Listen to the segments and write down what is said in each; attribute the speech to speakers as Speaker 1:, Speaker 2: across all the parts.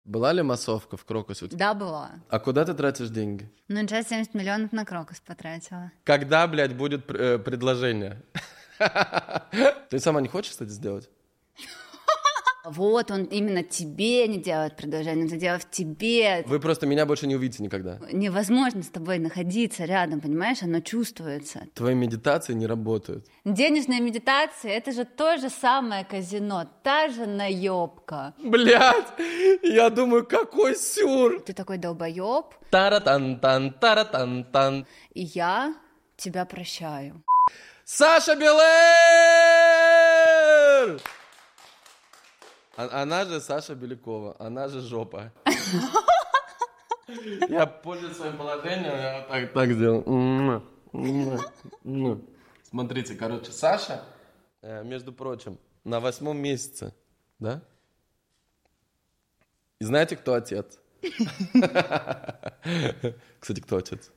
Speaker 1: Была ли массовка в Крокусе?
Speaker 2: Да, была.
Speaker 1: А куда ты тратишь деньги?
Speaker 2: Ну, сейчас 70 миллионов на Крокус потратила.
Speaker 1: Когда, блядь, будет предложение? Ты сама не хочешь, кстати, сделать?
Speaker 2: Вот, он именно тебе не делает предложение, он делает тебе.
Speaker 1: Вы просто меня больше не увидите никогда.
Speaker 2: Невозможно с тобой находиться рядом, понимаешь? Оно чувствуется.
Speaker 1: Твои медитации не работают.
Speaker 2: Денежная медитация — это же то же самое казино, та же наебка.
Speaker 1: Блядь, я думаю, какой сюр.
Speaker 2: Ты такой долбоеб.
Speaker 1: Тара-тан-тан, тара-тан-тан.
Speaker 2: И я тебя прощаю.
Speaker 1: Саша Белэр! Она же Саша Белякова, она же жопа. Я пользуюсь своим положением, я так сделал. Смотрите, короче, Саша, между прочим, на 8 месяце, да? И знаете, кто отец? Кстати, кто отец?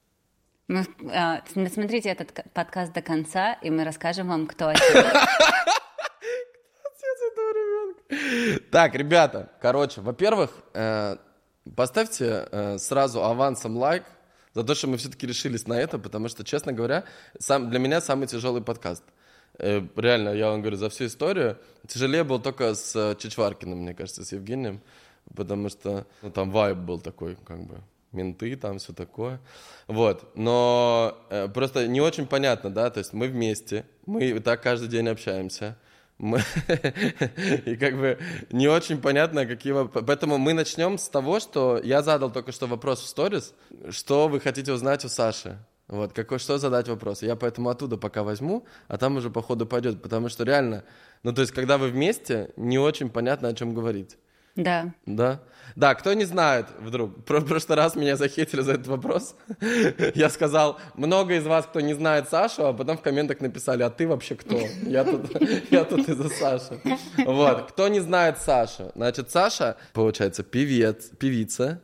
Speaker 2: Смотрите этот подкаст до конца, и мы расскажем вам, кто отец.
Speaker 1: Так, ребята, короче, во-первых, поставьте сразу авансом лайк за то, что мы все-таки решились на это, потому что, честно говоря, для меня самый тяжелый подкаст. Реально, я вам говорю, за всю историю тяжелее был только с Чичваркиным, мне кажется, с Евгением, потому что там вайб был такой, как бы, менты, там все такое. Вот, но просто не очень понятно, да, то есть мы вместе, мы так каждый день общаемся, и как бы не очень понятно, какие вопросы. Поэтому мы начнем с того, что я задал только что вопрос в сторис, что вы хотите узнать у Саши. Вот, что задать вопрос. Я поэтому оттуда пока возьму, а там уже по ходу пойдет, потому что реально, ну то есть когда вы вместе, не очень понятно, о чем говорить.
Speaker 2: Да.
Speaker 1: Да? Да, кто не знает вдруг, в прошлый раз меня захейтили за этот вопрос. Я сказал, много из вас, кто не знает Сашу, а потом в комментах написали, а ты вообще кто? Я тут из-за Саши. Вот, кто не знает Сашу, значит, Саша, получается, певица,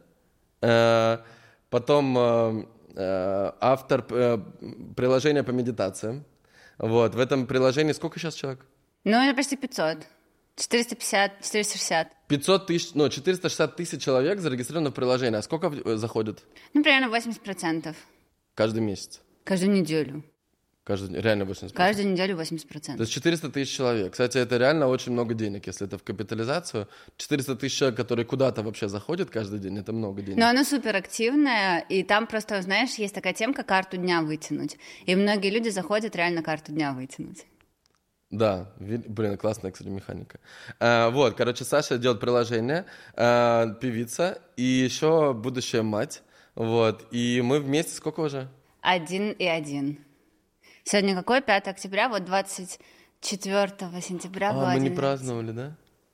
Speaker 1: потом автор приложения по медитациям. Вот, в этом приложении сколько сейчас человек?
Speaker 2: Ну, это почти 500. 450, 460.
Speaker 1: 500 тысяч, 460 тысяч человек зарегистрировано в приложении. А сколько заходит?
Speaker 2: Ну, примерно 80%.
Speaker 1: Каждый месяц?
Speaker 2: Каждую неделю.
Speaker 1: Реально 80%?
Speaker 2: Каждую неделю 80%.
Speaker 1: То есть 400 тысяч человек. Кстати, это реально очень много денег, если это в капитализацию. 400 тысяч человек, которые куда-то вообще заходят каждый день, это много денег.
Speaker 2: Но оно суперактивное, и там просто, знаешь, есть такая темка «карту дня вытянуть». И многие люди заходят реально карту дня вытянуть.
Speaker 1: Да, блин, классная, кстати, механика. Вот, короче, Саша делает приложение, певица и еще будущая мать. Вот, и мы вместе сколько уже?
Speaker 2: 1 и 1. Сегодня какой? 5 октября, вот 24 сентября был
Speaker 1: мы
Speaker 2: 1
Speaker 1: не праздновали, да?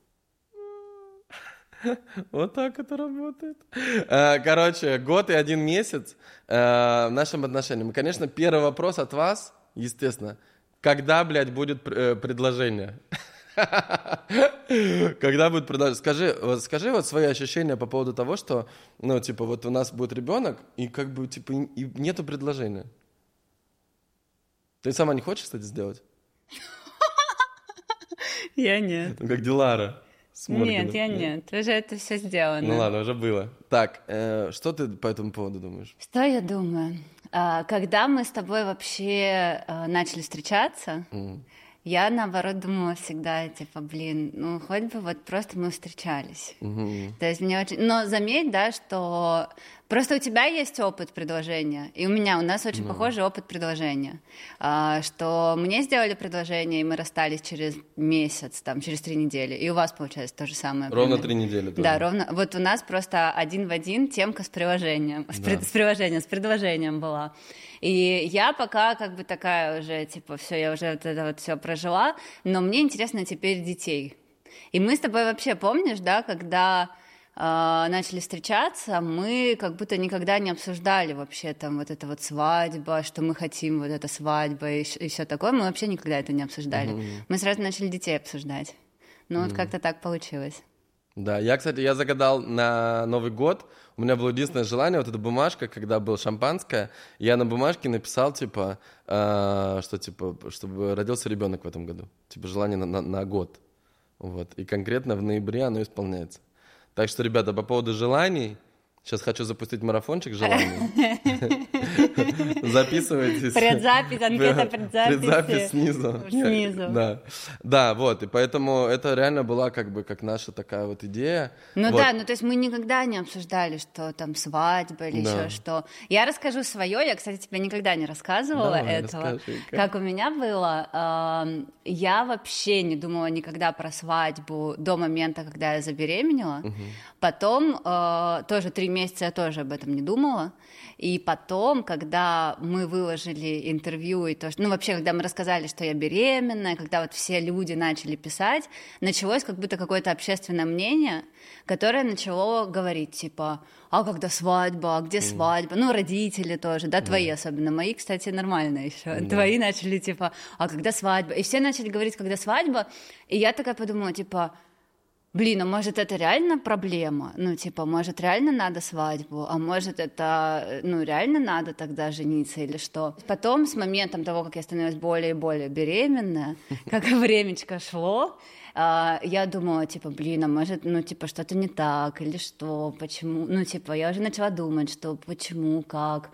Speaker 1: Вот так это работает. Короче, 1 год и 1 месяц нашим отношениям. И, конечно, первый вопрос от вас, естественно, когда, блядь, будет предложение? Когда будет предложение? Скажи вот свои ощущения по поводу того, что, ну, типа, вот у нас будет ребенок, и как бы, типа, и нету предложения. Ты сама не хочешь, кстати, сделать?
Speaker 2: Я нет.
Speaker 1: Ну, как Дилара.
Speaker 2: Нет, я нет. Уже это все сделано.
Speaker 1: Ну ладно, уже было. Так, что ты по этому поводу думаешь?
Speaker 2: Что я думаю? Когда мы с тобой вообще начали встречаться, я, наоборот, думала всегда, типа, блин, ну, хоть бы вот просто мы встречались. То есть мне очень... Но заметь, да, что просто у тебя есть опыт предложения, и у нас очень похожий опыт предложения. Что мне сделали предложение, и мы расстались через месяц, там, через 3 недели, и у вас, получается, то же самое.
Speaker 1: Ровно 3 недели. Тоже.
Speaker 2: Да, ровно. Вот у нас просто 1 в 1 темка с приложением, с предложением была. И я пока как бы такая уже, типа, все, я уже вот это вот все прожила, но мне интересно теперь детей. И мы с тобой вообще, помнишь, да, когда начали встречаться, мы как будто никогда не обсуждали вообще там вот это вот свадьба, что мы хотим, вот эта свадьба и все такое, мы вообще никогда это не обсуждали. Мы сразу начали детей обсуждать. Ну вот как-то так получилось.
Speaker 1: Да, я, кстати, загадал на Новый год, у меня было единственное желание, вот эта бумажка, когда было шампанское, я на бумажке написал, типа, что, типа, чтобы родился ребенок в этом году, типа, желание на год, вот, и конкретно в ноябре оно исполняется. Так что, ребята, по поводу желаний, сейчас хочу запустить марафончик желаний. Записывайтесь.
Speaker 2: Предзапись, анкета предзаписи.
Speaker 1: Предзапись снизу.
Speaker 2: Снизу.
Speaker 1: Да, вот, и поэтому это реально была как бы как наша такая вот идея.
Speaker 2: Ну
Speaker 1: вот.
Speaker 2: да, ну то есть мы никогда не обсуждали, что там свадьба или еще что. Я расскажу свое, я, кстати, тебе никогда не рассказывала этого. Как у меня было, я вообще не думала никогда про свадьбу до момента, когда я забеременела. Потом тоже 3 месяца я тоже об этом не думала. И потом, когда мы выложили интервью, и то, что, ну, вообще, когда мы рассказали, что я беременная, когда вот все люди начали писать, началось как будто какое-то общественное мнение, которое начало говорить, типа, а когда свадьба, а где свадьба? Ну, родители тоже, да, твои особенно, мои, кстати, нормально еще. Твои начали, типа, а когда свадьба? И все начали говорить, когда свадьба, и я такая подумала, типа, блин, а может это реально проблема? Ну, типа, может реально надо свадьбу? А может это, ну, реально надо тогда жениться или что? Потом, с моментом того, как я становилась более и более беременная, как времечко шло, я думала, типа, блин, а может, ну, типа, что-то не так или что, почему? Ну, типа, я уже начала думать, что почему, как,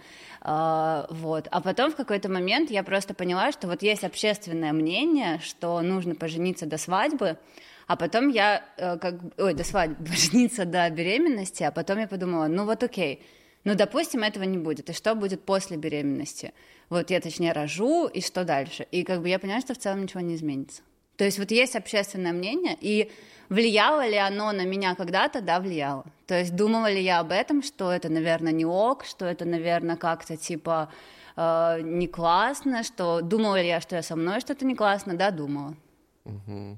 Speaker 2: вот. А потом в какой-то момент я просто поняла, что вот есть общественное мнение, что нужно пожениться до свадьбы, а потом я, до свадьбы, жениться до беременности, а потом я подумала, ну вот окей, ну допустим, этого не будет, и что будет после беременности? Вот я, точнее, рожу, и что дальше? И как бы я поняла, что в целом ничего не изменится. То есть вот есть общественное мнение, и влияло ли оно на меня когда-то? Да, влияло. То есть думала ли я об этом, что это, наверное, не ок, что это, наверное, как-то типа не классно, что думала ли я, что со мной что-то не классно? Да, думала.
Speaker 1: Угу.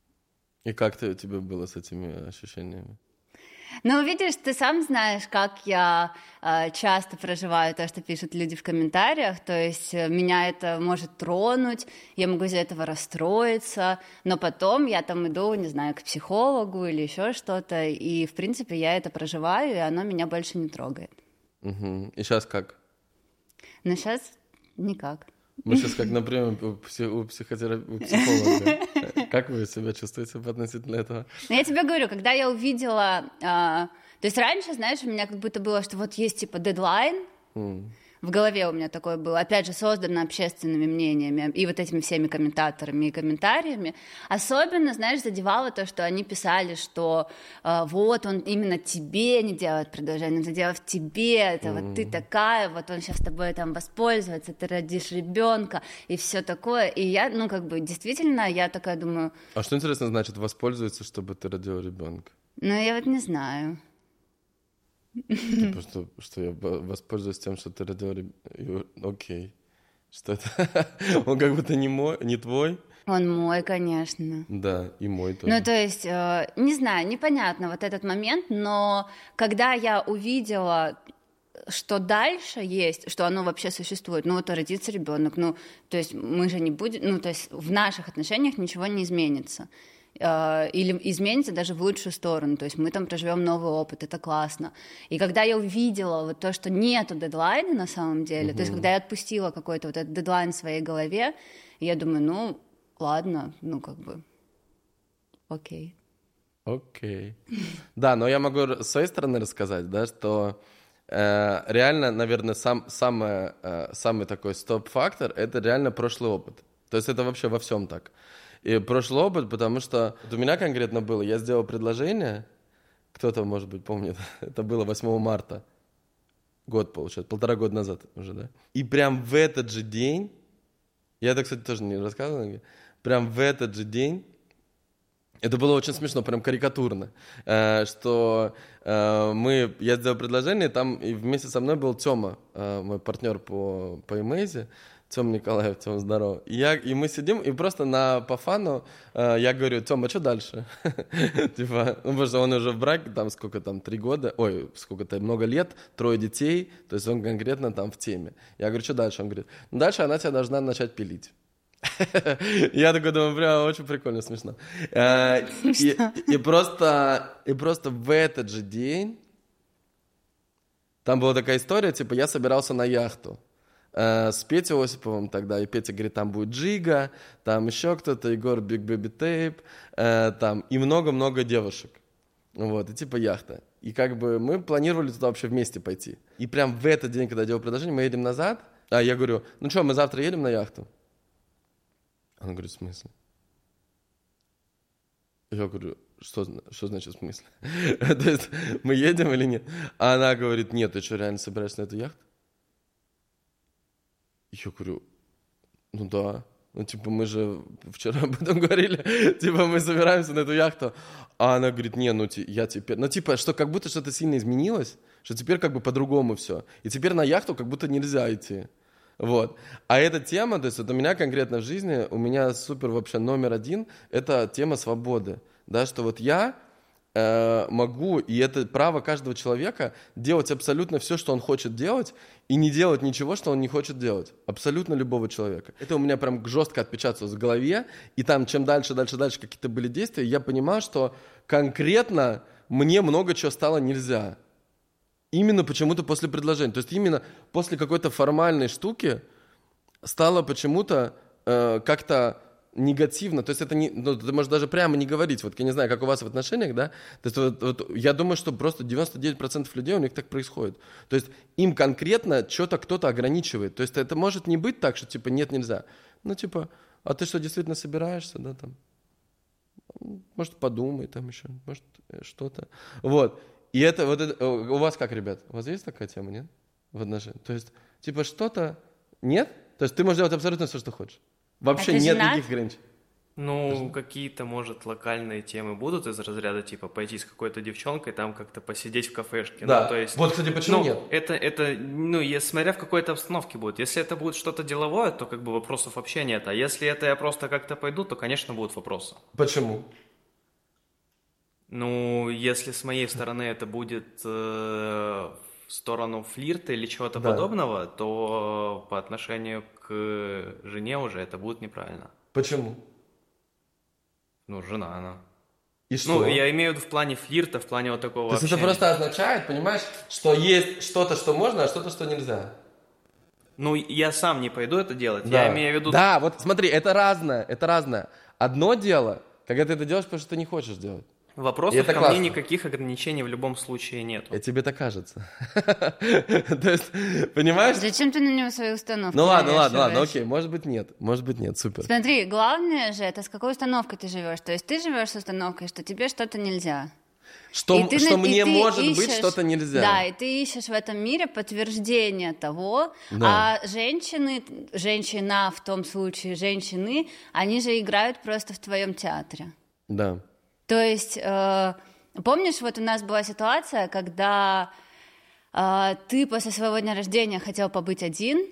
Speaker 1: И как тебе было с этими ощущениями?
Speaker 2: Ну, видишь, ты сам знаешь, как я часто проживаю то, что пишут люди в комментариях, то есть меня это может тронуть, я могу из-за этого расстроиться, но потом я там иду, не знаю, к психологу или еще что-то, и, в принципе, я это проживаю, и оно меня больше не трогает.
Speaker 1: Угу. И сейчас как?
Speaker 2: Ну, сейчас никак.
Speaker 1: Мы сейчас как, например, у психолога. Как вы себя чувствуете относительно этого?
Speaker 2: Ну, я тебе говорю, когда я увидела... то есть раньше, знаешь, у меня как будто было, что вот есть типа дедлайн, в голове у меня такое было, опять же, создано общественными мнениями и вот этими всеми комментаторами и комментариями. Особенно, знаешь, задевало то, что они писали, что вот он именно тебе не делает предложение, он сделает тебе, это вот ты такая, вот он сейчас с тобой там воспользуется, ты родишь ребенка и все такое. И я, ну, как бы, действительно, я такая думаю...
Speaker 1: А что, интересно, значит воспользуется, чтобы ты родила ребенка?
Speaker 2: Ну, я вот не знаю.
Speaker 1: Типа, что я воспользуюсь тем, что ты родила ребенка. Окей. Что это? Он как будто не твой.
Speaker 2: Он мой, конечно.
Speaker 1: Да, и мой тоже.
Speaker 2: Ну, то есть, не знаю, непонятно вот этот момент, но когда я увидела, что дальше есть, что оно вообще существует, ну, вот родится ребенок, ну, то есть мы же не будем, ну, то есть в наших отношениях ничего не изменится. Или изменится даже в лучшую сторону, то есть мы там проживем новый опыт, это классно. И когда я увидела вот то, что нету дедлайна на самом деле, то есть когда я отпустила какой-то вот этот дедлайн в своей голове, я думаю, ну, ладно, ну, как бы, окей.
Speaker 1: Окей. Да, но я могу с своей стороны рассказать, да, что реально, наверное, самый такой стоп-фактор — это реально прошлый опыт. То есть это вообще во всем так. И прошлый опыт, потому что у меня конкретно было, я сделал предложение, кто-то, может быть, помнит, это было 8 марта, год, получается, 1,5 года назад уже, да. И прям в этот же день, я это, кстати, тоже не рассказывал, прям в этот же день, это было очень смешно, прям карикатурно, что я сделал предложение, там и вместе со мной был Тёма, мой партнер по Эмейзе, Тём Николаев, Тём, здорово. И мы сидим, и просто по фану я говорю, Тём, а что дальше? Типа, ну, потому что он уже в браке, там, 3 года, много лет, 3 детей, то есть он конкретно там в теме. Я говорю, что дальше? Он говорит, ну, дальше она тебя должна начать пилить. Я такой думаю, прям очень прикольно, смешно. И просто в этот же день там была такая история, типа, я собирался на яхту с Петей Осиповым тогда, и Петя говорит, там будет Джига, там еще кто-то, Егор Big Baby Tape, там, и много-много девушек. Вот, и типа яхта. И как бы мы планировали туда вообще вместе пойти. И прям в этот день, когда я делал предложение, мы едем назад, а я говорю, ну что, мы завтра едем на яхту? Она говорит, в смысле? Я говорю, что значит в смысле? То есть мы едем или нет? А она говорит, нет, ты что, реально собираешься на эту яхту? Я говорю, ну да. Ну, типа, мы же вчера об этом говорили. Типа, мы собираемся на эту яхту. А она говорит, не, ну, я теперь... Ну, типа, что как будто что-то сильно изменилось, что теперь как бы по-другому все. И теперь на яхту как будто нельзя идти. Вот. А эта тема, то есть вот у меня конкретно в жизни, у меня супер вообще номер один, это тема свободы. Да, что вот я могу, и это право каждого человека, делать абсолютно все, что он хочет делать, и не делать ничего, что он не хочет делать. Абсолютно любого человека. Это у меня прям жестко отпечаталось в голове, и там чем дальше какие-то были действия, я понимал, что конкретно мне много чего стало нельзя. Именно почему-то после предложения. То есть именно после какой-то формальной штуки стало почему-то как-то негативно, то есть это не, ну, ты можешь даже прямо не говорить, вот я не знаю, как у вас в отношениях, да, то есть вот, я думаю, что просто 99% людей у них так происходит, то есть им конкретно что-то кто-то ограничивает, то есть это может не быть так, что типа нет, нельзя, ну типа, а ты что, действительно собираешься, да, там, может подумай там еще, может что-то, вот, и это, вот это, у вас как, ребят, у вас есть такая тема, нет, в отношениях, то есть типа что-то, нет, то есть ты можешь делать абсолютно все, что хочешь. Вообще нет никаких ограничений.
Speaker 3: Ну, какие-то, может, локальные темы будут из разряда, типа, пойти с какой-то девчонкой, там как-то посидеть в кафешке.
Speaker 1: Да,
Speaker 3: ну, то есть,
Speaker 1: вот, кстати, почему нет?
Speaker 3: Это, смотря в какой-то обстановке будет. Если это будет что-то деловое, то как бы вопросов вообще нет. А если это я просто как-то пойду, то, конечно, будут вопросы.
Speaker 1: Почему?
Speaker 3: Ну, если с моей стороны это будет в сторону флирта или чего-то подобного, то по отношению к жене уже это будет неправильно.
Speaker 1: Почему?
Speaker 3: Ну, жена она.
Speaker 1: И что?
Speaker 3: Ну, я имею в виду в плане флирта, в плане вот такого
Speaker 1: То есть
Speaker 3: общения.
Speaker 1: это просто означает, понимаешь, что есть что-то, что можно, а что-то, что нельзя.
Speaker 3: Ну, я сам не пойду это делать,
Speaker 1: Да.
Speaker 3: я имею в виду...
Speaker 1: Да, вот смотри, это разное. Одно дело, когда ты это делаешь, потому что ты не хочешь делать.
Speaker 3: Вопросов ко мне никаких ограничений в любом случае нет.
Speaker 1: И тебе так кажется. То есть, понимаешь?
Speaker 2: Зачем ты на него свои установки
Speaker 1: Ну ладно, окей, может быть нет, супер.
Speaker 2: Смотри, главное же, это с какой установкой ты живешь. То есть ты живешь с установкой, что тебе что-то нельзя.
Speaker 1: Что мне может быть что-то нельзя.
Speaker 2: Да, и ты ищешь в этом мире подтверждение того,
Speaker 1: да.
Speaker 2: А женщина в том случае, женщины, они же играют просто в твоем театре.
Speaker 1: Да.
Speaker 2: То есть, помнишь, вот у нас была ситуация, когда ты после своего дня рождения хотел побыть один,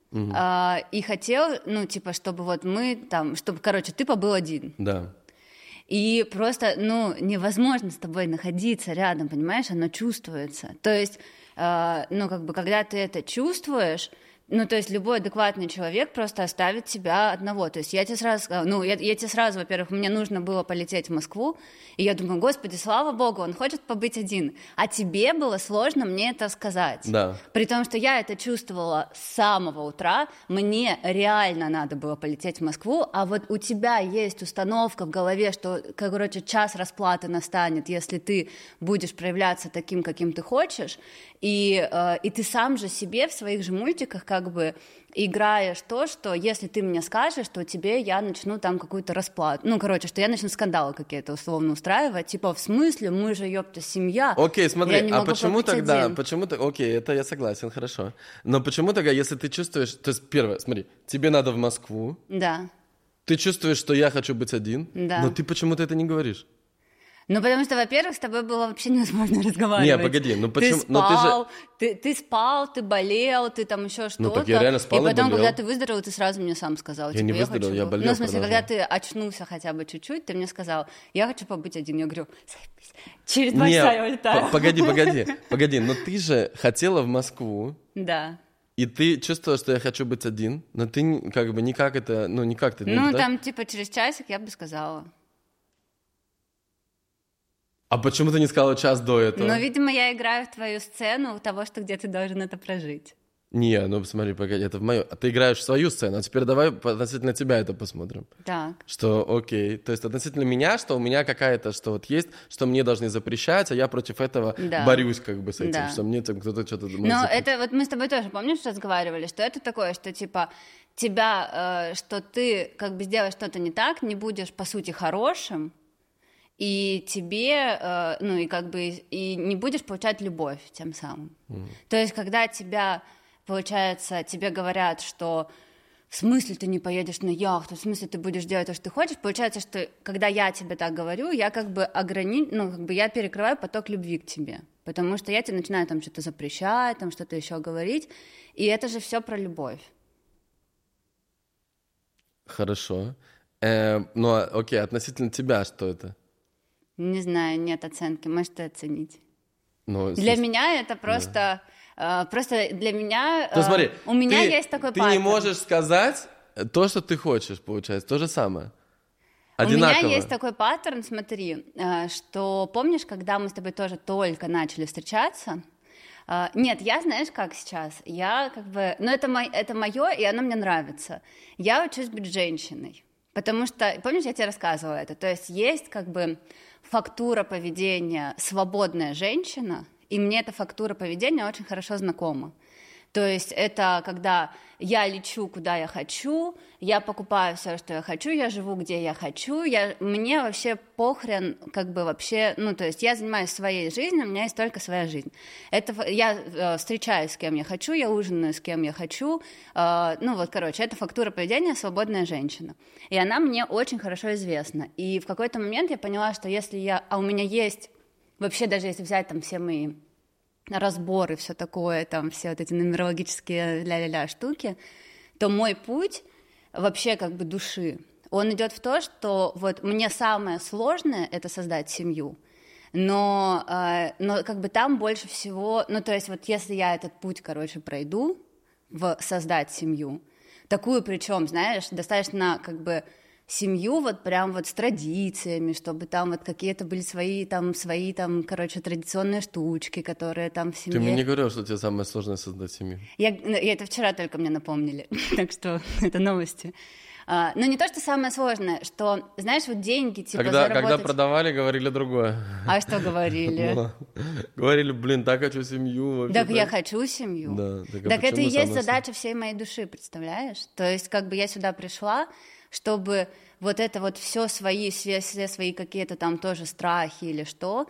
Speaker 2: и хотел, ну, типа, чтобы вот мы там, чтобы, короче, ты побыл один.
Speaker 1: Да.
Speaker 2: И просто, ну, невозможно с тобой находиться рядом, понимаешь, оно чувствуется. То есть, ну, как бы, когда ты это чувствуешь, ну, то есть любой адекватный человек просто оставит тебя одного. То есть я тебе сразу сказала, ну, я тебе сразу, во-первых, мне нужно было полететь в Москву, и я думаю, господи, слава богу, он хочет побыть один. А тебе было сложно мне это сказать.
Speaker 1: Да.
Speaker 2: При том, что я это чувствовала с самого утра, мне реально надо было полететь в Москву, а вот у тебя есть установка в голове, что, короче, час расплаты настанет, если ты будешь проявляться таким, каким ты хочешь, и ты сам же себе в своих же мультиках как бы играешь то, что если ты мне скажешь, то тебе я начну там какую-то расплату. Ну, короче, что я начну скандалы какие-то условно устраивать. Типа, в смысле, мы же, ёпта, семья.
Speaker 1: Окей, смотри,
Speaker 2: а
Speaker 1: почему тогда, окей, это я согласен, хорошо. Но почему тогда, если ты чувствуешь, то есть, первое, смотри, тебе надо в Москву.
Speaker 2: Да.
Speaker 1: Ты чувствуешь, что я хочу быть один,
Speaker 2: да.
Speaker 1: Но ты почему-то это не говоришь.
Speaker 2: Ну, потому что, во-первых, с тобой было вообще невозможно разговаривать.
Speaker 1: Не, погоди, ну почему?
Speaker 2: Ты спал, ты болел, ты там еще что-то.
Speaker 1: Ну, так я реально спал и
Speaker 2: потом,
Speaker 1: болел.
Speaker 2: когда ты выздоровел, ты сразу мне сам сказал.
Speaker 1: Я не выздоровел, я болел.
Speaker 2: Ну, в смысле, когда ты очнулся хотя бы чуть-чуть, ты мне сказал, я хочу побыть один. Я говорю, через 2 часа я улетаю.
Speaker 1: Погоди, но ты же хотела в Москву.
Speaker 2: Да.
Speaker 1: И ты чувствовала, что я хочу быть один, но ты как бы никак это, ну, никак ты...
Speaker 2: Ну, там, типа, через часик я бы сказала.
Speaker 1: А почему ты не сказала час до этого?
Speaker 2: Ну, видимо, я играю в твою сцену того, что где ты должен это прожить.
Speaker 1: Не, ну смотри, погоди, это в мою... Ты играешь в свою сцену, а теперь давай относительно тебя это посмотрим.
Speaker 2: Так.
Speaker 1: Что, окей, то есть относительно меня, что у меня какая-то, что вот есть, что мне должны запрещать, а я против этого борюсь как бы с этим, что мне там кто-то что-то...
Speaker 2: Но это вот мы с тобой тоже, помнишь, разговаривали, что это такое, что типа тебя, что ты как бы сделаешь что-то не так, не будешь по сути хорошим, и тебе, ну и как бы, и не будешь получать любовь тем самым. То есть когда тебя... Получается, тебе говорят, что в смысле ты не поедешь на яхту, в смысле ты будешь делать то, что ты хочешь. Получается, что когда я тебе так говорю, я как бы я перекрываю поток любви к тебе, потому что я тебе начинаю там что-то запрещать, там что-то еще говорить, и это же все про любовь.
Speaker 1: Хорошо. Ну, окей, относительно тебя что это?
Speaker 2: Не знаю, нет оценки, можете оценить.
Speaker 1: Ну,
Speaker 2: для меня это просто... Да. Просто для меня...
Speaker 1: То смотри,
Speaker 2: у меня есть такой паттерн.
Speaker 1: Ты не можешь сказать то, что ты хочешь, получается, то же самое. Одинаково.
Speaker 2: У меня есть такой паттерн, смотри, что помнишь, когда мы с тобой тоже только начали встречаться? Нет, я, знаешь, как сейчас? Я как бы... Ну, это мое, и оно мне нравится. Я учусь быть женщиной. Потому что, помнишь, я тебе рассказывала это? То есть как бы фактура поведения свободная женщина, и мне эта фактура поведения очень хорошо знакома. То есть это когда я лечу, куда я хочу, я покупаю все, что я хочу, я живу, где я хочу, мне вообще похрен, как бы вообще, ну, то есть я занимаюсь своей жизнью, у меня есть только своя жизнь. Я встречаюсь с кем я хочу, я ужинаю с кем я хочу, ну, вот, короче, это фактура поведения свободная женщина. И она мне очень хорошо известна. И в какой-то момент я поняла, что если у меня есть, вообще даже если взять там все мои разборы, все такое, там все вот эти нумерологические ля-ля-ля штуки, то мой путь вообще как бы души, он идет в то, что вот мне самое сложное — это создать семью, но как бы там больше всего, ну то есть вот если я этот путь, короче, пройду в создать семью, такую причем, знаешь, достаточно как бы семью вот прям вот с традициями, чтобы там вот какие-то были свои там, короче, традиционные штучки, которые там в семье.
Speaker 1: Ты мне не говорила, что тебе самое сложное создать семью.
Speaker 2: Я это вчера только мне напомнили, так что это новости. Но не то, что самое сложное, что, знаешь, вот деньги, типа, заработать...
Speaker 1: Когда продавали, говорили другое.
Speaker 2: А что говорили?
Speaker 1: Говорили, блин, так хочу семью.
Speaker 2: Так я хочу семью. Так это и есть задача всей моей души, представляешь? То есть как бы я сюда пришла, чтобы вот это вот все свои какие-то там тоже страхи или что,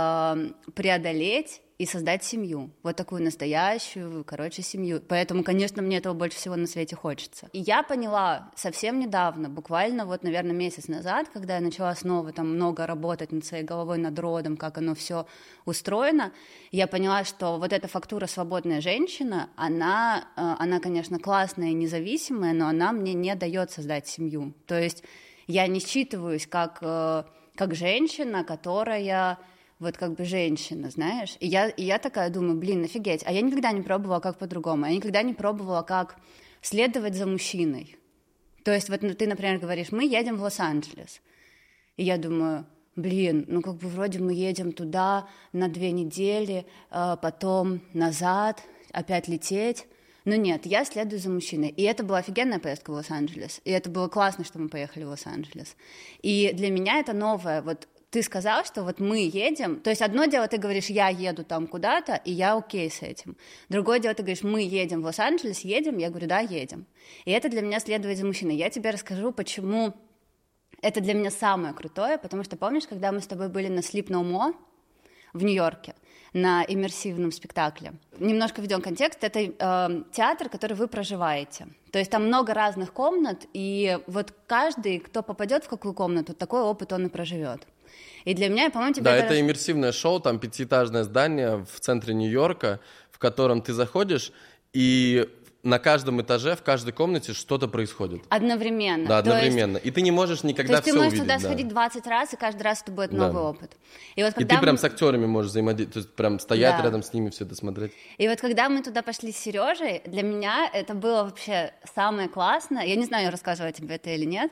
Speaker 2: преодолеть и создать семью, вот такую настоящую, короче, семью. Поэтому, конечно, мне этого больше всего на свете хочется. И я поняла совсем недавно, буквально вот, наверное, месяц назад, когда я начала снова там много работать над своей головой, над родом, как оно все устроено, я поняла, что вот эта фактура свободная женщина, она, конечно, классная и независимая, но она мне не дает создать семью. То есть я не считываюсь как женщина, которая... вот как бы женщина, знаешь, и я такая думаю, блин, офигеть, а я никогда не пробовала как по-другому, я никогда не пробовала как следовать за мужчиной, то есть вот ты, например, говоришь, мы едем в Лос-Анджелес, и я думаю, блин, ну как бы вроде мы едем туда на 2 недели, потом назад, опять лететь, но нет, я следую за мужчиной, и это была офигенная поездка в Лос-Анджелес, и это было классно, что мы поехали в Лос-Анджелес, и для меня это новое, вот ты сказал, что вот мы едем, то есть одно дело, ты говоришь, я еду там куда-то, и я окей с этим. Другое дело, ты говоришь, мы едем в Лос-Анджелес, едем, я говорю, да, едем. И это для меня следовать за мужчиной. Я тебе расскажу, почему это для меня самое крутое, потому что помнишь, когда мы с тобой были на Sleep No More в Нью-Йорке, на иммерсивном спектакле. Немножко введем контекст. Это театр, который вы проживаете. То есть там много разных комнат, и вот каждый, кто попадет в какую комнату, такой опыт он и проживет. И для меня, по-моему, тебе...
Speaker 1: Да, это иммерсивное шоу, там 5-этажное здание в центре Нью-Йорка, в котором ты заходишь, и на каждом этаже, в каждой комнате что-то происходит.
Speaker 2: Одновременно.
Speaker 1: Да, одновременно. И ты не можешь никогда все увидеть.
Speaker 2: То есть ты можешь туда сходить 20 раз, и каждый раз это будет новый опыт.
Speaker 1: И ты прям с актерами можешь взаимодействовать, то есть прям стоять рядом с ними, все это смотреть.
Speaker 2: И вот когда мы туда пошли с Сережей, для меня это было вообще самое классное. Я не знаю, рассказывала тебе это или нет.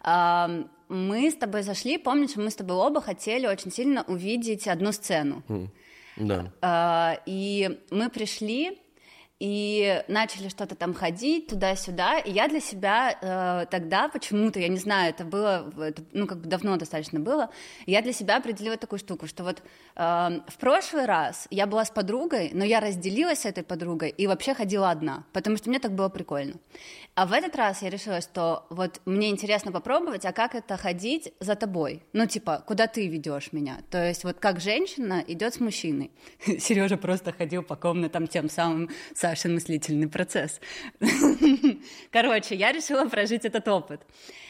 Speaker 2: Мы с тобой зашли, помнишь, мы с тобой оба хотели очень сильно увидеть одну сцену.
Speaker 1: Да.
Speaker 2: И мы пришли, и начали что-то там ходить туда-сюда, и я для себя тогда почему-то, я не знаю, это было, ну, как бы давно достаточно было, я для себя определила такую штуку, что вот в прошлый раз я была с подругой, но я разделилась с этой подругой и вообще ходила одна, потому что мне так было прикольно. А в этот раз я решила, что вот мне интересно попробовать, а как это ходить за тобой? Ну, типа, куда ты ведешь меня? То есть вот как женщина идет с мужчиной. Сережа просто ходил по комнатам тем самым Сашин мыслительный процесс. Короче, я решила прожить этот опыт.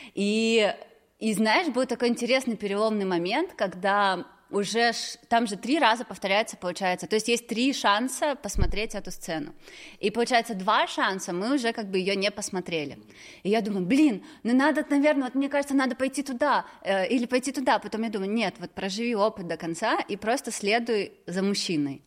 Speaker 2: И знаешь, был такой интересный переломный момент, когда уже там же 3 раза повторяется, получается. То есть есть 3 шанса посмотреть эту сцену. И получается 2 шанса мы уже как бы ее не посмотрели. И я думаю, блин, ну надо, наверное, вот мне кажется, надо пойти туда или пойти туда. Потом я думаю, нет, вот проживи опыт до конца и просто следуй за мужчиной.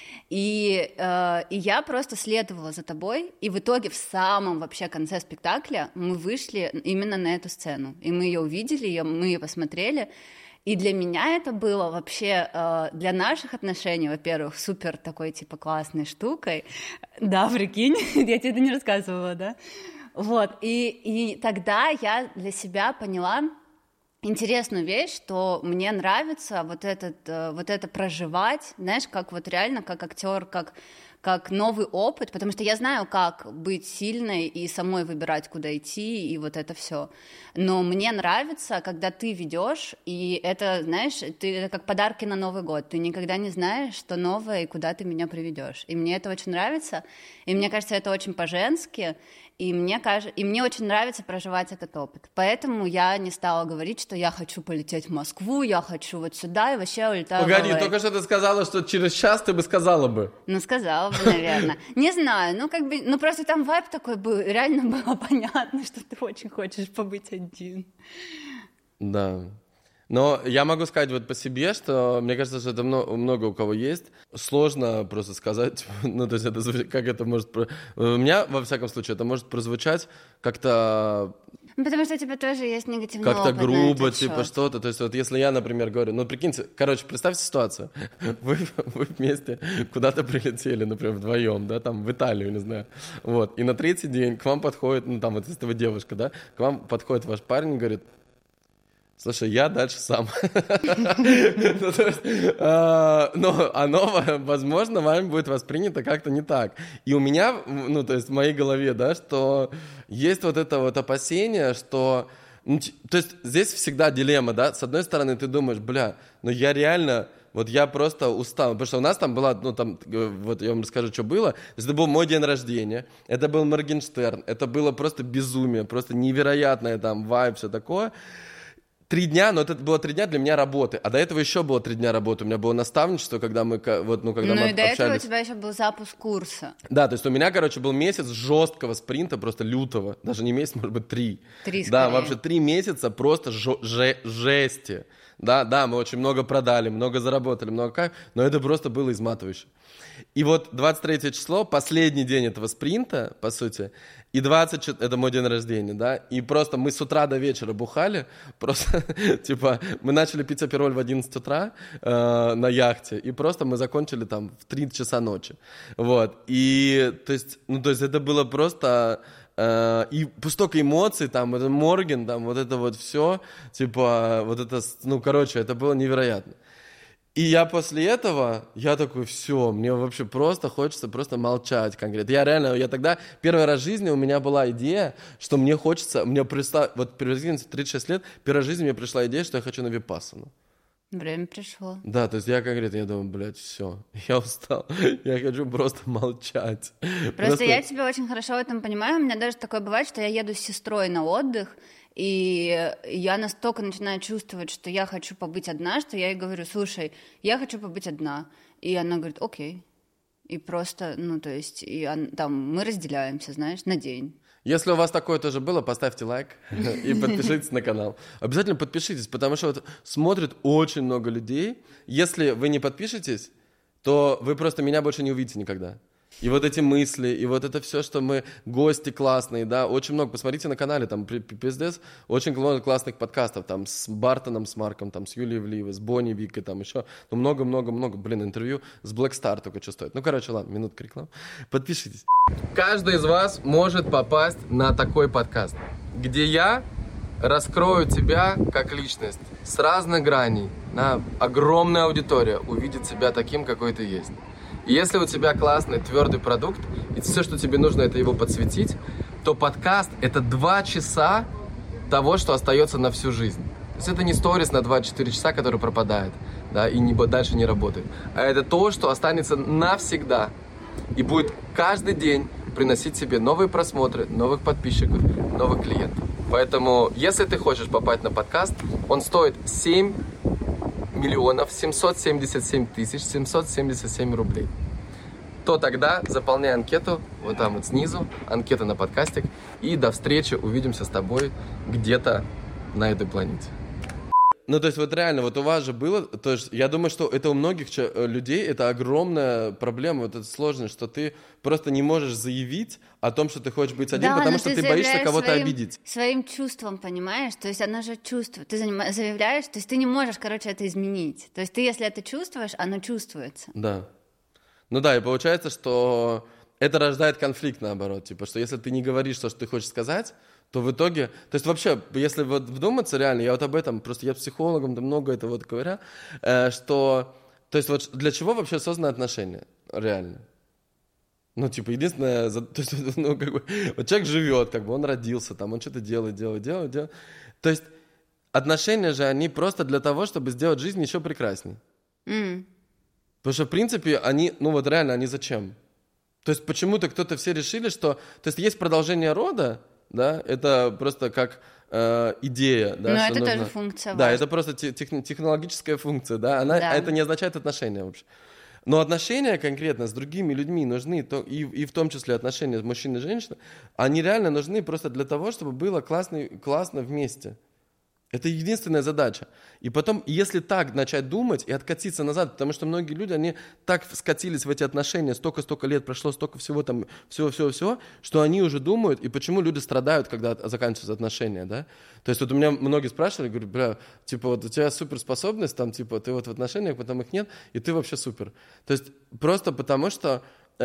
Speaker 2: И я просто следовала за тобой, и в итоге в самом вообще конце спектакля мы вышли именно на эту сцену. И мы ее увидели, мы ее посмотрели. И для меня это было вообще, для наших отношений, во-первых, супер такой, типа, классной штукой. Да, прикинь, я тебе это не рассказывала, да? Вот, и тогда я для себя поняла интересную вещь, что мне нравится вот это проживать, знаешь, как вот реально, как актер, как новый опыт, потому что я знаю, как быть сильной и самой выбирать, куда идти, и вот это все. Но мне нравится, когда ты ведешь, и это, знаешь, это как подарки на Новый год. Ты никогда не знаешь, что новое и куда ты меня приведешь. И мне это очень нравится, и мне кажется, это очень по-женски, и мне очень нравится проживать этот опыт. Поэтому я не стала говорить, что я хочу полететь в Москву, я хочу вот сюда, и вообще улетаю в
Speaker 1: Погоди,
Speaker 2: LA.
Speaker 1: только что ты сказала, что через час ты бы сказала бы.
Speaker 2: Ну, сказала бы, наверное. Не знаю, ну, как бы, ну, просто там вайб такой был, реально было понятно, что ты очень хочешь побыть один.
Speaker 1: Да. Но я могу сказать вот по себе, что мне кажется, что это много у кого есть. Сложно просто сказать, ну, то есть это, как это может... У меня, во всяком случае, это может прозвучать как-то...
Speaker 2: Ну, потому что у тебя тоже есть негативный
Speaker 1: как-то
Speaker 2: опыт
Speaker 1: грубо, типа что-то. То есть вот если я, например, говорю... Ну, прикиньте, короче, представьте ситуацию. Вы вместе куда-то прилетели, например, вдвоем, да, там, в Италию, не знаю. Вот. И на 3-й день к вам подходит, ну, там, вот если вы девушка, да, к вам подходит ваш парень и говорит... Слушай, я дальше сам. Но оно, возможно, вами будет воспринято как-то не так. И у меня, ну, то есть в моей голове, да, что есть вот это вот опасение, что... То есть здесь всегда дилемма, да. С одной стороны, ты думаешь, бля, ну я реально... Вот я просто устал, потому что у нас там была, ну там, вот я вам расскажу, что было. Это был мой день рождения, это был Моргенштерн, это было просто безумие, просто невероятное там вайб, все такое. 3 дня, но это было 3 дня для меня работы, а до этого еще было 3 дня работы. У меня было наставничество, когда мы, вот, ну, когда мы
Speaker 2: и до
Speaker 1: общались.
Speaker 2: этого у тебя еще был запуск курса.
Speaker 1: Да, то есть у меня, короче, был месяц жесткого спринта, просто лютого, даже не месяц, может быть, 3.
Speaker 2: 3 скорее.
Speaker 1: Да, вообще 3 месяца просто жести. Да, мы очень много продали, много заработали, много кайф, но это просто было изматывающе. И вот 23 число, последний день этого спринта, по сути, и 20, это мой день рождения, да, и просто мы с утра до вечера бухали, просто, типа, мы начали пить апероль в 11 утра на яхте, и просто мы закончили там в 3 часа ночи, вот, и, то есть это было просто... И столько эмоций, там, это Морген, там, вот это вот все, типа, вот это, ну, короче, это было невероятно. И я после этого, я такой, все, мне вообще просто хочется просто молчать конкретно. Я тогда, первый раз в жизни у меня была идея, что мне хочется, вот приблизительно 36 лет, первый раз в жизни мне пришла идея, что я хочу на випассану.
Speaker 2: Время пришло.
Speaker 1: Да, то есть я конкретно, я думаю, блядь, все, я устал, я хочу просто молчать.
Speaker 2: Просто я тебя очень хорошо в этом понимаю, у меня даже такое бывает, что я еду с сестрой на отдых, и я настолько начинаю чувствовать, что я хочу побыть одна, что я ей говорю, слушай, я хочу побыть одна, и она говорит, окей, и просто, ну, то есть, там мы разделяемся, знаешь, на день.
Speaker 1: Если у вас такое тоже было, поставьте лайк и подпишитесь на канал. Обязательно подпишитесь, потому что вот смотрит очень много людей. Если вы не подпишетесь, то вы просто меня больше не увидите никогда. И вот эти мысли, и вот это все, что мы гости классные, да, очень много. Посмотрите на канале, там пиздец, очень много классных подкастов, там с Бартоном, с Марком, там с Юлией Вливой, с Бонни Викой, там еще, ну много-много-много, блин, интервью с Black Star только что стоит. Ну, короче, ладно, минутка рекламы. Подпишитесь. Каждый из вас может попасть на такой подкаст, где я раскрою тебя как личность с разных граней, на огромная аудитория увидит тебя таким, какой ты есть. И если у тебя классный, твердый продукт, и все, что тебе нужно, это его подсветить, то подкаст — это 2 часа того, что остается на всю жизнь. То есть это не сторис на 24 часа, который пропадает, да, и дальше не работает. А это то, что останется навсегда. И будет каждый день приносить тебе новые просмотры, новых подписчиков, новых клиентов. Поэтому, если ты хочешь попасть на подкаст, он стоит 7 миллионов 777 тысяч 777 рублей. То тогда заполняй анкету, вот там вот снизу, анкета на подкастик, и до встречи, увидимся с тобой где-то на этой планете. Ну, то есть, вот реально, вот у вас же было, то есть, я думаю, что это у многих людей, это огромная проблема, вот эта сложность, что ты просто не можешь заявить о том, что ты хочешь быть один, да, потому что ты боишься кого-то обидеть.
Speaker 2: Своим чувством, понимаешь? То есть, оно же чувствует. Ты заявляешь, то есть, ты не можешь, короче, это изменить. То есть, ты, если это чувствуешь, оно чувствуется.
Speaker 1: Да. Ну да, и получается, что это рождает конфликт, наоборот, типа, что если ты не говоришь то, что ты хочешь сказать, то в итоге, то есть вообще, если вот вдуматься реально, я вот об этом, просто я с психологом да много это вот говорю, что, то есть вот для чего вообще созданы отношения, реально? Ну, типа, единственное, то есть, ну, как бы, вот человек живет, как бы, он родился, там, он что-то делает. То есть отношения же, они просто для того, чтобы сделать жизнь еще прекрасней. Потому что, в принципе, они, ну вот реально, они зачем? То есть почему-то кто-то все решили, что, то есть продолжение рода, да, это просто как идея, да.
Speaker 2: Но
Speaker 1: что
Speaker 2: это
Speaker 1: нужно...
Speaker 2: тоже функция.
Speaker 1: Да,
Speaker 2: важна.
Speaker 1: это просто технологическая функция, да, она,
Speaker 2: да.
Speaker 1: Это не означает отношения вообще. Но отношения конкретно с другими людьми нужны, и в том числе отношения с мужчиной и женщиной, они реально нужны просто для того, чтобы было классно вместе. Это единственная задача. И потом, если так начать думать и откатиться назад, потому что многие люди, они так скатились в эти отношения, столько лет прошло, столько всего там, всего, что они уже думают, и почему люди страдают, когда заканчиваются отношения, да? То есть вот у меня многие спрашивали, говорю, бля, типа вот у тебя суперспособность, там, типа ты вот в отношениях, потом их нет, и ты вообще супер. То есть просто потому что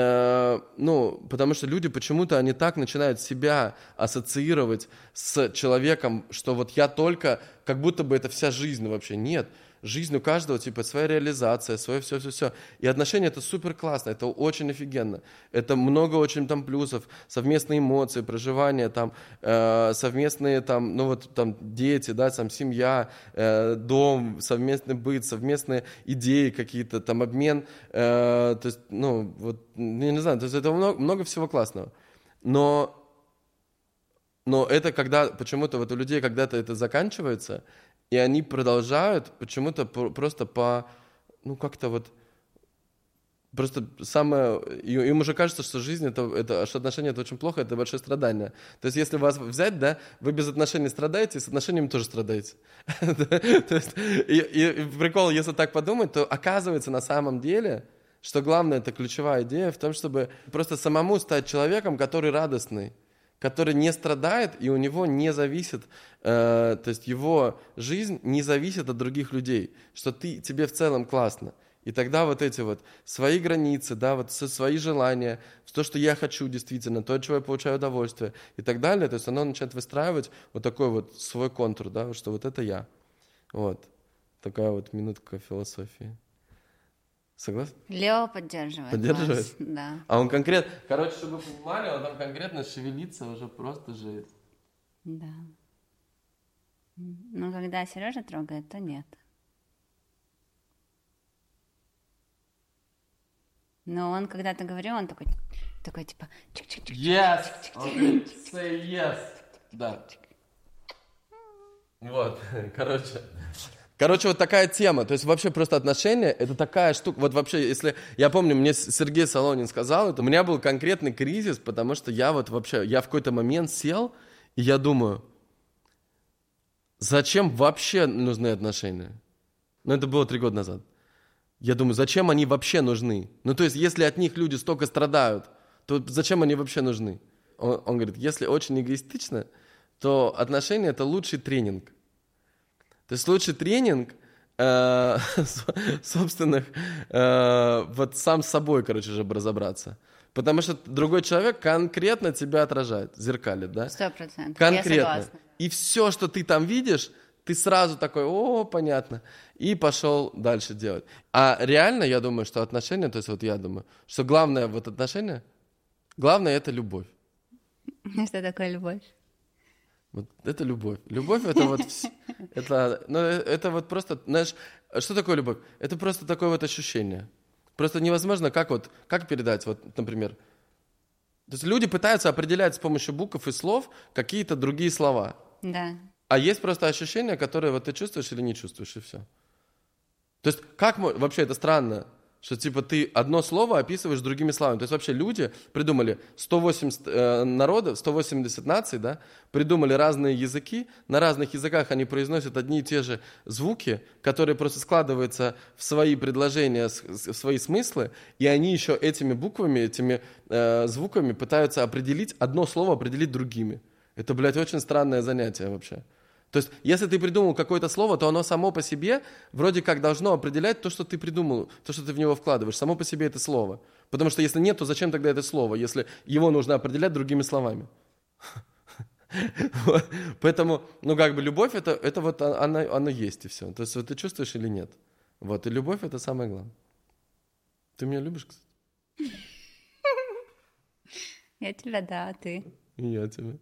Speaker 1: потому что люди почему-то они так начинают себя ассоциировать с человеком, что вот я только, как будто бы это вся жизнь вообще. Нет, жизнь у каждого, типа, своя реализация, свое все. И отношения — это супер классно, это очень офигенно. Это много очень там плюсов, совместные эмоции, проживание, там, совместные там, ну вот там дети, да, там семья, дом, совместный быт, совместные идеи какие-то, там обмен, то есть, ну, вот, я не знаю, то есть это много всего классного. Но это когда почему-то вот у людей когда-то это заканчивается, и они продолжают почему-то просто ну как-то вот, просто самое, им уже кажется, что жизнь это что отношения это очень плохо, это большое страдание. То есть если вас взять, да, вы без отношений страдаете, с отношениями тоже страдаете. То есть, и прикол, если так подумать, то оказывается на самом деле, что главное, это ключевая идея в том, чтобы просто самому стать человеком, который радостный, который не страдает, и у него не зависит, то есть его жизнь не зависит от других людей, что тебе в целом классно. И тогда вот эти вот свои границы, да, вот свои желания, то, что я хочу действительно, то, от чего я получаю удовольствие и так далее, то есть оно начинает выстраивать вот такой вот свой контур, да, что вот это я. Вот. Такая вот минутка философии. Согласен?
Speaker 2: Лео поддерживает.
Speaker 1: Поддерживает?
Speaker 2: Вас. Да.
Speaker 1: А он конкретно, короче, чтобы вы понимали, он там конкретно шевелится уже просто жесть.
Speaker 2: Да. Но когда Сережа трогает, то нет. Но он когда-то говорил, он такой типа...
Speaker 1: Yes! Okay. Say yes! Да. Вот, Короче, вот такая тема. То есть вообще просто отношения — это такая штука. Вот вообще, если... Я помню, мне Сергей Солонин сказал это, у меня был конкретный кризис, потому что я в какой-то момент сел, и я думаю, зачем вообще нужны отношения? Ну, это было 3 года назад. Я думаю, зачем они вообще нужны? Ну, то есть, если от них люди столько страдают, то зачем они вообще нужны? Он говорит, если очень эгоистично, то отношения — это лучший тренинг. То есть лучший тренинг собственных, вот сам с собой, короче, чтобы разобраться. Потому что другой человек конкретно тебя отражает, зеркалит, да?
Speaker 2: 100%.
Speaker 1: Конкретно.
Speaker 2: Я согласна.
Speaker 1: И все, что ты там видишь, ты сразу такой, понятно, и пошел дальше делать. А реально, я думаю, что отношения, то есть вот я думаю, что главное вот отношения, главное — это любовь.
Speaker 2: Что такое любовь?
Speaker 1: Вот это любовь. Любовь — это вот... Это вот просто... Знаешь, что такое любовь? Это просто такое вот ощущение. Просто невозможно, как передать, вот, например... То есть люди пытаются определять с помощью букв и слов какие-то другие слова.
Speaker 2: Да.
Speaker 1: А есть просто ощущения, которые вот ты чувствуешь или не чувствуешь, и все. То есть вообще это странно, что типа ты одно слово описываешь другими словами. То есть вообще люди придумали 180 народов, 180 наций, да, придумали разные языки, на разных языках они произносят одни и те же звуки, которые просто складываются в свои предложения, в свои смыслы, и они еще этими буквами, этими звуками пытаются определить, одно слово определить другими. Это, блядь, очень странное занятие вообще. То есть, если ты придумал какое-то слово, то оно само по себе вроде как должно определять то, что ты придумал, то, что ты в него вкладываешь. Само по себе это слово. Потому что если нет, то зачем тогда это слово, если его нужно определять другими словами? Поэтому, любовь это вот она есть и все. То есть, вот ты чувствуешь или нет. Вот, и любовь — это самое главное. Ты меня любишь, кстати?
Speaker 2: Я тебя, да, а ты?
Speaker 1: И я тебя.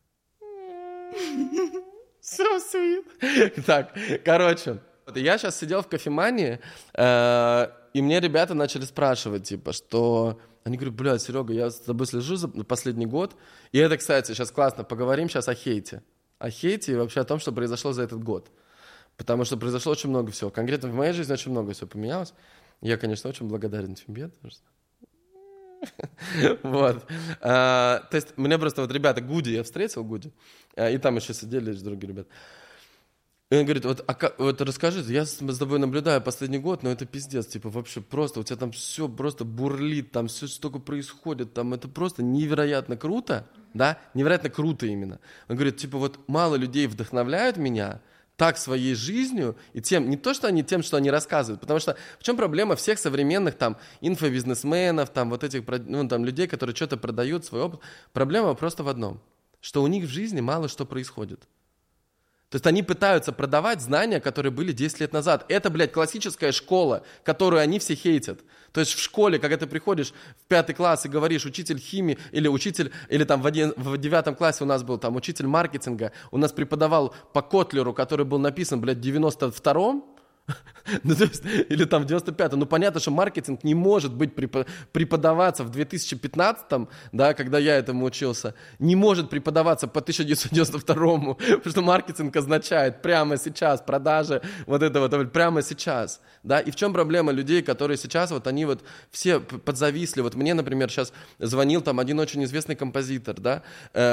Speaker 1: So sweet. Так, короче, я сейчас сидел в кофемании, и мне ребята начали спрашивать, типа, что... Они говорят, блядь, Серега, я с тобой слежу за последний год. И это, кстати, сейчас классно, поговорим сейчас о хейте. О хейте и вообще о том, что произошло за этот год. Потому что произошло очень много всего. Конкретно в моей жизни очень много всего поменялось. Я, конечно, очень благодарен тебе. Вот. То есть мне просто вот ребята, Гуди, я встретил Гуди, и там еще сидели другие ребята. И он говорит, вот расскажи, я с тобой наблюдаю последний год, но это пиздец, типа вообще просто, у тебя там все просто бурлит, там все столько происходит, там это просто невероятно круто, да, невероятно круто именно. Он говорит, типа вот мало людей вдохновляют меня так своей жизнью и тем, не то, что они тем, что они рассказывают, потому что в чем проблема всех современных там инфобизнесменов, там вот этих, там людей, которые что-то продают, свой опыт, проблема просто в одном, что у них в жизни мало что происходит. То есть они пытаются продавать знания, которые были 10 лет назад. Это, блядь, классическая школа, которую они все хейтят. То есть в школе, когда ты приходишь в 5 класс и говоришь учитель химии или там в 9 классе у нас был там учитель маркетинга, у нас преподавал по Котлеру, который был написан, блядь, в 92-м, ну, то есть, или там в 95-м. Ну, понятно, что маркетинг не может быть преподаваться в 2015-м, да, когда я этому учился, не может преподаваться по 1992-му, потому что маркетинг означает прямо сейчас, продажи, вот это вот прямо сейчас, да, и в чем проблема людей, которые сейчас, вот они вот все подзависли, вот мне, например, сейчас звонил там один очень известный композитор, да,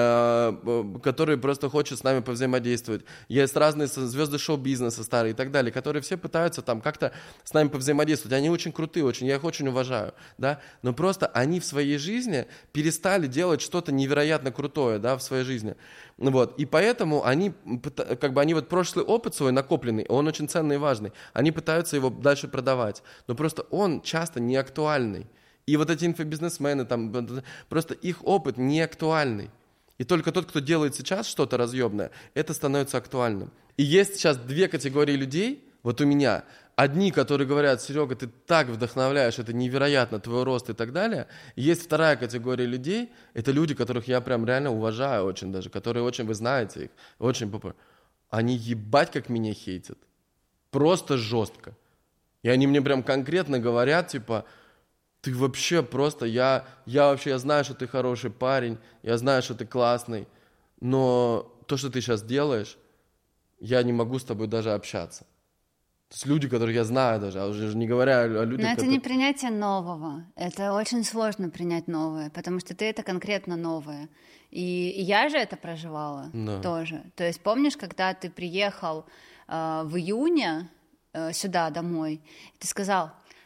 Speaker 1: который просто хочет с нами повзаимодействовать, есть разные звезды шоу-бизнеса старые и так далее, которые все пытаются там как-то с нами повзаимодействовать. Они очень крутые, я их очень уважаю, да, но просто они в своей жизни перестали делать что-то невероятно крутое, да, в своей жизни. Вот, и поэтому они вот прошлый опыт свой накопленный, он очень ценный и важный, они пытаются его дальше продавать, но просто он часто не актуальный. И вот эти инфобизнесмены, там, просто их опыт не актуальный. И только тот, кто делает сейчас что-то разъебное, это становится актуальным. И есть сейчас две категории людей, вот у меня. Одни, которые говорят, Серега, ты так вдохновляешь, это невероятно, твой рост и так далее. И есть вторая категория людей, это люди, которых я прям реально уважаю очень даже, которые очень, вы знаете их, очень популярны. Они ебать как меня хейтят. Просто жестко. И они мне прям конкретно говорят, типа, ты вообще просто, я знаю, что ты хороший парень, я знаю, что ты классный, но то, что ты сейчас делаешь, я не могу с тобой даже общаться. То есть люди, которых я знаю даже, а уже не говоря о людях...
Speaker 2: Но это не принятие нового. Это очень сложно принять новое, потому что ты это конкретно новое. И я же это проживала тоже. То есть помнишь, когда ты приехал в июне сюда домой, ты сказал,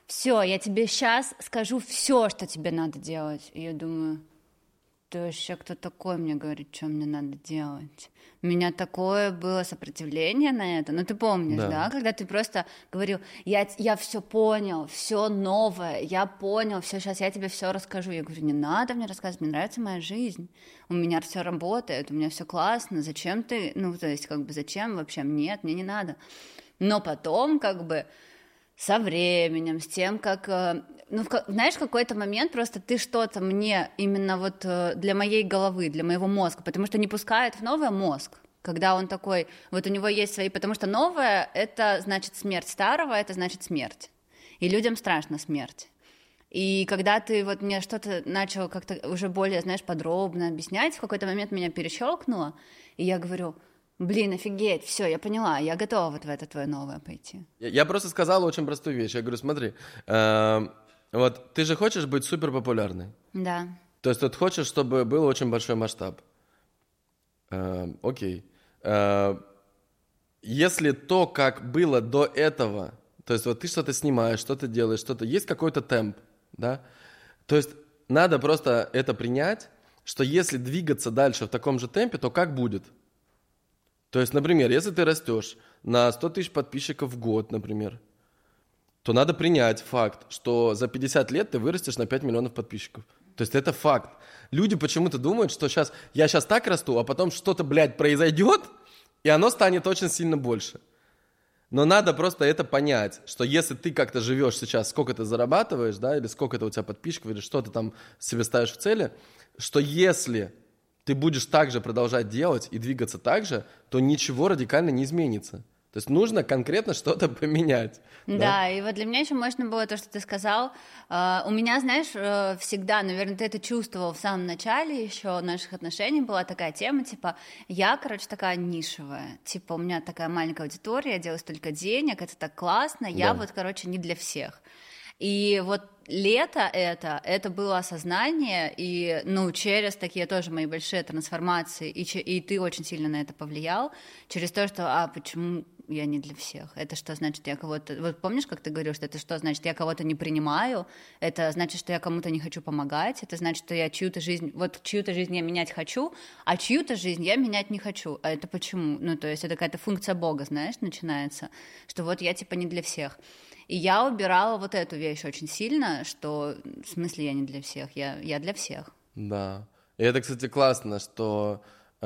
Speaker 2: все, я тебе сейчас скажу все, что тебе надо делать. И я думаю, ты вообще кто такой мне говорит, что мне надо делать? У меня такое было сопротивление на это. Ну, ты помнишь, да? Когда ты просто говорил, я все понял, все новое, я понял, все, сейчас я тебе все расскажу. Я говорю, не надо мне рассказывать, мне нравится моя жизнь. У меня все работает, у меня все классно. Зачем ты? Ну, то есть, как бы, зачем вообще? Нет, мне не надо. Но потом, как бы, со временем, с тем, как... Ну, знаешь, в какой-то момент просто ты что-то мне именно вот для моей головы, для моего мозга, потому что не пускает в новый мозг, когда он такой, вот у него есть свои... Потому что новое — это значит смерть старого, это значит смерть. И людям страшно смерть. И когда ты вот мне что-то начал как-то уже более, знаешь, подробно объяснять, в какой-то момент меня перещелкнуло, и я говорю... Блин, офигеть, все, я поняла, я готова вот в это твое новое пойти.
Speaker 1: Я просто сказал очень простую вещь. Я говорю, смотри, вот ты же хочешь быть супер популярной.
Speaker 2: Да.
Speaker 1: То есть ты хочешь, чтобы был очень большой масштаб. Окей. Если то, как было до этого, то есть вот ты что-то снимаешь, что-то делаешь, что-то, есть какой-то темп, да? То есть надо просто это принять, что если двигаться дальше в таком же темпе, то как будет? То есть, например, если ты растешь на 100 тысяч подписчиков в год, например, то надо принять факт, что за 50 лет ты вырастешь на 5 миллионов подписчиков. То есть это факт. Люди почему-то думают, что я сейчас так расту, а потом что-то, блядь, произойдет, и оно станет очень сильно больше. Но надо просто это понять, что если ты как-то живешь сейчас, сколько ты зарабатываешь, да, или сколько-то у тебя подписчиков, или что ты там себе ставишь в цели, что если... ты будешь так же продолжать делать и двигаться так же, то ничего радикально не изменится. То есть нужно конкретно что-то поменять.
Speaker 2: Да, и вот для меня еще можно было то, что ты сказал. У меня, знаешь, всегда, наверное, ты это чувствовал в самом начале еще наших отношений, была такая тема, типа, я, короче, такая нишевая. Типа, у меня такая маленькая аудитория, я делаю столько денег, это так классно, я вот, короче, не для всех. И вот лето это было осознание, и, ну, через такие тоже мои большие трансформации, и ты очень сильно на это повлиял, через то, что, почему я не для всех? Это что значит, я кого-то... Вот помнишь, как ты говорил, что это что значит, я кого-то не принимаю, это значит, что я кому-то не хочу помогать, это значит, что я чью-то жизнь я менять хочу, а чью-то жизнь я менять не хочу. А это почему? Ну, то есть это какая-то функция Бога, знаешь, начинается, что вот я типа не для всех. И я убирала вот эту вещь очень сильно, что в смысле я не для всех, я для всех.
Speaker 1: Да. И это, кстати, классно, что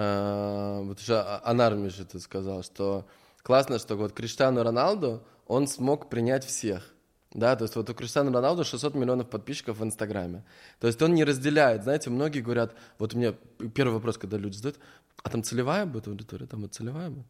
Speaker 1: вот уже Анармиш это сказал, что классно, что вот Криштиану Роналду, он смог принять всех. Да, то есть вот у Криштиану Роналду 600 миллионов подписчиков в Инстаграме. То есть он не разделяет, знаете, многие говорят, вот у меня первый вопрос, когда люди задают, а там целевая будет аудитория, там вот целевая будет?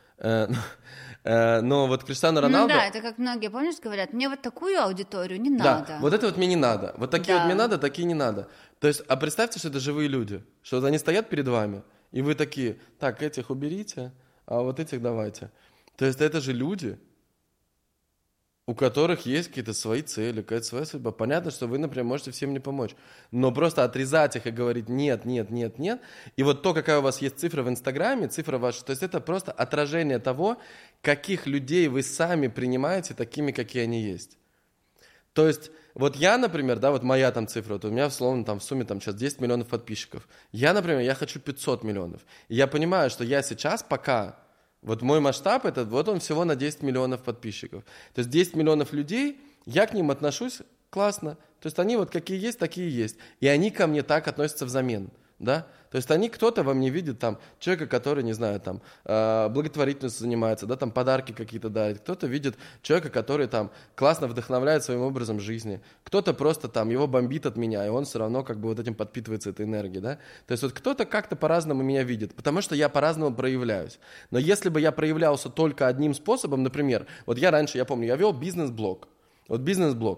Speaker 1: Но вот Криштиану Роналду...
Speaker 2: Ну да, это как многие, помнишь, говорят, мне вот такую аудиторию не надо.
Speaker 1: Да, вот это вот мне не надо. Вот такие вот мне надо, такие не надо. То есть, а представьте, что это живые люди, что вот они стоят перед вами, и вы такие, так, этих уберите, а вот этих давайте. То есть это же люди, у которых есть какие-то свои цели, какая-то своя судьба. Понятно, что вы, например, можете всем не помочь, но просто отрезать их и говорить нет. И вот то, какая у вас есть цифра в Инстаграме, цифра ваша, то есть это просто отражение того, каких людей вы сами принимаете такими, какие они есть. То есть вот я, например, да, вот моя там цифра, вот у меня, условно, там в сумме там сейчас 10 миллионов подписчиков. Я, например, я хочу 500 миллионов. И я понимаю, что я сейчас пока... Вот мой масштаб, вот он всего на 10 миллионов подписчиков. То есть 10 миллионов людей, я к ним отношусь классно. То есть они вот какие есть, такие есть. И они ко мне так относятся взамен. Да? То есть кто-то во мне видит там человека, который, не знаю, там благотворительностью занимается, да, там подарки какие-то дарит. Кто-то видит человека, который там классно вдохновляет своим образом жизни. Кто-то просто там его бомбит от меня, и он все равно как бы вот этим подпитывается этой энергией, да. То есть вот кто-то как-то по-разному меня видит, потому что я по-разному проявляюсь. Но если бы я проявлялся только одним способом, например, вот я раньше, я помню, я вел бизнес-блог. Вот бизнес-блог.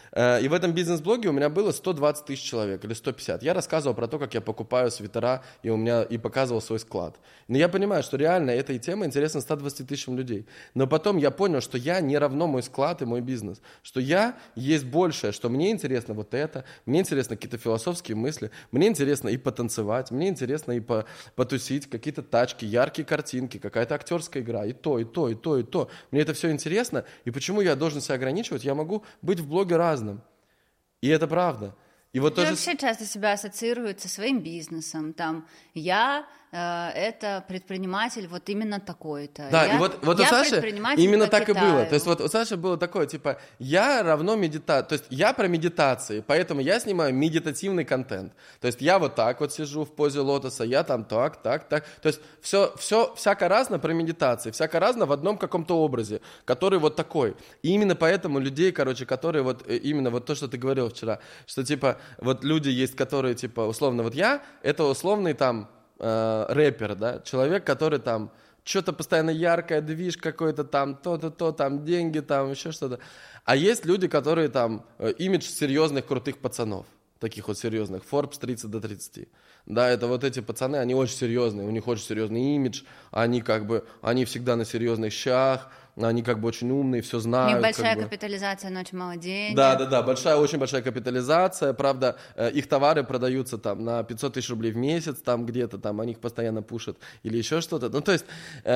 Speaker 1: И в этом бизнес-блоге у меня было 120 тысяч человек или 150. Я рассказывал про то, как я покупаю свитера, и показывал свой склад. Но я понимаю, что реально эта тема интересна 120 тысячам людей. Но потом я понял, что я не равно мой склад и мой бизнес. Что я есть большее, что мне интересно вот это, мне интересно какие-то философские мысли, мне интересно и потанцевать, мне интересно и потусить, какие-то тачки, яркие картинки, какая-то актерская игра, и то, и то, и то, и то. Мне это все интересно, и почему я должен себя ограничивать? Я могу быть в блоге разным. И это правда. И вот
Speaker 2: я
Speaker 1: тоже...
Speaker 2: вообще часто себя ассоциирую со своим бизнесом. Там я это предприниматель вот именно такой-то.
Speaker 1: Да, и вот у Саши именно так
Speaker 2: Китаю.
Speaker 1: и было. То есть вот у Саши было такое, типа, я равно медитация. То есть я про медитации, поэтому я снимаю медитативный контент. То есть я вот так вот сижу в позе лотоса, я там так. То есть все всяко разно про медитации, всяко разно в одном каком-то образе, который вот такой. И именно поэтому людей, которые вот именно вот то, что ты говорил вчера, что типа вот люди есть, которые типа условно вот я, это условный там рэпер, да, человек, который там что-то постоянно яркое, движ какой-то там, то, там деньги, там еще что-то. А есть люди, которые там имидж серьезных крутых пацанов, таких вот серьезных, Forbes 30 до 30. Да, это вот эти пацаны, они очень серьезные, у них очень серьезный имидж, они всегда на серьезных щах, они как бы очень умные, все знают.
Speaker 2: У них большая капитализация, но очень мало денег.
Speaker 1: Да, очень большая капитализация, правда, их товары продаются там на 500 тысяч рублей в месяц, там где-то, там они их постоянно пушат или еще что-то. Ну, то есть,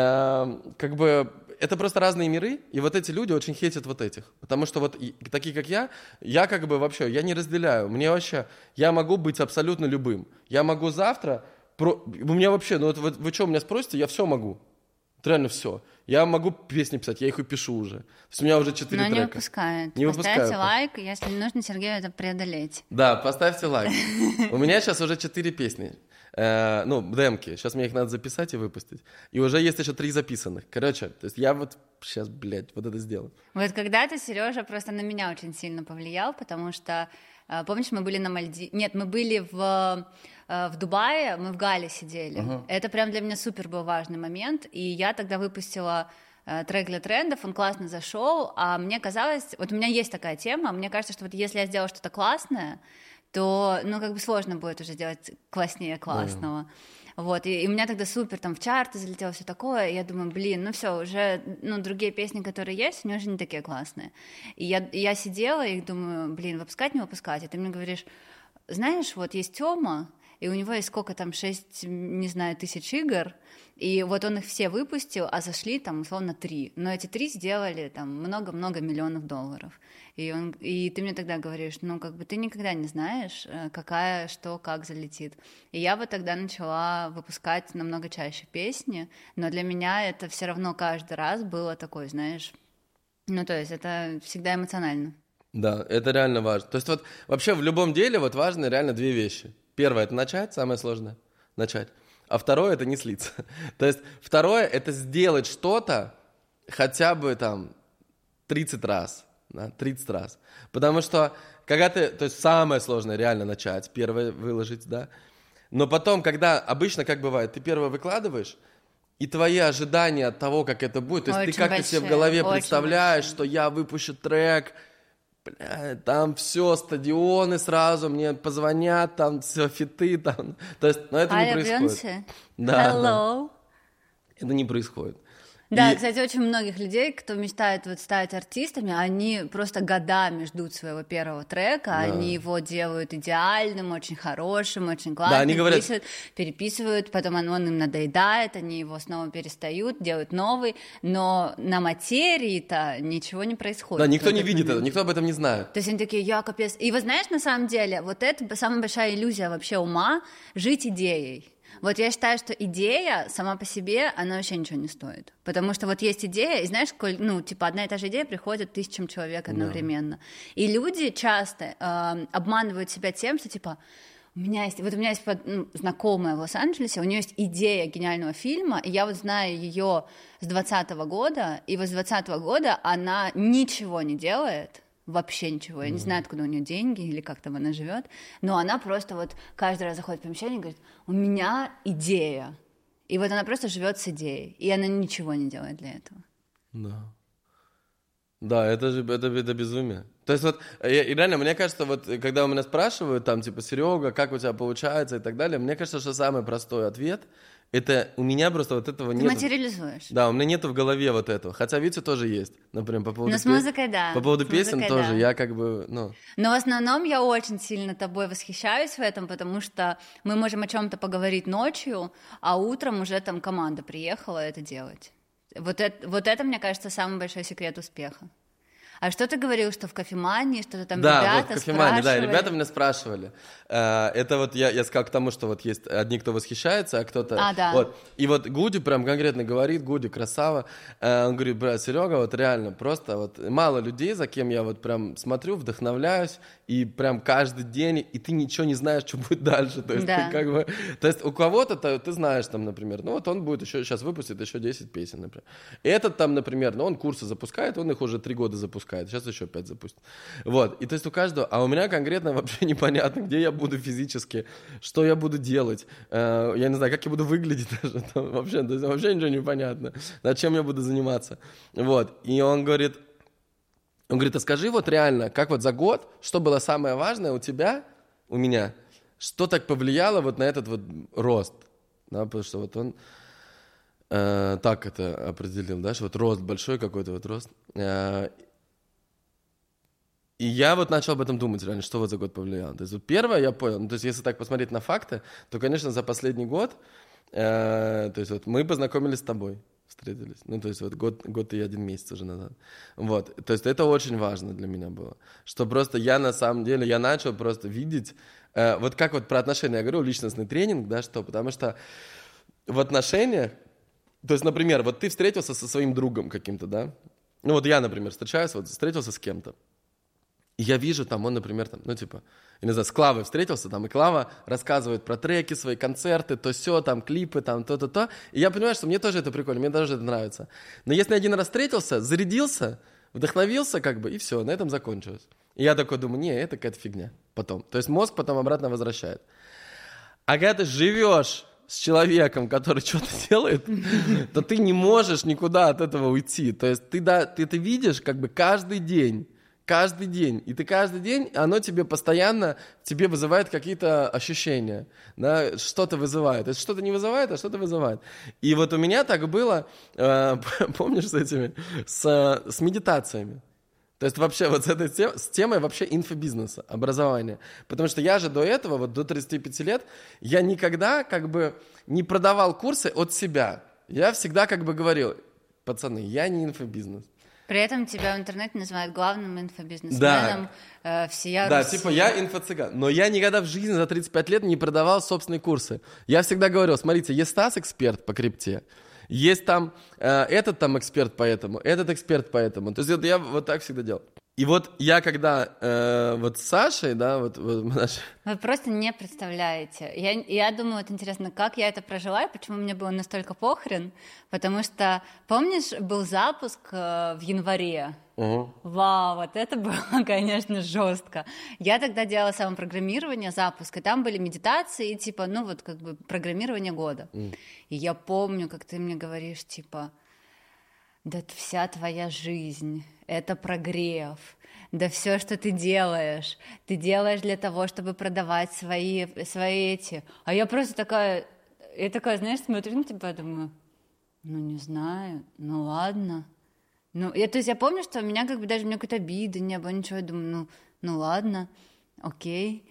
Speaker 1: как бы, это просто разные миры, и вот эти люди очень хейтят вот этих, потому что вот такие, как я как бы вообще, я не разделяю, мне вообще, я могу быть абсолютно любым, я могу завтра, у меня вообще, ну, вот вы что меня спросите, я все могу. Реально все. Я могу песни писать, я их и пишу уже. То есть у меня уже 4 трека.
Speaker 2: Но не выпускают. Поставьте лайк, если нужно Сергею это преодолеть.
Speaker 1: Да, поставьте лайк. У меня сейчас уже 4 песни. Демки. Сейчас мне их надо записать и выпустить. И уже есть еще 3 записанных. Короче, то есть я вот сейчас, вот это сделаю.
Speaker 2: Вот когда-то Сережа просто на меня очень сильно повлиял, потому что, помнишь, мы были на Нет, мы были в Дубае, мы в Гале сидели. Это прям для меня супер был важный момент, и я тогда выпустила трек для трендов, он классно зашел, а мне казалось, вот у меня есть такая тема, мне кажется, что вот если я сделаю что-то классное, то, как бы сложно будет уже делать класснее классного. Вот, и у меня тогда супер там в чарты залетело все такое, и я думаю, все, уже, другие песни, которые есть, они уже не такие классные. И я сидела и думаю, выпускать, не выпускать, и ты мне говоришь, знаешь, вот есть Тёма, и у него есть сколько там, 6, не знаю, тысяч игр, и вот он их все выпустил, а зашли там условно 3, но эти 3 сделали там много-много миллионов долларов. И ты мне тогда говоришь, как бы ты никогда не знаешь, какая, что, как залетит. И я вот тогда начала выпускать намного чаще песни, но для меня это все равно каждый раз было такое, знаешь, то есть это всегда эмоционально.
Speaker 1: Да, это реально важно. То есть вот вообще в любом деле вот важны реально 2 вещи. Первое — это начать, самое сложное — начать. А второе — это не слиться. То есть второе — это сделать что-то хотя бы там 30 раз. Да, 30 раз. Потому что когда то есть самое сложное реально начать, первое выложить, да. Но потом, когда обычно, как бывает, ты первое выкладываешь, и твои ожидания от того, как это будет, то есть ты как-то себе в голове представляешь, что я выпущу трек, там все, стадионы сразу мне позвонят, там все фиты, там. То есть, это не происходит.
Speaker 2: Да.
Speaker 1: Это не происходит.
Speaker 2: Да, кстати, очень многих людей, кто мечтает вот стать артистами, они просто годами ждут своего первого трека, они его делают идеальным, очень хорошим, очень классным,
Speaker 1: они говорят...
Speaker 2: переписывают, потом он им надоедает, они его снова перестают, делают новый, но на материи-то ничего не происходит.
Speaker 1: Да, никто не видит это, никто об этом не знает.
Speaker 2: То есть они такие, я капец. И вы знаешь, на самом деле, вот это самая большая иллюзия вообще ума — жить идеей. Вот я считаю, что идея сама по себе, она вообще ничего не стоит. Потому что вот есть идея, и знаешь, одна и та же идея приходит 1000 человек одновременно. И люди часто обманывают себя тем, что у меня есть знакомая в Лос-Анджелесе, у нее есть идея гениального фильма, и я вот знаю ее с 2020 года, и вот с 2020 года она ничего не делает, вообще ничего. Я не знаю, откуда у нее деньги или как там она живет, но она просто вот каждый раз заходит в помещение и говорит, у меня идея. И вот она просто живет с идеей, и она ничего не делает для этого.
Speaker 1: Да. Да, это безумие. То есть вот, и реально, мне кажется, вот, когда у меня спрашивают, там, типа, Серега, как у тебя получается и так далее, мне кажется, что самый простой ответ, это у меня просто вот этого нет.
Speaker 2: Ты материализуешь.
Speaker 1: Да, у меня нету в голове вот этого. Хотя Витя тоже есть, например, по поводу...
Speaker 2: Но с музыкой, да.
Speaker 1: По поводу
Speaker 2: с
Speaker 1: песен
Speaker 2: музыкой,
Speaker 1: тоже,
Speaker 2: да.
Speaker 1: я как бы, ну...
Speaker 2: Но в основном я очень сильно тобой восхищаюсь в этом, потому что мы можем о чем-то поговорить ночью, а утром уже там команда приехала это делать. Вот это, мне кажется, самый большой секрет успеха. А что ты говорил, что в кофемании, что-то там
Speaker 1: да,
Speaker 2: ребята
Speaker 1: вот в кофемании,
Speaker 2: спрашивали?
Speaker 1: да, ребята меня спрашивали. Это вот я сказал к тому, что вот есть одни, кто восхищается, а кто-то...
Speaker 2: да.
Speaker 1: Вот. И вот Гуди прям конкретно говорит, Гуди красава, он говорит, брат, Серега, вот реально просто вот мало людей, за кем я вот прям смотрю, вдохновляюсь, и прям каждый день, и ты ничего не знаешь, что будет дальше. То есть,
Speaker 2: да.
Speaker 1: ты как бы... То есть у кого-то ты знаешь там, например, ну вот он будет еще, сейчас выпустит еще 10 песен, например. Этот там, например, ну он курсы запускает, он их уже 3 года запускает, сейчас еще 5 запустит. Вот, и то есть у каждого... А у меня конкретно вообще непонятно, где я буду физически, что я буду делать, я не знаю, как я буду выглядеть даже, вообще ничего не понятно, над чем я буду заниматься. Вот, и он говорит, а скажи вот реально, как вот за год, что было самое важное у тебя, у меня, что так повлияло вот на этот вот рост, да, потому что вот он так это определил, да, что вот рост большой какой-то вот рост. И я вот начал об этом думать реально, что вот за год повлияло. То есть вот первое я понял, ну, то есть если так посмотреть на факты, то, конечно, за последний год, то есть вот мы познакомились с тобой, встретились, ну, то есть вот год и 1 месяц уже назад. Вот, то есть это очень важно для меня было, что просто я на самом деле, я начал просто видеть, вот как вот про отношения я говорю, личностный тренинг, да, что, потому что в отношениях, то есть, например, вот ты встретился со своим другом каким-то, да, ну вот я, например, встретился с кем-то, и я вижу, там, он, например, там, ну, типа, я не знаю, с Клавой встретился, там, и Клава рассказывает про треки, свои концерты, то сё, там, клипы, там, то-то-то. И я понимаю, что мне тоже это прикольно, мне тоже это нравится. Но если один раз встретился, зарядился, вдохновился, как бы, и все, на этом закончилось. И я такой думаю, не, это какая-то фигня потом. То есть мозг потом обратно возвращает. А когда ты живешь с человеком, который что-то делает, то ты не можешь никуда от этого уйти. То есть ты это видишь как бы каждый день. И ты каждый день, оно тебе постоянно, тебе вызывает какие-то ощущения, да, что-то вызывает. Это что-то не вызывает, а что-то вызывает. И вот у меня так было, помнишь, с медитациями. То есть вообще вот с темой вообще инфобизнеса, образования. Потому что я же до этого, вот до 35 лет, я никогда как бы не продавал курсы от себя. Я всегда как бы говорил, пацаны, я не инфобизнес.
Speaker 2: При этом тебя в интернете называют главным инфобизнесменом всея Руси.
Speaker 1: Да, типа я инфо-цыган. Но я никогда в жизни за 35 лет не продавал собственные курсы. Я всегда говорил, смотрите, есть Стас эксперт по крипте, есть там этот там эксперт по этому, этот эксперт по этому. То есть это я вот так всегда делал. И вот я когда вот с Сашей, да, вот
Speaker 2: Вы просто не представляете. Я думаю, вот интересно, как я это прожила и почему мне было настолько похрен, потому что, помнишь, был запуск в январе? Вау, вот это было, конечно, жестко. Я тогда делала самопрограммирование, запуск, и там были медитации, и типа, ну вот как бы программирование года. И я помню, как ты мне говоришь, типа, да вся твоя жизнь — это прогрев, да все, что ты делаешь для того, чтобы продавать свои эти. А я просто такая, знаешь, смотрю на тебя, думаю, ну не знаю, ну ладно. Ну, то есть я помню, что у меня как бы даже какой-то обиды не было, ничего, я думаю, ну ладно, окей.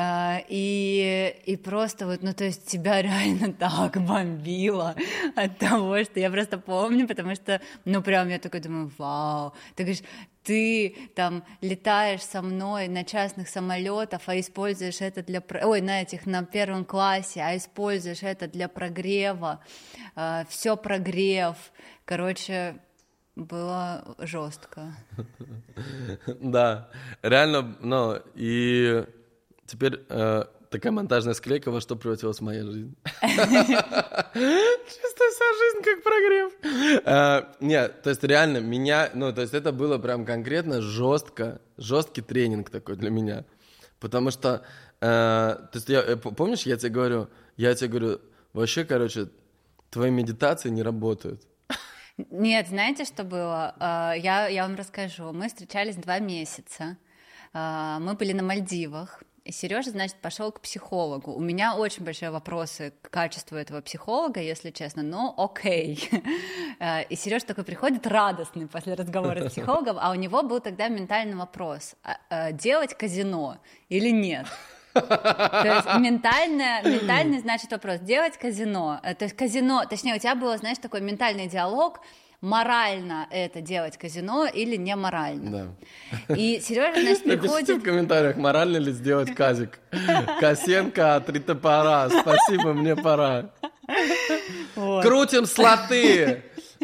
Speaker 2: И просто вот, ну, то есть тебя реально так бомбило от того, что я просто помню, потому что, ну, прям я такой думаю, вау, ты говоришь, ты там летаешь со мной на частных самолетах, а используешь это на 1 классе, а используешь это для прогрева, все прогрев, короче, было жестко.
Speaker 1: Да, реально, ну, и теперь такая монтажная склейка, во что превратилась моя жизнь. Чисто вся жизнь как прогрев. Нет, то есть реально меня, ну, то есть это было прям конкретно жесткий тренинг такой для меня. Потому что, то есть помнишь, я тебе говорю, вообще, короче, твои медитации не работают.
Speaker 2: Нет, знаете, что было? Я вам расскажу. Мы встречались 2 месяца. Мы были на Мальдивах. И Сережа, значит, пошел к психологу. У меня очень большие вопросы к качеству этого психолога, если честно, но окей. И Сережа такой приходит радостный после разговора с психологом, а у него был тогда ментальный вопрос: делать казино или нет? То есть ментальный, значит, вопрос: делать казино. То есть казино, точнее, у тебя был, знаешь, такой ментальный диалог: морально это делать казино или не морально.
Speaker 1: Да.
Speaker 2: И Сережа, значит, приходит...
Speaker 1: Напишите в комментариях, морально ли сделать казик. Косенко, 3 топора, спасибо, мне пора. Вот. Крутим слоты.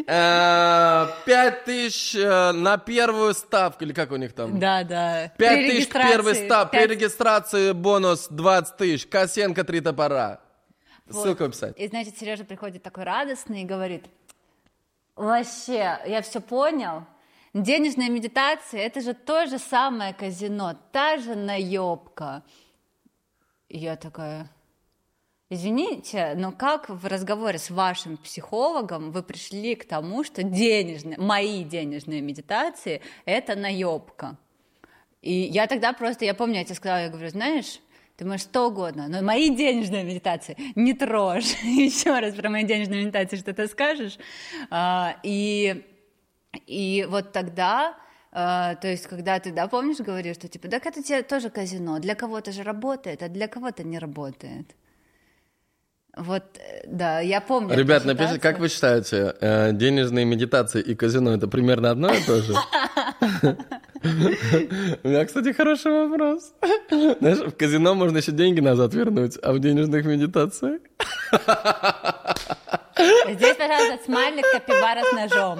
Speaker 1: 5000 на первую ставку, или как у них там?
Speaker 2: Да.
Speaker 1: 5000 первый ставку, при регистрации бонус 20 000, Косенко, 3 топора. Вот. Ссылку в описании.
Speaker 2: И, значит, Сережа приходит такой радостный и говорит: вообще, я все понял. Денежная медитация — это же то же самое казино, та же наебка. И я такая: извините, но как в разговоре с вашим психологом вы пришли к тому, что мои денежные медитации — это наебка? И я тогда просто, я помню, я тебе сказала, я говорю: знаешь, ты можешь 100 угодно, но мои денежные медитации не трожь. Еще раз про мои денежные медитации что-то скажешь. И вот тогда, то есть, когда ты, да, помнишь, говоришь, что типа, так это тебе тоже казино, для кого-то же работает, а для кого-то не работает. Вот, да, я помню.
Speaker 1: Ребят, напишите, как вы считаете, денежные медитации и казино — это примерно одно и то же? У меня, кстати, хороший вопрос. Знаешь, в казино можно еще деньги назад вернуть, а в денежных медитациях?
Speaker 2: Здесь, пожалуйста, смайлик капибара с ножом.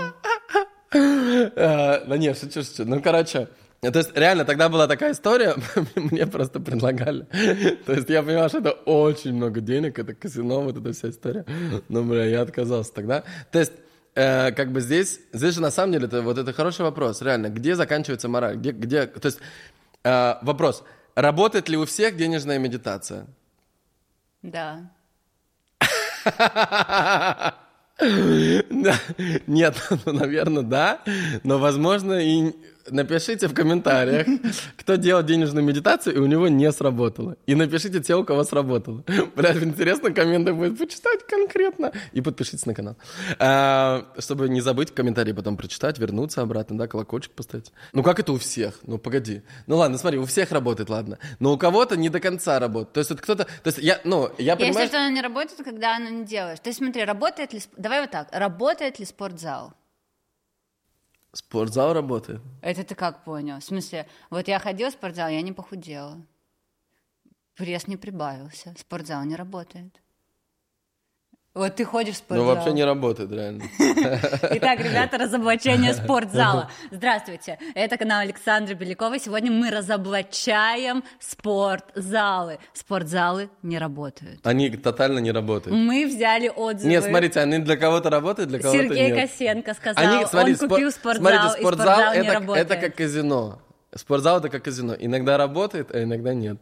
Speaker 1: Да не, шучу. Ну, короче, то есть реально тогда была такая история, мне просто предлагали. То есть я понимал, что это очень много денег, это казино, вот эта вся история. Но, я отказался тогда. То есть как бы здесь же на самом деле это хороший вопрос, реально, где заканчивается мораль, где, то есть вопрос: работает ли у всех денежная медитация?
Speaker 2: Да.
Speaker 1: Нет, наверное, да, но, возможно, и напишите в комментариях, кто делал денежную медитацию, и у него не сработало. И напишите те, у кого сработало. Блядь, интересно, комменты будет почитать конкретно. И подпишитесь на канал. Чтобы не забыть комментарии потом прочитать, вернуться обратно, да, колокольчик поставить. Ну, как это у всех? Ну, погоди. Ну, ладно, смотри, у всех работает, ладно. Но у кого-то не до конца работает. То есть, вот кто-то... То есть, я понимаю...
Speaker 2: Если что, оно не работает, когда оно не делаешь. То есть, смотри, работает ли... Давай вот так. Работает ли спортзал?
Speaker 1: Спортзал работает.
Speaker 2: Это ты как понял? В смысле, вот я ходила в спортзал, я не похудела. Пресс не прибавился. Спортзал не работает. Вот ты ходишь в спортзал.
Speaker 1: Ну, вообще не работает, реально.
Speaker 2: Итак, ребята, разоблачение спортзала. Здравствуйте, это канал Александры Беляковой. Сегодня мы разоблачаем спортзалы. Спортзалы не работают.
Speaker 1: Они тотально не работают.
Speaker 2: Мы взяли отзывы.
Speaker 1: Нет, смотрите, они для кого-то работают, для кого-то нет.
Speaker 2: Сергей Косенко сказал,
Speaker 1: смотрите,
Speaker 2: он купил спортзал,
Speaker 1: смотрите,
Speaker 2: и спортзал не работает.
Speaker 1: Это как казино. Спортзал — это как казино. Иногда работает, а иногда нет.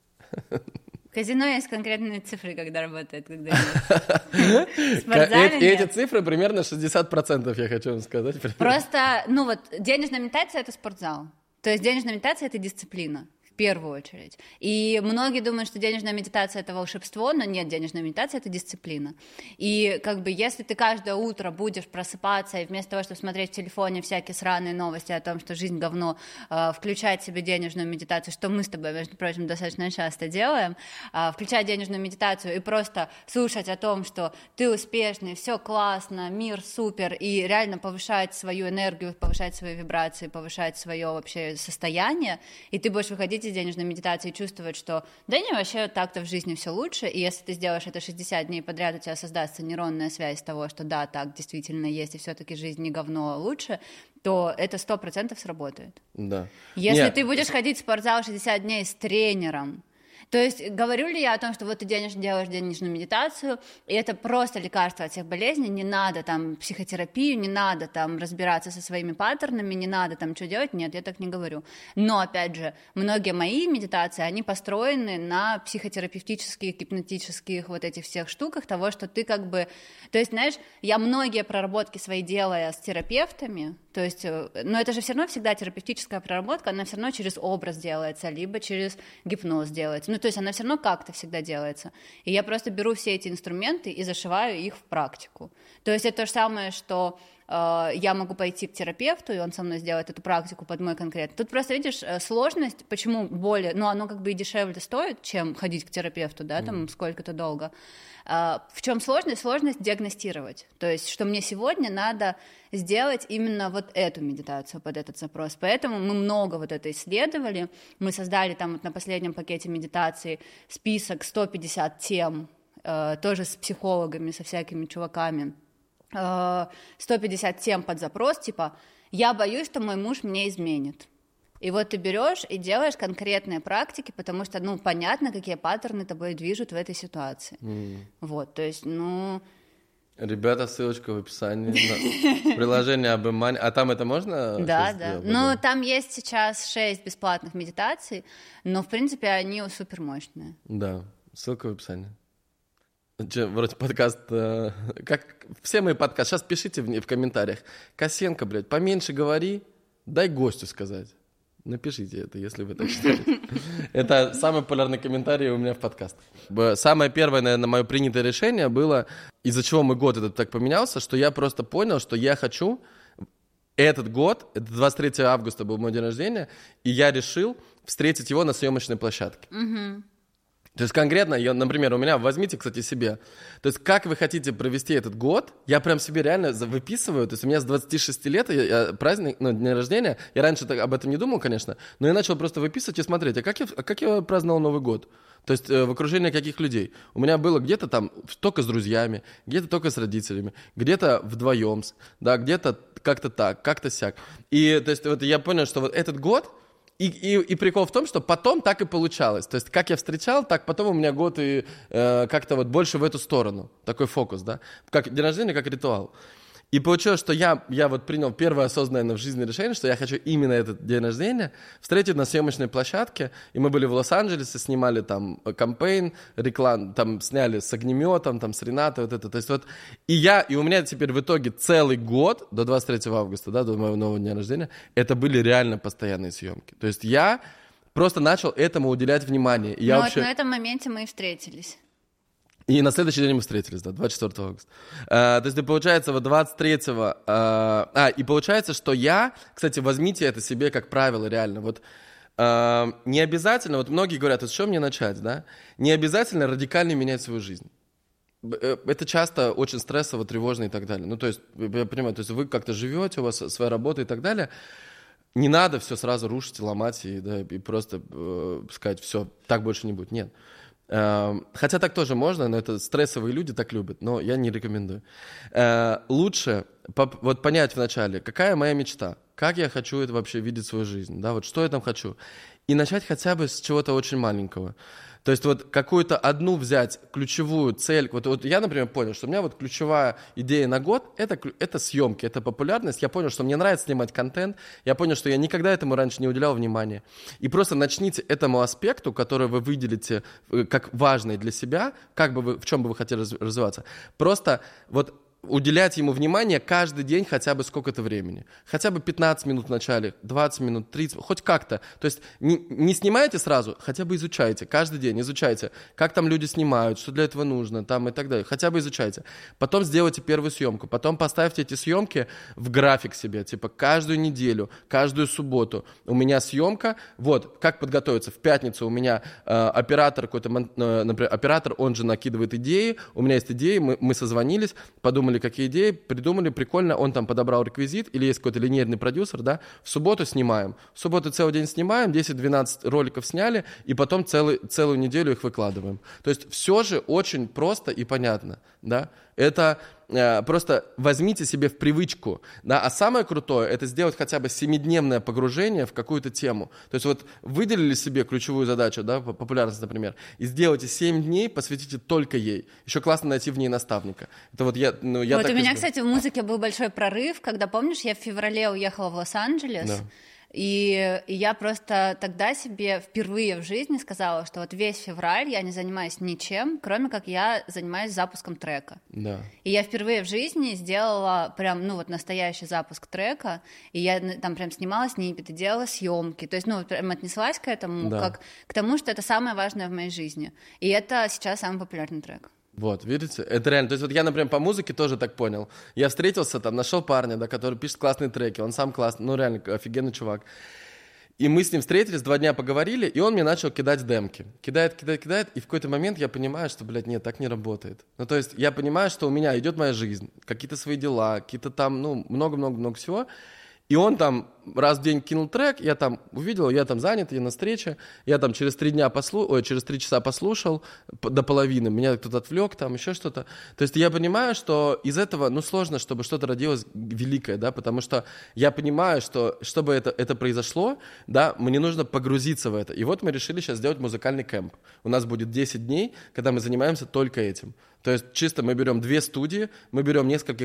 Speaker 2: В казино есть конкретные цифры, когда работает, когда нет.
Speaker 1: Эти цифры примерно 60%, я хочу вам сказать.
Speaker 2: Просто, ну вот, денежная медитация — это спортзал. То есть денежная медитация — это дисциплина. В первую очередь. И многие думают, что денежная медитация — это волшебство, но нет, денежная медитация — это дисциплина. И как бы если ты каждое утро будешь просыпаться и вместо того, чтобы смотреть в телефоне всякие сраные новости о том, что жизнь говно, включать себе денежную медитацию, что мы с тобой, между прочим, достаточно часто делаем, включать денежную медитацию и просто слушать о том, что ты успешный, все классно, мир супер, и реально повышать свою энергию, повышать свои вибрации, повышать свое вообще состояние, и ты будешь выходить из денежной медитации и чувствовать, что да не, вообще так-то в жизни все лучше, и если ты сделаешь это 60 дней подряд, у тебя создастся нейронная связь того, что да, так действительно есть, и все-таки жизнь не говно, а лучше, то это 100% сработает.
Speaker 1: Да.
Speaker 2: Если ты будешь ходить в спортзал 60 дней с тренером, То есть говорю ли я о том, что вот ты делаешь денежную медитацию, и это просто лекарство от всех болезней, не надо там психотерапию, не надо там разбираться со своими паттернами, не надо там что делать, нет, я так не говорю. Но, опять же, многие мои медитации, они построены на психотерапевтических, гипнотических вот этих всех штуках, того, что ты как бы... То есть, знаешь, я многие проработки свои делаю с терапевтами, то есть, но это же все равно всегда терапевтическая проработка, она все равно через образ делается, либо через гипноз делается, ну, то есть она все равно как-то всегда делается, и я просто беру все эти инструменты и зашиваю их в практику, то есть это то же самое, что я могу пойти к терапевту, и он со мной сделает эту практику под мой конкретный. Тут просто, видишь, сложность, почему более, ну, оно как бы и дешевле стоит, чем ходить к терапевту, да, там, сколько-то долго. В чем сложность? Сложность диагностировать, то есть, что мне сегодня надо сделать именно вот эту медитацию под этот запрос, поэтому мы много вот это исследовали, мы создали там вот на последнем пакете медитации список 150 тем, тоже с психологами, со всякими чуваками, 150 тем под запрос, типа «я боюсь, что мой муж мне изменит». И вот ты берешь и делаешь конкретные практики, потому что, ну, понятно, какие паттерны тобой движут в этой ситуации. Вот, то есть, ну...
Speaker 1: Ребята, ссылочка в описании. Приложение Абэмани. А там это можно?
Speaker 2: Да, да. Ну, там есть сейчас 6 бесплатных медитаций, но, в принципе, они супер мощные.
Speaker 1: Да, ссылка в описании. Вроде подкаст, как все мои подкасты, сейчас пишите в комментариях. Косенко, блядь, поменьше говори, дай гостю сказать. Напишите это, если вы так считаете. Это самый популярный комментарий у меня в подкастах. Самое первое, наверное, мое принятое решение было, из-за чего мой год этот так поменялся, что я просто понял, что я хочу этот год, это 23 августа был мой день рождения, и я решил встретить его на съемочной площадке. То есть конкретно, например, у меня, возьмите, кстати, себе, то есть как вы хотите провести этот год, я прям себе реально выписываю, то есть у меня с 26 лет праздник, ну, день рождения, я раньше об этом не думал, конечно, но я начал просто выписывать и смотреть, а как я праздновал Новый год, то есть в окружении каких людей. У меня было где-то там только с друзьями, где-то только с родителями, где-то вдвоем, да, где-то как-то так, как-то сяк. И то есть вот я понял, что вот этот год, и прикол в том, что потом так и получалось. То есть, как я встречал, так потом у меня год и как-то вот больше в эту сторону. Такой фокус, да. Как день рождения, как ритуал. И получилось, что я вот принял первое осознанное в жизни решение, что я хочу именно этот день рождения встретить на съемочной площадке. И мы были в Лос-Анджелесе, снимали там кампейн, рекламу, там сняли с огнеметом, там с Ренатой, вот это. То есть вот, и у меня теперь в итоге целый год, до 23 августа, да, до моего нового дня рождения, это были реально постоянные съемки. То есть я просто начал этому уделять внимание. И
Speaker 2: вот на этом моменте мы и встретились.
Speaker 1: И на следующий день мы встретились, да, 24 августа. То есть, получается, вот 23-го... и получается, что я... Кстати, возьмите это себе как правило, реально. Вот не обязательно... Вот многие говорят, с чего мне начать, да? Не обязательно радикально менять свою жизнь. Это часто очень стрессово, тревожно и так далее. Ну, то есть, я понимаю, то есть вы как-то живете, у вас своя работа и так далее. Не надо все сразу рушить, ломать и просто сказать, все, так больше не будет. Нет. Хотя так тоже можно, но это стрессовые люди так любят, но я не рекомендую. Лучше вот понять вначале, какая моя мечта, как я хочу это вообще видеть свою жизнь, да, вот что я там хочу, и начать хотя бы с чего-то очень маленького. То есть вот какую-то одну взять ключевую цель. Вот я, например, понял, что у меня вот ключевая идея на год это съемки, это популярность. Я понял, что мне нравится снимать контент. Я понял, что я никогда этому раньше не уделял внимания. И просто начните этому аспекту, который вы выделите как важный для себя, в чем бы вы хотели развиваться. Просто вот уделять ему внимание каждый день хотя бы сколько-то времени. Хотя бы 15 минут в начале, 20 минут, 30, хоть как-то. То есть не снимайте сразу, хотя бы изучайте. Каждый день изучайте, как там люди снимают, что для этого нужно, там и так далее. Хотя бы изучайте. Потом сделайте первую съемку. Потом поставьте эти съемки в график себе. Типа каждую неделю, каждую субботу у меня съемка. Вот, как подготовиться. В пятницу у меня оператор какой-то, например, оператор, он же накидывает идеи. У меня есть идеи, мы созвонились, подумали, какие идеи, придумали, прикольно, он там подобрал реквизит, или есть какой-то линейный продюсер, да, в субботу снимаем. В субботу целый день снимаем, 10-12 роликов сняли, и потом целую неделю их выкладываем. То есть все же очень просто и понятно, да. Это просто возьмите себе в привычку, да, а самое крутое, это сделать хотя бы 7-дневное погружение в какую-то тему. То есть вот выделили себе ключевую задачу, да, популярность, например, и сделайте 7 дней, посвятите только ей. Еще классно найти в ней наставника. Это вот я
Speaker 2: вот
Speaker 1: так
Speaker 2: у меня, кстати, в музыке был большой прорыв, когда, помнишь, я в феврале уехала в Лос-Анджелес,
Speaker 1: да.
Speaker 2: И я просто тогда себе впервые в жизни сказала, что вот весь февраль я не занимаюсь ничем, кроме как я занимаюсь запуском трека.
Speaker 1: Да.
Speaker 2: И я впервые в жизни сделала прям, ну вот настоящий запуск трека, и я там прям снимала сниппеты, делала съемки, то есть, ну, прям отнеслась к этому,
Speaker 1: да.
Speaker 2: как к тому, что это самое важное в моей жизни. И это сейчас самый популярный трек.
Speaker 1: Вот, видите? Это реально. То есть вот я, например, по музыке тоже так понял. Я встретился там, нашел парня, да, который пишет классные треки, он сам классный, ну реально офигенный чувак. И мы с ним встретились, 2 дня поговорили, и он мне начал кидать демки. Кидает, и в какой-то момент я понимаю, что, блядь, нет, так не работает. Ну, то есть я понимаю, что у меня идет моя жизнь, какие-то свои дела, какие-то там, ну, много-много-много всего. И он там раз в день кинул трек, я там увидел, я там занят, я на встрече, я там через 3 часа послушал до половины, меня кто-то отвлек, там еще что-то. То есть я понимаю, что из этого, ну, сложно, чтобы что-то родилось великое, да, потому что я понимаю, что чтобы это произошло, да, мне нужно погрузиться в это. И вот мы решили сейчас сделать музыкальный кэмп. У нас будет 10 дней, когда мы занимаемся только этим. То есть чисто мы берем 2 студии, мы берем нескольких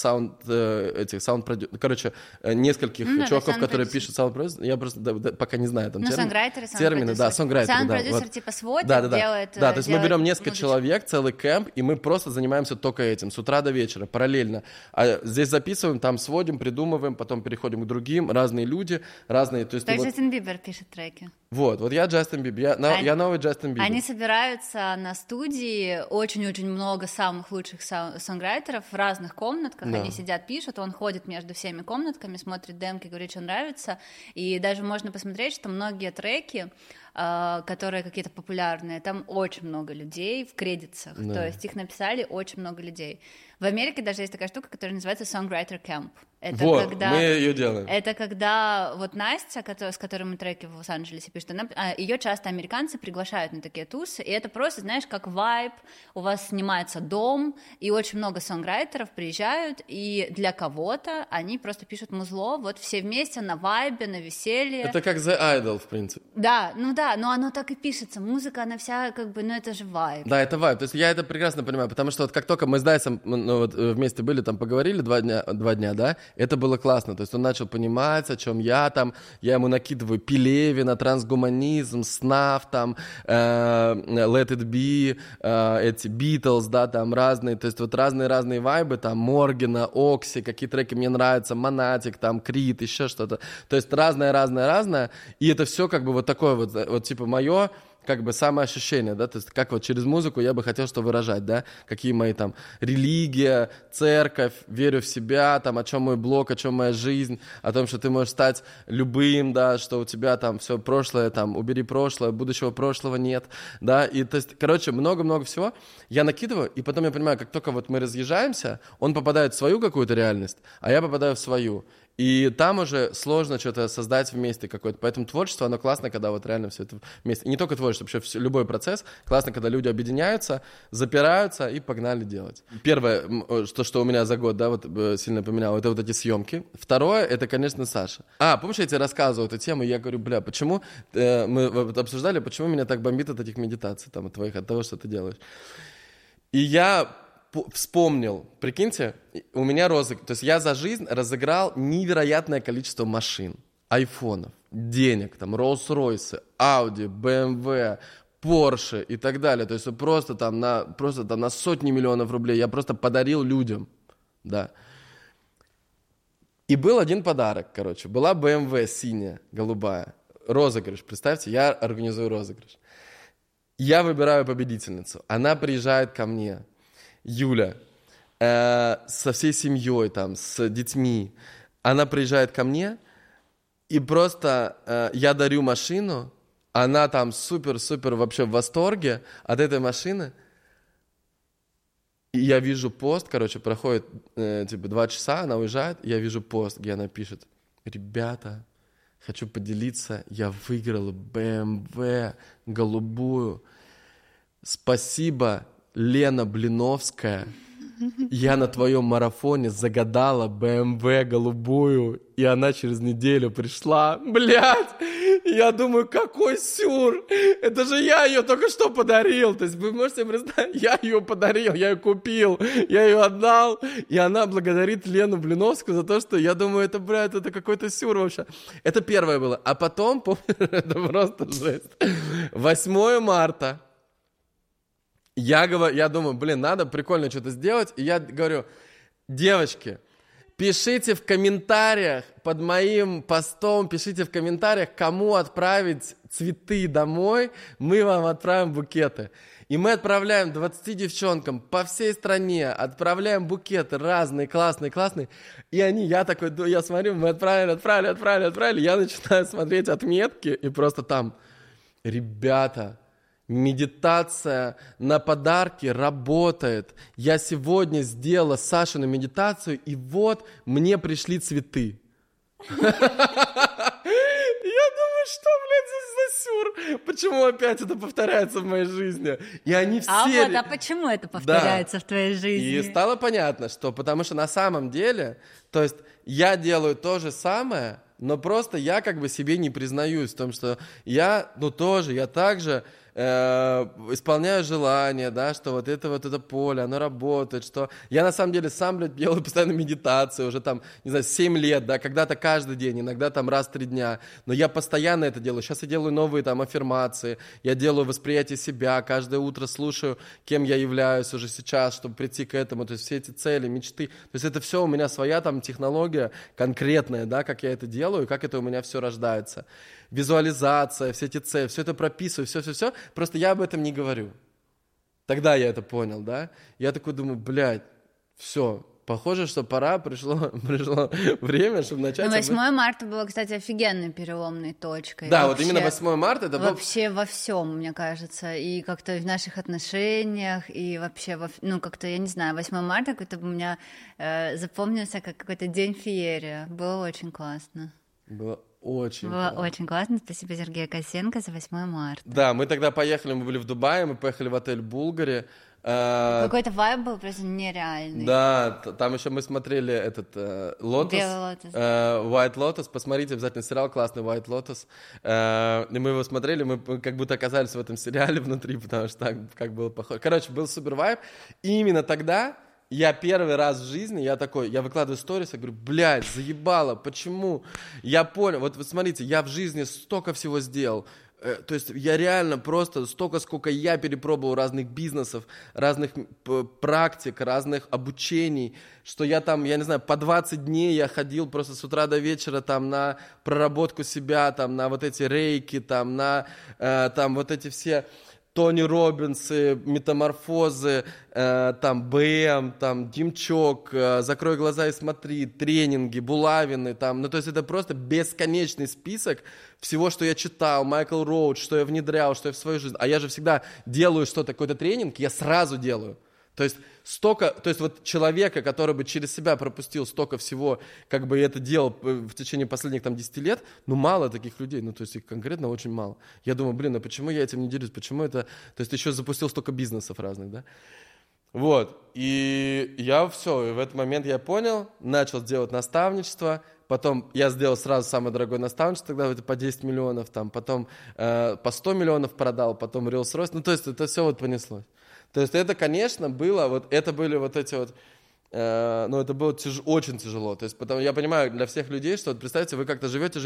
Speaker 1: нескольких чуваков, которые пишут саунд-продюсер. Я просто пока не знаю там термины. Да, сонграйтеры.
Speaker 2: Саунд-продюсер
Speaker 1: вот.
Speaker 2: типа сводит,
Speaker 1: делает. Да, то есть мы берем несколько человек, целый кэмп, и мы просто занимаемся только этим с утра до вечера, параллельно. А здесь записываем, там сводим, придумываем, потом переходим к другим, разные люди, разные. То есть
Speaker 2: Джастин Бибер пишет треки.
Speaker 1: Вот я Джастин Бибер, я новый Джастин Бибер.
Speaker 2: Они собираются на студии, очень-очень много самых лучших сонграйтеров в разных комнатках, они сидят, пишут, он ходит между всеми комнатками, смотрит демки, говорит, что нравится, и даже можно посмотреть, что многие треки, которые какие-то популярные, там очень много людей в кредитсах, то есть их написали очень много людей. В Америке даже есть такая штука, которая называется Songwriter Camp. Это
Speaker 1: вот,
Speaker 2: когда,
Speaker 1: мы ее делаем.
Speaker 2: Это когда вот Настя, с которой мы треки в Лос-Анджелесе пишет, ее часто американцы приглашают на такие тусы, и это просто, знаешь, как вайб, у вас снимается дом, и очень много сонграйтеров приезжают, и для кого-то они просто пишут музло, вот все вместе на вайбе, на веселье.
Speaker 1: Это как The Idol, в принципе.
Speaker 2: Да, но оно так и пишется, музыка, она вся как бы, ну это же вайб.
Speaker 1: Да, это вайб, то есть я это прекрасно понимаю, потому что вот как только мы с Дайсом вот, вместе были, там поговорили 2 дня, да, это было классно, то есть он начал понимать, о чем я ему накидываю Пелевина, трансгуманизм, СНАФ, там, Let It Be, эти Beatles, да, там разные, то есть вот разные вайбы, там, Моргена, Окси, какие треки мне нравятся, Монатик, там, Крид, еще что-то, то есть разное, и это все как бы вот такое вот типа мое, как бы самоощущение, да, то есть как вот через музыку я бы хотел что выражать, да, какие мои там религия, церковь, верю в себя, там, о чем мой блог, о чем моя жизнь, о том, что ты можешь стать любым, да, что у тебя там все прошлое, там, убери прошлое, будущего прошлого нет, да, и то есть, короче, много-много всего я накидываю, и потом я понимаю, как только вот мы разъезжаемся, он попадает в свою какую-то реальность, а я попадаю в свою. И там уже сложно что-то создать вместе какое-то. Поэтому творчество, оно классно, когда вот реально все это вместе. И не только творчество, вообще любой процесс. Классно, когда люди объединяются, запираются и погнали делать. Первое, что у меня за год, да, вот сильно поменяло, это вот эти съемки. Второе, это, конечно, Саша. Помнишь, я тебе рассказывал эту тему, и я говорю, почему, мы вот обсуждали, почему меня так бомбит от этих медитаций, там, от твоих, от того, что ты делаешь. И я вспомнил, прикиньте, у меня розыгрыш, то есть я за жизнь разыграл невероятное количество машин, айфонов, денег, там, Роллс-Ройсы, Ауди, БМВ, Порше и так далее, то есть просто там на сотни миллионов рублей я просто подарил людям, да. И был один подарок, короче, была БМВ синяя, голубая, розыгрыш, представьте, я организую розыгрыш. Я выбираю победительницу, она приезжает ко мне, Юля, со всей семьей, там, с детьми, она приезжает ко мне, и просто я дарю машину, она там супер-супер вообще в восторге от этой машины, и я вижу пост, короче, проходит типа 2 часа, она уезжает, я вижу пост, где она пишет, ребята, хочу поделиться, я выиграла BMW голубую, спасибо, Лена Блиновская, Я на твоем марафоне загадала BMW голубую, и она через неделю пришла. Блядь! Я думаю, какой сюр! Это же я ее только что подарил. То есть вы можете представить, я ее подарил, я ее купил, я ее отдал, и она благодарит Лену Блиновскую за то, что я думаю, это, блядь, это какой-то сюр вообще. Это первое было. А потом, помню, это просто жесть. 8 марта. Я думаю, блин, надо прикольно что-то сделать. И я говорю, девочки, пишите в комментариях под моим постом, пишите в комментариях, кому отправить цветы домой, мы вам отправим букеты. И мы отправляем 20 девчонкам по всей стране, отправляем букеты разные, классные. И я смотрю, мы отправили. Я начинаю смотреть отметки, и просто там, ребята... Медитация на подарки работает. Я сегодня сделала Сашину медитацию, и вот мне пришли цветы. Я думаю, что, блядь, за сюр? Почему опять это повторяется в моей жизни? И они все...
Speaker 2: А почему это повторяется в твоей жизни?
Speaker 1: И стало понятно, что потому что на самом деле, то есть я делаю то же самое, но просто я как бы себе не признаюсь в том, что я также исполняю желание, да, что вот это поле, оно работает, что я на самом деле сам, блядь, делаю постоянно медитацию уже там, не знаю, 7 лет, да, когда-то каждый день, иногда там раз в 3 дня, но я постоянно это делаю. Сейчас я делаю новые там аффирмации, я делаю восприятие себя, каждое утро слушаю, кем я являюсь уже сейчас, чтобы прийти к этому, то есть все эти цели, мечты, то есть это все у меня своя там технология конкретная, да, как я это делаю, как это у меня все рождается. Визуализация, все эти цели, все это прописываю, все. Просто я об этом не говорю. Тогда я это понял, да? Я такой думаю, блядь, все, похоже, что пришло время, чтобы начать...
Speaker 2: 8 марта было, кстати, офигенной переломной точкой.
Speaker 1: Да, вообще, вот именно 8 марта это было...
Speaker 2: Вообще во всем, мне кажется, и как-то в наших отношениях, и вообще, как-то, я не знаю, 8 марта как-то у меня запомнился как какой-то день феерия. Было очень классно.
Speaker 1: Было очень
Speaker 2: классно. Спасибо, Сергей Косенко, за 8 марта.
Speaker 1: Да, мы тогда поехали, мы были в Дубае, мы поехали в отель «Булгари».
Speaker 2: Какой-то вайб был просто нереальный.
Speaker 1: Да, там еще мы смотрели этот «Лотос».
Speaker 2: Белый «Лотос».
Speaker 1: «White Lotus». Посмотрите обязательно сериал классный «White Lotus». И мы его смотрели, мы как будто оказались в этом сериале внутри, потому что так как было похоже. Короче, был супер вайб. И именно тогда... Я первый раз в жизни, я выкладываю сторис, я говорю, блядь, заебало, почему? Я понял, вот вы смотрите, я в жизни столько всего сделал, то есть я реально просто сколько я перепробовал разных бизнесов, разных практик, разных обучений, что я там, я не знаю, по 20 дней я ходил просто с утра до вечера там на проработку себя, там на вот эти рейки, там на там вот эти все... Тони Роббинсы, метаморфозы, там БМ, там Димчок, закрой глаза и смотри, тренинги, булавины, там, ну то есть это просто бесконечный список всего, что я читал, Майкл Роуч, что я внедрял, что я в свою жизнь, а я же всегда делаю что-то, какой-то тренинг, я сразу делаю. То есть вот человека, который бы через себя пропустил столько всего, как бы это делал в течение последних там 10 лет, ну мало таких людей, ну то есть их конкретно очень мало. Я думаю, блин, а почему я этим не делюсь, почему это, то есть еще запустил столько бизнесов разных, да? Вот, и я все, и в этот момент я понял, начал делать наставничество, потом я сделал сразу самое дорогое наставничество, тогда это по 10 миллионов, там, потом по 100 миллионов продал, потом Reels-Royce, ну то есть это все вот понеслось. То есть это, конечно, было, вот это были вот эти вот, это было очень тяжело. То есть потом, я понимаю, для всех людей, что вот представьте, вы как-то живете,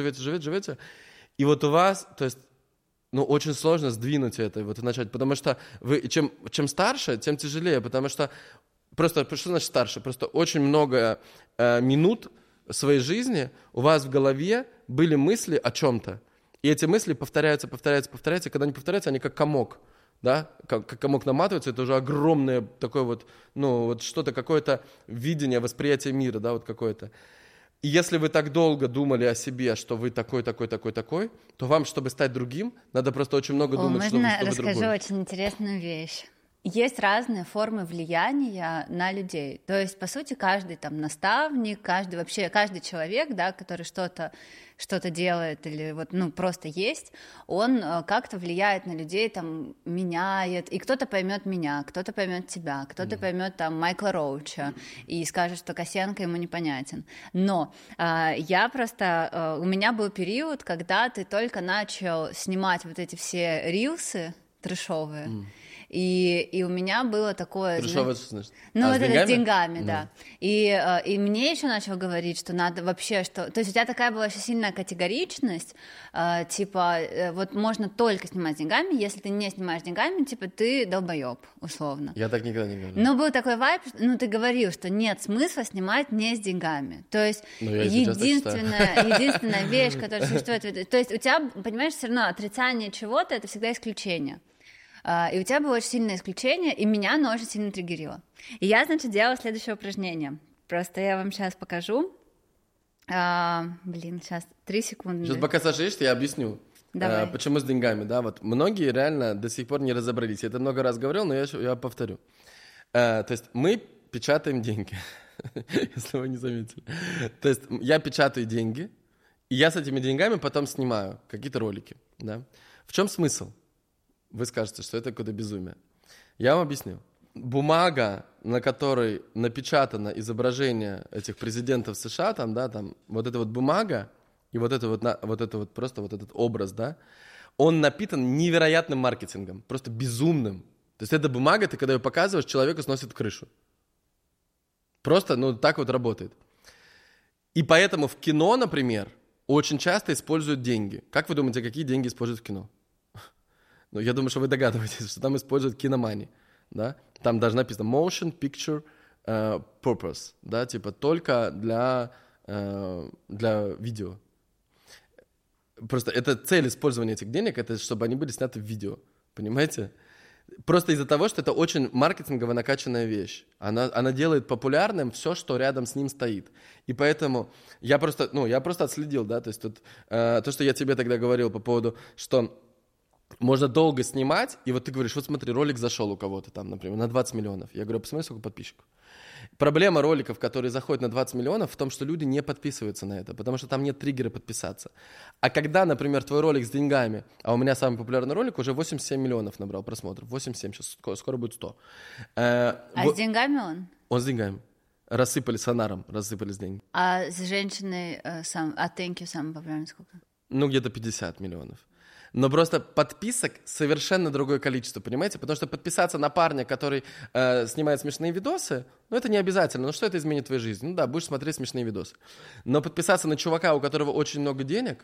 Speaker 1: и вот у вас, то есть, очень сложно сдвинуть это, вот и начать, потому что вы, чем старше, тем тяжелее, потому что, что значит старше? Просто очень много минут своей жизни у вас в голове были мысли о чем-то, и эти мысли повторяются, когда они повторяются, они как комок. Да, как комок наматывается, это уже огромное такое вот, что-то, какое-то видение, восприятие мира, да, вот какое-то. И если вы так долго думали о себе, что вы такой, то вам, чтобы стать другим, надо просто очень много думать, что вы другой.
Speaker 2: Можно расскажу очень интересную вещь. есть разные формы влияния на людей. То есть, по сути, каждый там наставник, каждый человек, да, который что-то делает или вот, ну, просто есть, он как-то влияет на людей, там, меняет, и кто-то поймет меня, кто-то поймет тебя, кто-то поймет там Майкла Роуча и скажет, что Косенко ему непонятен. Но я просто... у меня был период, когда ты только начал снимать вот эти все рилсы трэшовые, и у меня было такое...
Speaker 1: Трэшовое, что значит?
Speaker 2: Ну,
Speaker 1: с
Speaker 2: вот это с деньгами,
Speaker 1: Ну.
Speaker 2: да. И мне еще начал говорить, что надо вообще, что... То есть у тебя такая была очень сильная категоричность, типа, вот можно только снимать с деньгами, если ты не снимаешь деньгами, типа, ты долбоеб, условно.
Speaker 1: Я так никогда не говорю.
Speaker 2: Но был такой вайб, ну, ты говорил, что нет смысла снимать не с деньгами. То есть единственная вещь, которая существует... То есть у тебя, понимаешь, все равно отрицание чего-то — это всегда исключение. И у тебя было очень сильное исключение, и меня оно очень сильно триггерило. И я, значит, делала следующее упражнение. Просто я вам сейчас покажу. Сейчас 3 секунды.
Speaker 1: Сейчас пока Саша ищет, я объясню. Почему с деньгами, да, вот многие реально до сих пор не разобрались. Я это много раз говорил, но я повторю. То есть мы печатаем деньги, если вы не заметили. То есть я печатаю деньги, и я с этими деньгами потом снимаю какие-то ролики, да. В чем смысл? Вы скажете, что это какое-то безумие. Я вам объясню. Бумага, на которой напечатано изображение этих президентов США, там, да, там, вот эта вот бумага, и вот этот образ, да, он напитан невероятным маркетингом, просто безумным. То есть эта бумага, ты когда ее показываешь, человеку сносит крышу. Просто, ну, так вот работает. И поэтому в кино, например, очень часто используют деньги. Как вы думаете, какие деньги используют в кино? Ну, я думаю, что вы догадываетесь, что там используют киномани, да? Там даже написано motion picture purpose, да, типа только для видео. Просто это цель использования этих денег, это чтобы они были сняты в видео, понимаете? Просто из-за того, что это очень маркетингово накачанная вещь. Она делает популярным все, что рядом с ним стоит. И поэтому я просто отследил, да, то есть тут то, что я тебе тогда говорил по поводу, что можно долго снимать, и вот ты говоришь, вот смотри, ролик зашел у кого-то там, например, на 20 миллионов. Я говорю, посмотри, сколько подписчиков. Проблема роликов, которые заходят на 20 миллионов, в том, что люди не подписываются на это, потому что там нет триггера подписаться. А когда, например, твой ролик с деньгами, а у меня самый популярный ролик уже 87 миллионов набрал просмотров, 87, сейчас скоро будет 100.
Speaker 2: С деньгами он?
Speaker 1: Он с деньгами. Рассыпались сонаром, рассыпались деньги.
Speaker 2: А с женщиной, thank you, самый популярный сколько?
Speaker 1: Ну, где-то 50 миллионов. Но просто подписок совершенно другое количество, понимаете? Потому что подписаться на парня, который снимает смешные видосы, ну, это не обязательно. Ну, что это изменит в твоей жизни? Ну, да, будешь смотреть смешные видосы. Но подписаться на чувака, у которого очень много денег,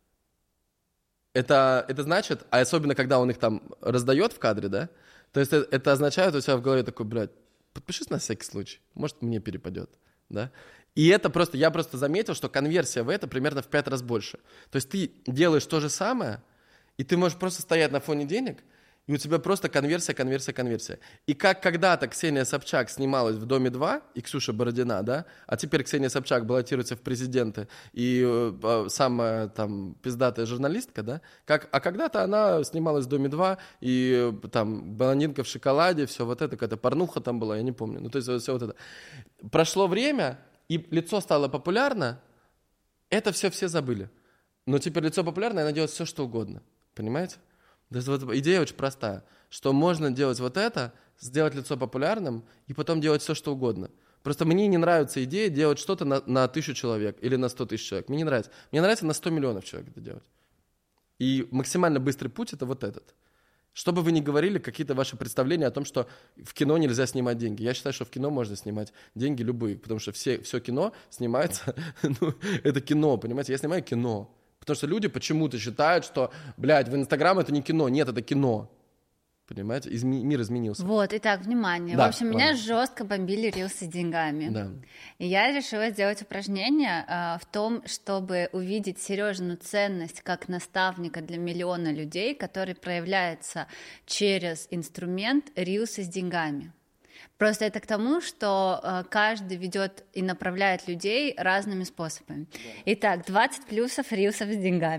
Speaker 1: это значит, а особенно, когда он их там раздает в кадре, да, то есть это означает у тебя в голове такой, блядь, подпишись на всякий случай, может, мне перепадет, да. И это просто, я просто заметил, что конверсия в это примерно в 5 раз больше. То есть ты делаешь то же самое, и ты можешь просто стоять на фоне денег, и у тебя просто конверсия. И как когда-то Ксения Собчак снималась в «Доме-2», и Ксюша Бородина, да, а теперь Ксения Собчак баллотируется в президенты, и самая там пиздатая журналистка, да, а когда-то она снималась в «Доме-2», и там «Блондинка в шоколаде», все вот это, какая-то порнуха там была, я не помню, ну то есть все вот это. Прошло время, и лицо стало популярно, это все забыли. Но теперь лицо популярное, она делает все, что угодно. Понимаете? То есть вот идея очень простая, что можно делать вот это, сделать лицо популярным и потом делать все, что угодно. Просто мне не нравится идея делать что-то на 1000 человек или на 100 тысяч человек. Мне не нравится. Мне нравится на 100 миллионов человек это делать. И максимально быстрый путь — это вот этот. Что бы вы ни говорили, какие-то ваши представления о том, что в кино нельзя снимать деньги. Я считаю, что в кино можно снимать деньги любые, потому что все кино снимается, ну, это кино, понимаете? Я снимаю кино. Потому что люди почему-то считают, что, блядь, в Инстаграм это не кино. Нет, это кино. Понимаете? Мир изменился.
Speaker 2: Вот, итак, внимание.
Speaker 1: Да,
Speaker 2: в общем, меня жестко бомбили рилсы с деньгами.
Speaker 1: Да.
Speaker 2: И я решила сделать упражнение в том, чтобы увидеть Сережину ценность как наставника для миллиона людей, который проявляется через инструмент рилсы с деньгами. Просто это к тому, что каждый ведет и направляет людей разными способами. Итак, 20 плюсов рилсов с деньгами.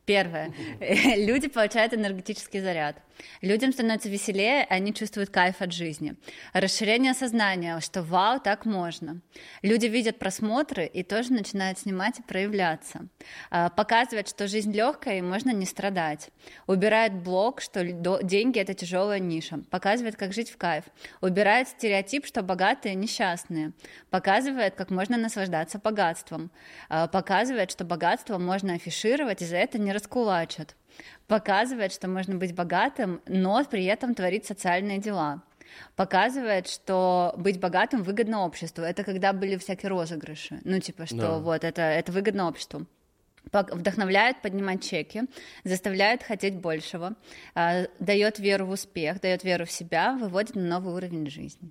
Speaker 2: Первое. Люди получают энергетический заряд. Людям становится веселее, они чувствуют кайф от жизни. Расширение сознания, что вау, так можно. Люди видят просмотры и тоже начинают снимать и проявляться. Показывает, что жизнь легкая и можно не страдать. Убирает блок, что деньги — это тяжелая ниша. Показывает, как жить в кайф. Убирает стереотип, что богатые несчастные. Показывает, как можно наслаждаться богатством. Показывает, что богатство можно афишировать, и за это не раскулачат. Показывает, что можно быть богатым, но при этом творить социальные дела. Показывает, что быть богатым выгодно обществу. Это когда были всякие розыгрыши. Ну, типа, что вот это выгодно обществу. Вдохновляет поднимать чеки, заставляет хотеть большего, дает веру в успех, дает веру в себя, выводит на новый уровень жизни.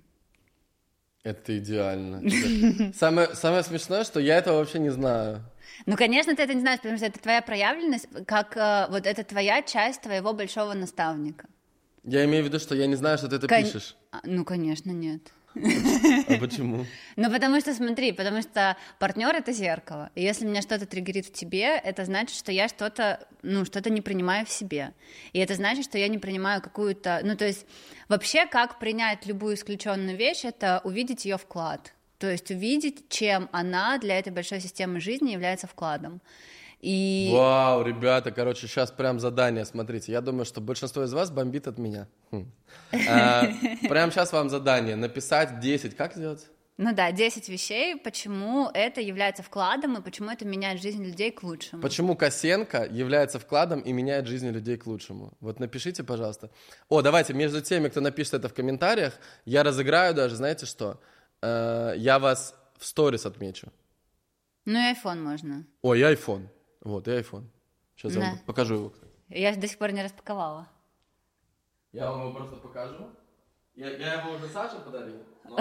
Speaker 1: Это идеально. Самое смешное, что я этого вообще не знаю.
Speaker 2: Ну, конечно, ты это не знаешь, потому что это твоя проявленность, как вот это твоя часть твоего большого наставника.
Speaker 1: Я имею в виду, что я не знаю, что ты это пишешь.
Speaker 2: Ну, конечно, нет.
Speaker 1: А почему?
Speaker 2: Ну, потому что, смотри, потому что партнер — это зеркало. И если меня что-то триггерит в тебе, это значит, что я что-то не принимаю в себе. И это значит, что я не принимаю какую-то... Ну, то есть вообще, как принять любую исключенную вещь, это увидеть ее вклад. То есть увидеть, чем она для этой большой системы жизни является вкладом. И...
Speaker 1: Вау, ребята, короче, сейчас прям задание, смотрите. Я думаю, что большинство из вас бомбит от меня. Прямо сейчас вам задание. Написать 10. Как сделать?
Speaker 2: Ну да, 10 вещей, почему это является вкладом и почему это меняет жизнь людей к лучшему.
Speaker 1: Почему Косенко является вкладом и меняет жизнь людей к лучшему? Вот напишите, пожалуйста. Давайте между теми, кто напишет это в комментариях, я разыграю даже, знаете что? Я вас в сторис отмечу.
Speaker 2: Ну и iPhone можно.
Speaker 1: Ой, и iPhone. Вот, и iPhone. Сейчас я вам покажу его.
Speaker 2: Я до сих пор не распаковала.
Speaker 1: Я вам его просто покажу. Я его уже Саше подарил.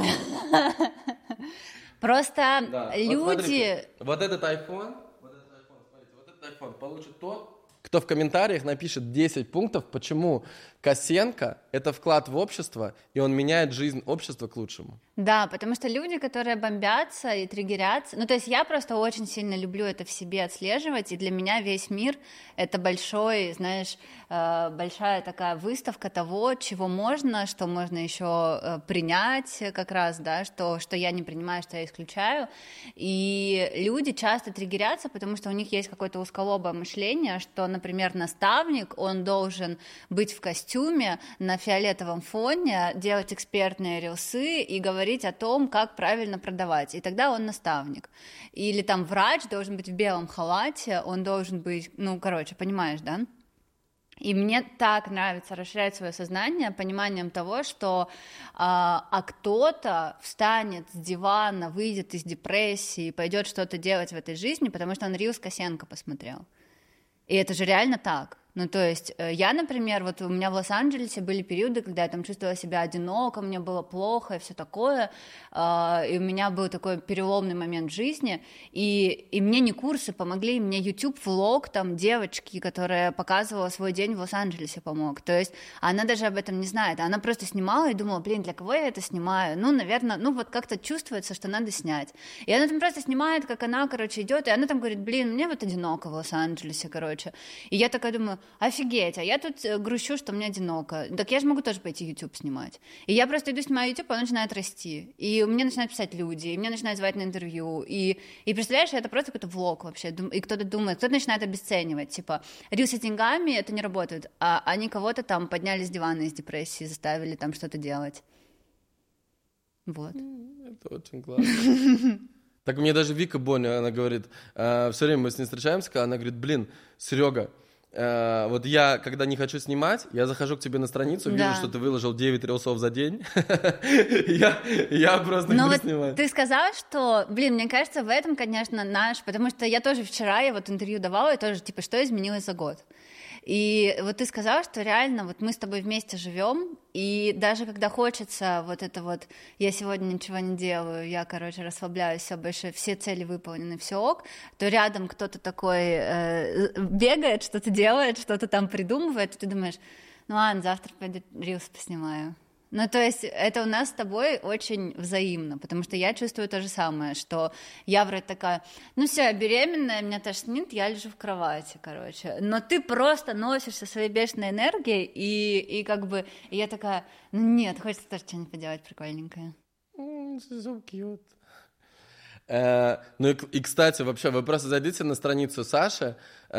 Speaker 2: Просто люди...
Speaker 1: Вот этот iPhone, смотрите, вот этот iPhone получит тот, кто в комментариях напишет 10 пунктов, почему Косенко — это вклад в общество, и он меняет жизнь общества к лучшему.
Speaker 2: Да, потому что люди, которые бомбятся и триггерятся... Ну, то есть я просто очень сильно люблю это в себе отслеживать, и для меня весь мир — это большой, знаешь, большая такая выставка того, чего можно, что можно еще принять как раз, да, что я не принимаю, что я исключаю. И люди часто триггерятся, потому что у них есть какое-то узколобое мышление, что, например, наставник, он должен быть в костюме на фиолетовом фоне, делать экспертные рилсы и говорить о том, как правильно продавать, и тогда он наставник. Или там врач должен быть в белом халате, он должен быть, понимаешь, да? И мне так нравится расширять свое сознание пониманием того, что кто-то встанет с дивана, выйдет из депрессии, пойдет что-то делать в этой жизни, потому что он Рилс Косенко посмотрел. И это же реально так. Ну, то есть я, например, вот у меня в Лос-Анджелесе были периоды, когда я там чувствовала себя одиноко, мне было плохо и все такое, и у меня был такой переломный момент в жизни, и мне не курсы помогли, мне YouTube-влог там девочки, которая показывала свой день в Лос-Анджелесе, помог. То есть она даже об этом не знает, она просто снимала и думала, для кого я это снимаю? Ну, наверное, вот как-то чувствуется, что надо снять. И она там просто снимает, как она, идет, и она там говорит, мне вот одиноко в Лос-Анджелесе, И я такая думаю, офигеть, а я тут грущу, что мне одиноко. Так я же могу тоже пойти YouTube снимать. И я просто иду снимаю YouTube, он начинает расти. И мне начинают писать люди, и меня начинают звать на интервью. И представляешь, это просто какой-то влог вообще. И кто-то думает, кто-то начинает обесценивать. Типа, рилсы деньгами это не работает. А они кого-то там подняли с дивана из депрессии, заставили там что-то делать. Вот.
Speaker 1: Это очень классно. Так мне даже Вика Боня, она говорит, все время мы с ней встречаемся, она говорит, Серега, вот я, когда не хочу снимать, я захожу к тебе на страницу, вижу, что ты выложил 9 рилсов за день, я просто буду снимать.
Speaker 2: Ты сказал, что, мне кажется, в этом, конечно, потому что я тоже вчера, я вот интервью давала, и тоже, что изменилось за год. И вот ты сказал, что реально вот мы с тобой вместе живем, и даже когда хочется вот это вот, я сегодня ничего не делаю, я, расслабляюсь, все больше, все цели выполнены, все ок, то рядом кто-то такой бегает, что-то делает, что-то там придумывает, и ты думаешь, ну ладно, завтра пойду рилс поснимаю. Ну, то есть это у нас с тобой очень взаимно, потому что я чувствую то же самое, что я вроде такая, ну все, я беременная, меня тошнит, я лежу в кровати, короче. Но ты просто носишься своей бешеной энергией, и как бы и я такая, ну нет, хочется тоже что-нибудь поделать прикольненькое.
Speaker 1: So cute. Ну и, кстати, вообще, вы просто зайдите на страницу Саши.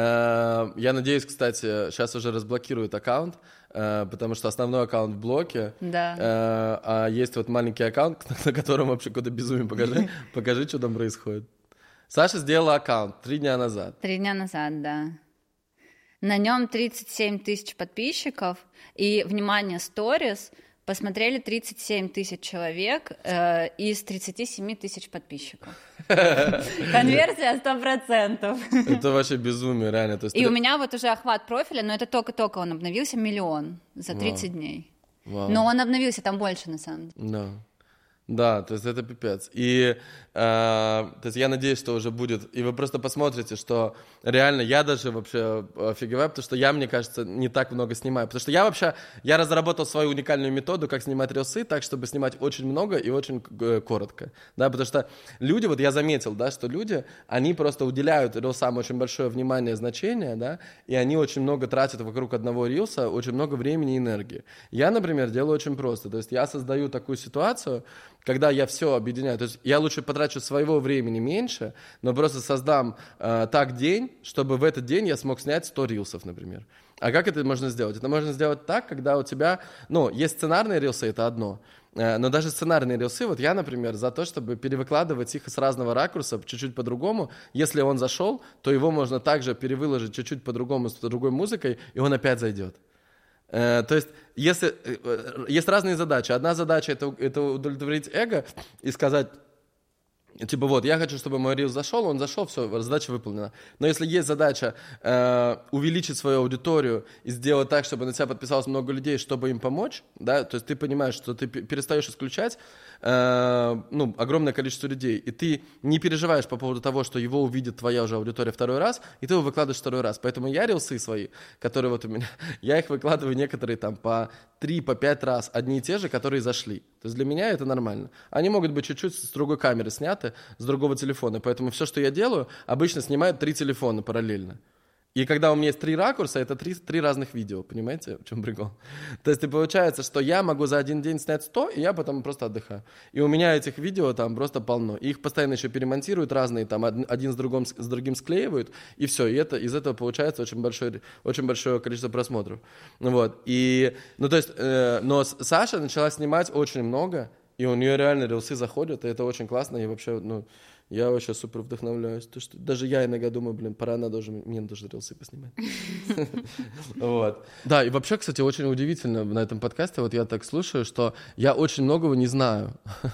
Speaker 1: Я надеюсь, кстати, сейчас уже разблокируют аккаунт, потому что основной аккаунт в блоке.
Speaker 2: Да.
Speaker 1: А есть вот маленький аккаунт, на котором вообще какое-то безумие. Покажи, что там происходит. Саша сделала аккаунт 3 дня назад.
Speaker 2: 3 дня назад, да. На нем 37 тысяч подписчиков, и, внимание, сторис посмотрели 37 тысяч человек из 37 тысяч подписчиков. Конверсия 100%.
Speaker 1: Это вообще безумие, реально. То есть
Speaker 2: и у меня вот уже охват профиля, но это только-только он обновился, 1 миллион за 30 дней. Но он обновился там больше, на самом деле.
Speaker 1: Да, то есть это пипец. И то есть я надеюсь, что уже будет. И вы просто посмотрите, что реально я даже вообще офигеваю, потому что я, мне кажется, не так много снимаю. Потому что я разработал свою уникальную методу, как снимать рилсы, так, чтобы снимать очень много и очень коротко. Да, потому что люди, вот я заметил, да, что люди, они просто уделяют рилсам очень большое внимание и значение, да, и они очень много тратят вокруг одного рилса, очень много времени и энергии. Я, например, делаю очень просто. То есть я создаю такую ситуацию, когда я все объединяю, то есть я лучше потрачу своего времени меньше, но просто создам так день, чтобы в этот день я смог снять 100 рилсов, например. А как это можно сделать? Это можно сделать так, когда у тебя, есть сценарные рилсы, это одно, но даже сценарные рилсы, вот я, например, за то, чтобы перевыкладывать их с разного ракурса, чуть-чуть по-другому. Если он зашел, то его можно также перевыложить чуть-чуть по-другому, с другой музыкой, и он опять зайдет. То есть, если есть разные задачи. Одна задача это удовлетворить эго и сказать, типа, вот, я хочу, чтобы мой рилс зашел, он зашел, все, задача выполнена. Но если есть задача увеличить свою аудиторию и сделать так, чтобы на тебя подписалось много людей, чтобы им помочь, да, то есть ты понимаешь, что ты перестаешь исключать огромное количество людей, и ты не переживаешь по поводу того, что его увидит твоя уже аудитория второй раз, и ты его выкладываешь второй раз. Поэтому я рилсы свои, которые вот у меня, я их выкладываю некоторые там по 3-5 раз, одни и те же, которые зашли. То есть для меня это нормально. Они могут быть чуть-чуть с другой камеры сняты, с другого телефона, поэтому все, что я делаю, обычно снимают 3 телефона параллельно. И когда у меня есть 3 ракурса, это 3 разных видео, понимаете, в чем прикол? То есть и получается, что я могу за один день снять 100, и я потом просто отдыхаю. И у меня этих видео там просто полно. И их постоянно еще перемонтируют разные, там один с другим склеивают, и все. И это, из этого получается очень большое количество просмотров. Вот. И, то есть, но Саша начала снимать очень много, и у нее реально рилсы заходят, и это очень классно, и вообще, я вообще супер вдохновляюсь. То, что даже я иногда думаю, пора мне тоже рилсы поснимать. Вот. Да, и вообще, кстати, очень удивительно на этом подкасте, вот я так слушаю, что я очень многого не знаю.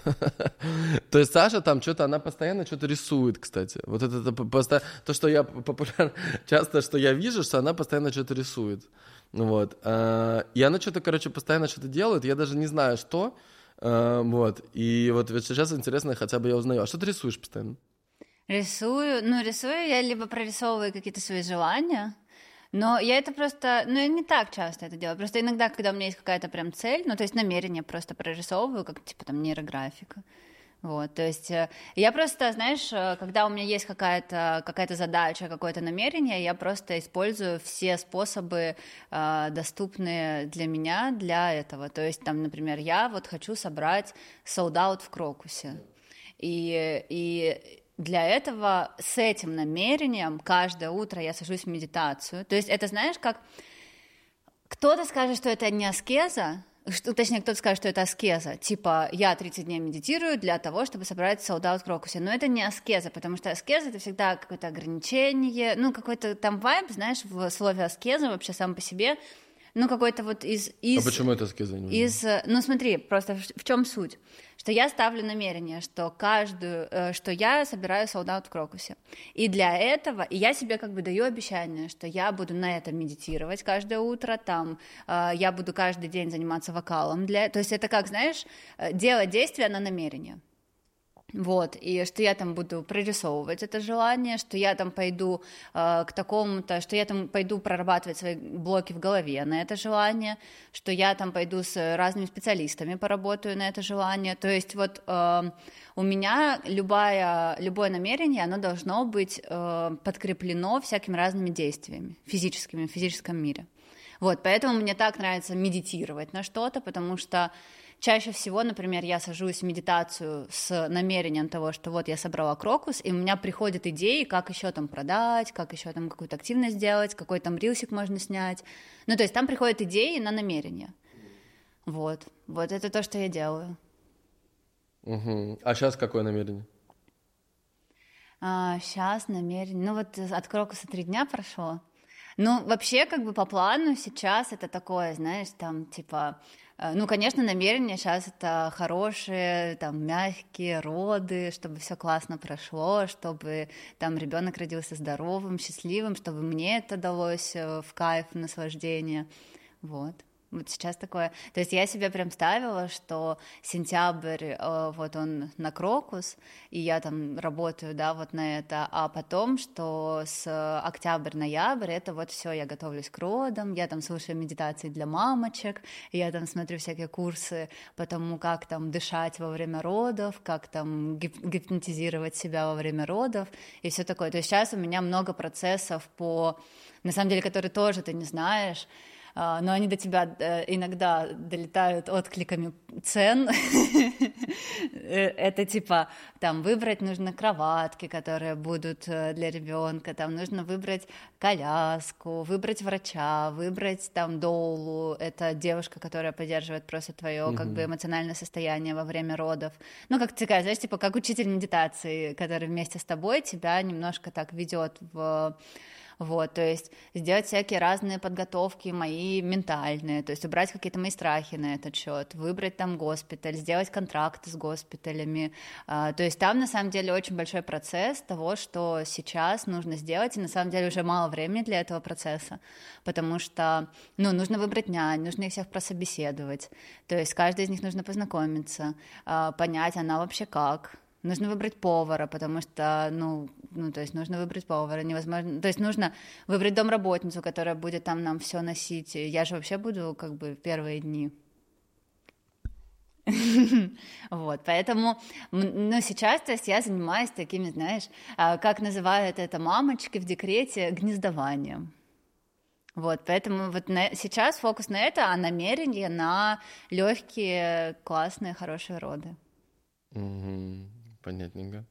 Speaker 1: То есть Саша там она постоянно что-то рисует, кстати. Вот это просто то, что я популярно, часто, что я вижу, что она постоянно что-то рисует. Вот. И она что-то, постоянно что-то делает, я даже не знаю, что. Вот. И вот сейчас интересно, хотя бы я узнаю. А что ты рисуешь постоянно?
Speaker 2: Рисую я либо прорисовываю какие-то свои желания, но я это просто, я не так часто это делаю. Просто иногда, когда у меня есть какая-то прям цель, то есть намерение просто прорисовываю, как типа там нейрографика. Вот, то есть я просто, знаешь, когда у меня есть какая-то задача, какое-то намерение, я просто использую все способы, доступные для меня для этого. То есть там, например, я вот хочу собрать sold-out в Крокусе. И для этого с этим намерением каждое утро я сажусь в медитацию. То есть это, знаешь, как кто-то скажет, что это не аскеза, точнее, кто-то скажет, что это аскеза, типа я 30 дней медитирую для того, чтобы собрать sold-out в Крокусе, но это не аскеза, потому что аскеза — это всегда какое-то ограничение, какой-то там вайб, знаешь, в слове аскеза вообще сам по себе, какой-то вот из...
Speaker 1: А почему это аскеза?
Speaker 2: Смотри, просто в чем суть? Что я ставлю намерение, что я собираю sold-out в Крокусе. И для этого, и я себе даю обещание, что я буду на это медитировать каждое утро, я буду каждый день заниматься вокалом. То есть это как, знаешь, делать действие на намерение. Вот, и что я там буду прорисовывать это желание, что я там пойду к такому-то, что я там пойду прорабатывать свои блоки в голове на это желание, что я там пойду с разными специалистами поработаю на это желание. То есть вот у меня любое намерение, оно должно быть подкреплено всякими разными действиями физическими в физическом мире. Вот, поэтому мне так нравится медитировать на что-то, потому что чаще всего, например, я сажусь в медитацию с намерением того, что вот я собрала крокус, и у меня приходят идеи, как еще там продать, как еще там какую-то активность сделать, какой там рилсик можно снять. Ну, то есть там приходят идеи на намерение. Вот это то, что я делаю.
Speaker 1: Угу. А сейчас какое намерение?
Speaker 2: Сейчас намерение... Ну, вот от крокуса 3 дня прошло. Ну, вообще, как бы по плану сейчас это такое, знаешь, там, типа... Ну, конечно, намерение сейчас это хорошие, там, мягкие роды, чтобы все классно прошло, чтобы там ребенок родился здоровым, счастливым, чтобы мне это далось в кайф, в наслаждение. Вот сейчас такое. То есть я себе прям ставила, что сентябрь, вот он на крокус, и я там работаю, да, вот на это, а потом, что с октябрь-ноябрь, это вот все, я готовлюсь к родам, я там слушаю медитации для мамочек, я там смотрю всякие курсы по тому, как там дышать во время родов, как там гипнотизировать себя во время родов, и все такое. То есть сейчас у меня много процессов на самом деле, которые тоже ты не знаешь, но они до тебя иногда долетают откликами цен. Это типа, там, выбрать нужно кроватки, которые будут для ребенка, там, нужно выбрать коляску, выбрать врача, выбрать, там, доулу, это девушка, которая поддерживает просто твое, как бы, эмоциональное состояние во время родов. Ну, как ты знаешь, типа, как учитель медитации, который вместе с тобой тебя немножко так ведет вот, то есть сделать всякие разные подготовки мои ментальные, то есть убрать какие-то мои страхи на этот счет, выбрать там госпиталь, сделать контракты с госпиталями, то есть там на самом деле очень большой процесс того, что сейчас нужно сделать, и на самом деле уже мало времени для этого процесса, потому что, ну, нужно выбрать нянь, нужно их всех прособеседовать, то есть с каждой из них нужно познакомиться, понять, она вообще как. Нужно выбрать повара, потому что, ну, то есть нужно выбрать повара, невозможно, то есть нужно выбрать домработницу, которая будет там нам все носить. Я же вообще буду как бы первые дни. Вот, поэтому, ну, сейчас, то есть я занимаюсь такими, знаешь, как называют это мамочки в декрете, гнездованием. Вот, поэтому вот сейчас фокус на это, а намерение на легкие, классные, хорошие роды.
Speaker 1: Понятненько.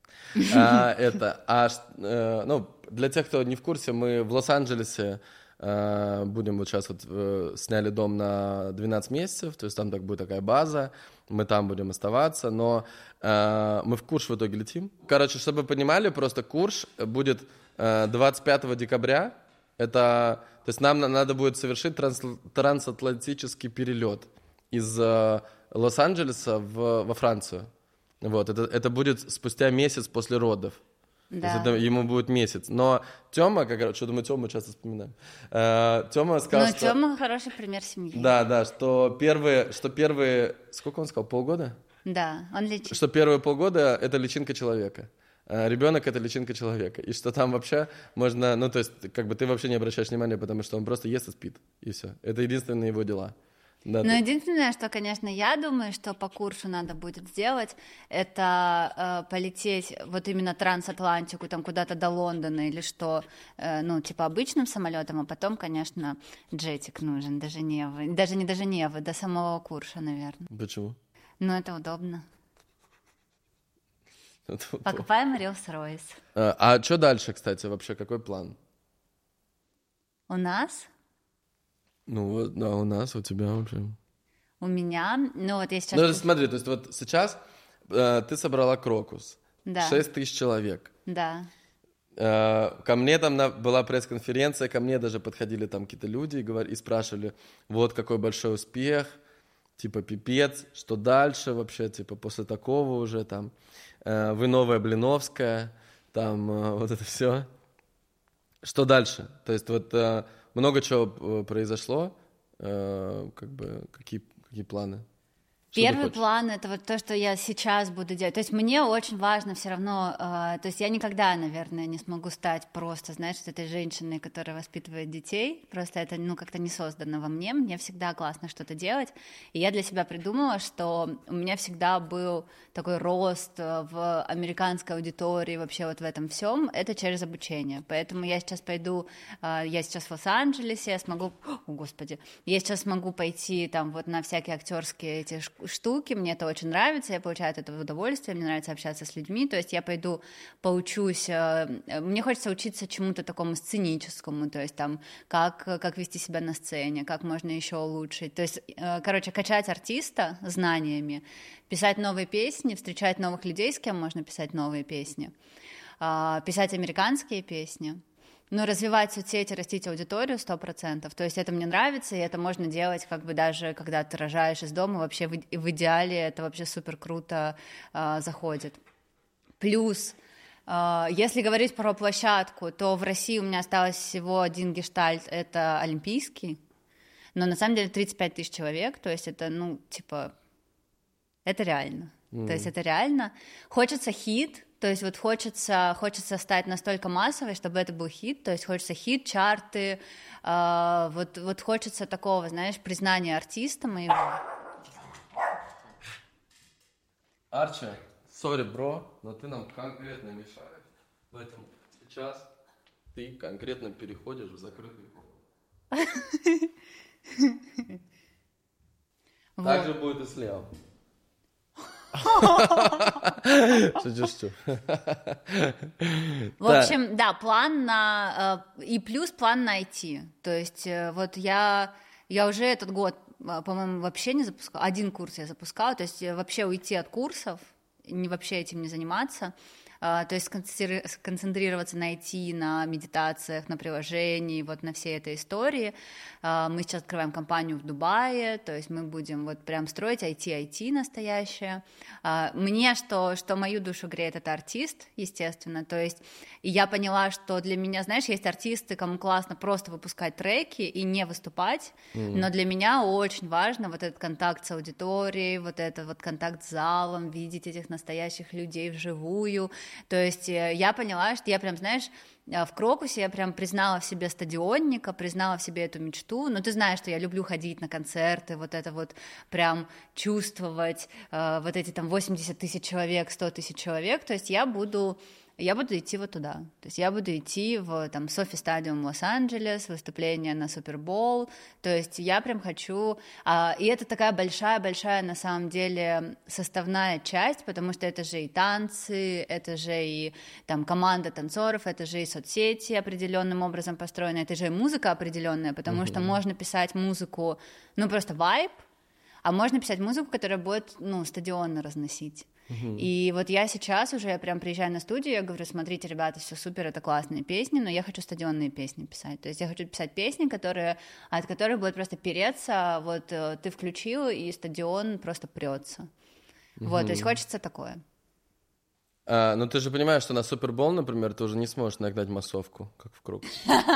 Speaker 1: Ну, для тех, кто не в курсе, мы в Лос-Анджелесе будем вот сейчас вот сняли дом на 12 месяцев, то есть там так будет такая база, мы там будем оставаться, но мы в Курш в итоге летим. Короче, чтобы вы понимали, просто Курш будет 25 декабря, то есть нам надо будет совершить трансатлантический перелет из Лос-Анджелеса во Францию. Вот, это будет спустя месяц после родов. Да. То есть ему будет месяц. Но Тёма, что думаю, Тёму часто вспоминаем. Тёма сказал, что...
Speaker 2: Тёма хороший пример семьи.
Speaker 1: Да, что первые... Сколько он сказал, полгода?
Speaker 2: Да, он лечит.
Speaker 1: Что первые полгода — это личинка человека. Ребенок — это личинка человека. И что там вообще можно... Ну, то есть, как бы ты вообще не обращаешь внимания, потому что он просто ест и спит. И все. Это единственные его дела. Да,
Speaker 2: но единственное, что, конечно, я думаю, что по курсу надо будет сделать, это полететь вот именно трансатлантику, там куда-то до Лондона или что, ну, типа обычным самолетом, а потом, конечно, джетик нужен до Женевы. Даже не до Женевы, до самого Курша, наверное.
Speaker 1: Почему?
Speaker 2: Ну, это удобно. Покупаем Rolls-Royce.
Speaker 1: А что дальше, кстати, вообще? Какой план?
Speaker 2: У нас?
Speaker 1: Ну, да, у нас, у тебя вообще.
Speaker 2: У меня, ну вот я сейчас...
Speaker 1: Ну, смотри, то есть вот сейчас ты собрала крокус.
Speaker 2: Да.
Speaker 1: 6 тысяч человек.
Speaker 2: Да.
Speaker 1: Ко мне там была пресс-конференция, ко мне даже подходили там какие-то люди и спрашивали, вот какой большой успех, типа пипец, что дальше вообще, типа после такого уже там, вы новая Блиновская, там вот это все. Что дальше? То есть вот... много чего произошло, как бы, какие планы?
Speaker 2: Первый план — это вот то, что я сейчас буду делать. То есть мне очень важно все равно, то есть я никогда, наверное, не смогу стать просто, знаешь, этой женщиной, которая воспитывает детей, просто это, как-то не создано во мне всегда классно что-то делать, и я для себя придумала, что у меня всегда был такой рост в американской аудитории, вообще вот в этом всем, это через обучение, поэтому я сейчас пойду, я сейчас в Лос-Анджелесе, я сейчас могу пойти там вот на всякие актерские эти штуки, мне это очень нравится, я получаю от этого удовольствие, мне нравится общаться с людьми, то есть я пойду поучусь, мне хочется учиться чему-то такому сценическому, то есть там, как вести себя на сцене, как можно еще улучшить, то есть, качать артиста знаниями, писать новые песни, встречать новых людей, с кем можно писать новые песни, писать американские песни, развивать соцсети, растить аудиторию 100%, то есть это мне нравится, и это можно делать как бы даже когда ты рожаешь из дома, вообще в идеале это вообще супер круто заходит. Плюс, если говорить про площадку, то в России у меня осталось всего один гештальт, это олимпийский, но на самом деле 35 тысяч человек, то есть это, это реально, то есть это реально. Хочется хит, то есть вот хочется стать настолько массовой, чтобы это был хит, то есть хочется хит, чарты, вот хочется такого, знаешь, признания артиста моего.
Speaker 1: Арчи, сори, бро, но ты нам конкретно мешаешь. Поэтому сейчас ты конкретно переходишь в закрытый пол. Так же будет и слева. Шучу.
Speaker 2: В общем, да, план и плюс план на IT. То есть вот я уже этот год, по-моему, вообще не запускала. Один курс я запускала, то есть вообще уйти от курсов, вообще этим не заниматься. То есть концентрироваться на IT, на медитациях, на приложении, вот на всей этой истории. Мы сейчас открываем компанию в Дубае, то есть мы будем вот прям строить IT настоящее. Мне, что мою душу греет, это артист, естественно, то есть и я поняла, что для меня, знаешь, есть артисты, кому классно просто выпускать треки и не выступать, но для меня очень важно вот этот контакт с аудиторией, вот этот вот контакт с залом, видеть этих настоящих людей вживую. То есть я поняла, что я прям, знаешь, в Крокусе я прям признала в себе стадионника, признала в себе эту мечту, но ты знаешь, что я люблю ходить на концерты, вот это вот прям чувствовать, вот эти там 80 тысяч человек, 100 тысяч человек, то есть я буду идти вот туда, то есть я буду идти в там Софи Стадиум Лос-Анджелес, выступление на Супербол, то есть я прям хочу, и это такая большая-большая на самом деле составная часть, потому что это же и танцы, это же и там команда танцоров, это же и соцсети определенным образом построены, это же и музыка определенная, потому что можно писать музыку, просто вайб, а можно писать музыку, которая будет, стадионно разносить. И вот я сейчас уже прям приезжаю на студию, я говорю, смотрите, ребята, все супер, это классные песни, но я хочу стадионные песни писать, то есть я хочу писать песни, от которых будет просто переться, вот ты включил, и стадион просто прется, вот, то есть хочется такое.
Speaker 1: Но ты же понимаешь, что на Супербол, например, ты уже не сможешь нагнать массовку, как в круг.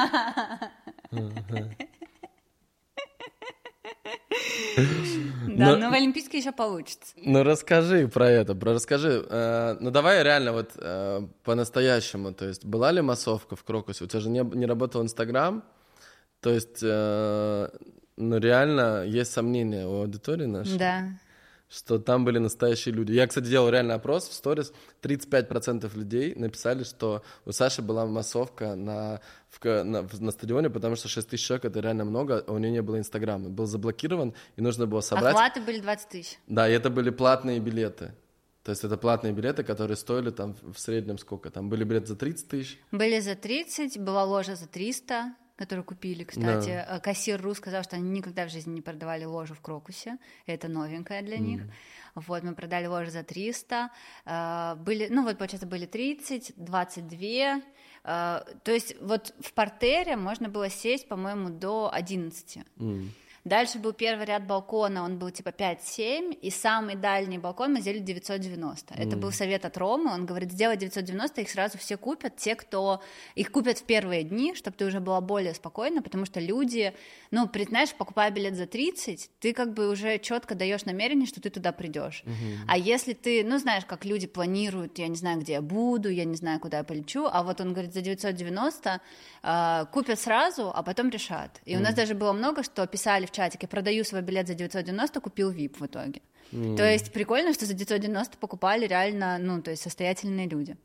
Speaker 2: Да, но в Олимпийский еще получится.
Speaker 1: Расскажи про это, расскажи. Давай реально вот по-настоящему, то есть была ли массовка в Крокусе? У тебя же не работал Инстаграм, то есть, реально есть сомнения у аудитории нашей?
Speaker 2: Да.
Speaker 1: Что там были настоящие люди. Я, кстати, делал реальный опрос в сторис. 35% людей написали, что у Саши была массовка на стадионе, потому что 6 тысяч человек — это реально много, а у нее не было Инстаграма. Был заблокирован, и нужно было собрать...
Speaker 2: Охваты были 20 тысяч.
Speaker 1: Да, и это были платные билеты. То есть это платные билеты, которые стоили там в среднем сколько? Там были билеты за 30 тысяч?
Speaker 2: Были за 30, была ложа за 300, которую купили, кстати. Да. Кассир РУ сказал, что они никогда в жизни не продавали ложу в Крокусе. Это новенькое для них. Вот, мы продали ложу за 300. Были, получается, были 30, 22. То есть вот в партере можно было сесть, по-моему, до 11. Дальше был первый ряд балкона, он был типа 5-7, и самый дальний балкон мы сделали 990. Это был совет от Ромы, он говорит, сделать 990, их сразу все купят, те, кто их купят в первые дни, чтобы ты уже была более спокойна, потому что люди, ну, знаешь, покупая билет за 30, ты как бы уже четко даешь намерение, что ты туда придешь. А если ты, ну, знаешь, как люди планируют, я не знаю, где я буду, я не знаю, куда я полечу, а вот он говорит, за 990 купят сразу, а потом решат. И у нас даже было много, что писали в чатике, продаю свой билет за 990, купил VIP в итоге. То есть прикольно, что за 990 покупали реально, ну, то есть состоятельные люди.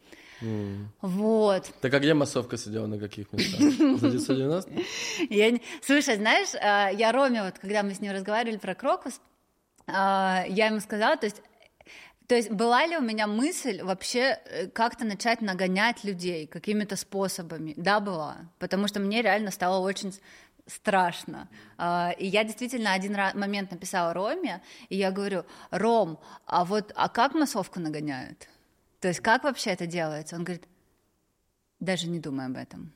Speaker 2: Вот.
Speaker 1: Так а где массовка сидела, на каких местах? За 990?
Speaker 2: Слушай, знаешь, я Роме, вот когда мы с ним разговаривали про Крокус, я ему сказала, то есть была ли у меня мысль вообще как-то начать нагонять людей какими-то способами? Да, была, потому что мне реально стало очень страшно. И я действительно один момент написала Роме, и я говорю, Ром, а как массовку нагоняют? То есть как вообще это делается? Он говорит, даже не думай об этом.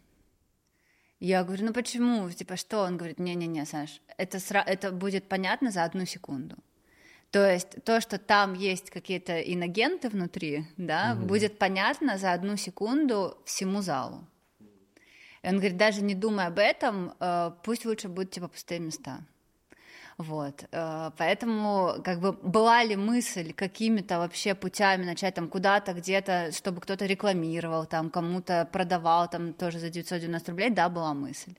Speaker 2: Я говорю, ну почему? Типа что? Он говорит, не-не-не, Саш, это будет понятно за 1 секунду. То есть то, что там есть какие-то инагенты внутри, да, будет понятно за 1 секунду всему залу. И он говорит, даже не думай об этом, пусть лучше будут типа пустые места. Вот, поэтому как бы была ли мысль какими-то вообще путями начать там куда-то, где-то, чтобы кто-то рекламировал, там кому-то продавал там тоже за 990 рублей, да, была мысль.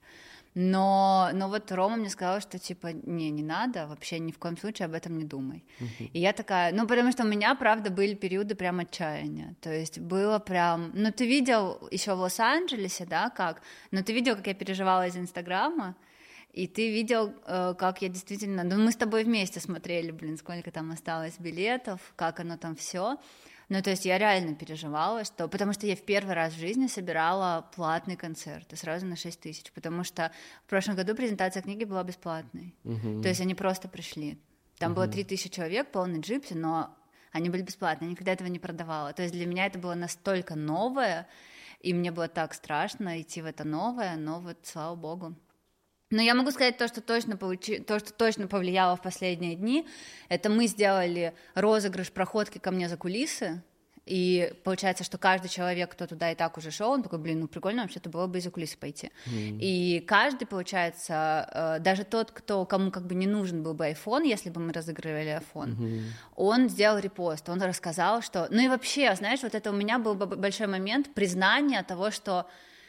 Speaker 2: Но вот Рома мне сказала, что типа не надо, вообще ни в коем случае об этом не думай. И я такая, ну потому что у меня, правда, были периоды прям отчаяния, то есть было прям, ну ты видел еще в Лос-Анджелесе, да, как, но ты видел, как я переживала из Инстаграма, и ты видел, как я действительно, ну мы с тобой вместе смотрели, сколько там осталось билетов, как оно там все. Ну, то есть я реально переживала, потому что я в первый раз в жизни собирала платный концерт, и сразу на 6 тысяч, потому что в прошлом году презентация книги была бесплатной, то есть они просто пришли. Там было 3000 человек, полный джипси, но они были бесплатные, я никогда этого не продавала. То есть для меня это было настолько новое, и мне было так страшно идти в это новое, но вот, слава богу. Но я могу сказать то, что точно повлияло в последние дни, это мы сделали розыгрыш проходки ко мне за кулисы, и получается, что каждый человек, кто туда и так уже шел, он такой, ну прикольно вообще-то было бы и за кулисы пойти. И каждый, получается, даже тот, кому как бы не нужен был бы iPhone, если бы мы разыгрывали iPhone, он сделал репост, он рассказал, что... Ну и вообще, знаешь, вот это у меня был большой момент признания того, что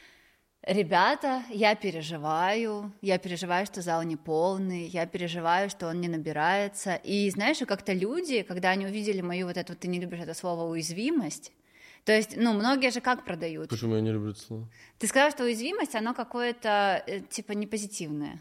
Speaker 2: ребята, я переживаю, что зал не полный, я переживаю, что он не набирается. И знаешь, как-то люди, когда они увидели мою вот эту, ты не любишь это слово, уязвимость, то есть, ну, многие же как продают?
Speaker 1: Почему я не люблю это слово?
Speaker 2: Ты сказала, что уязвимость, оно какое-то, типа, не позитивное.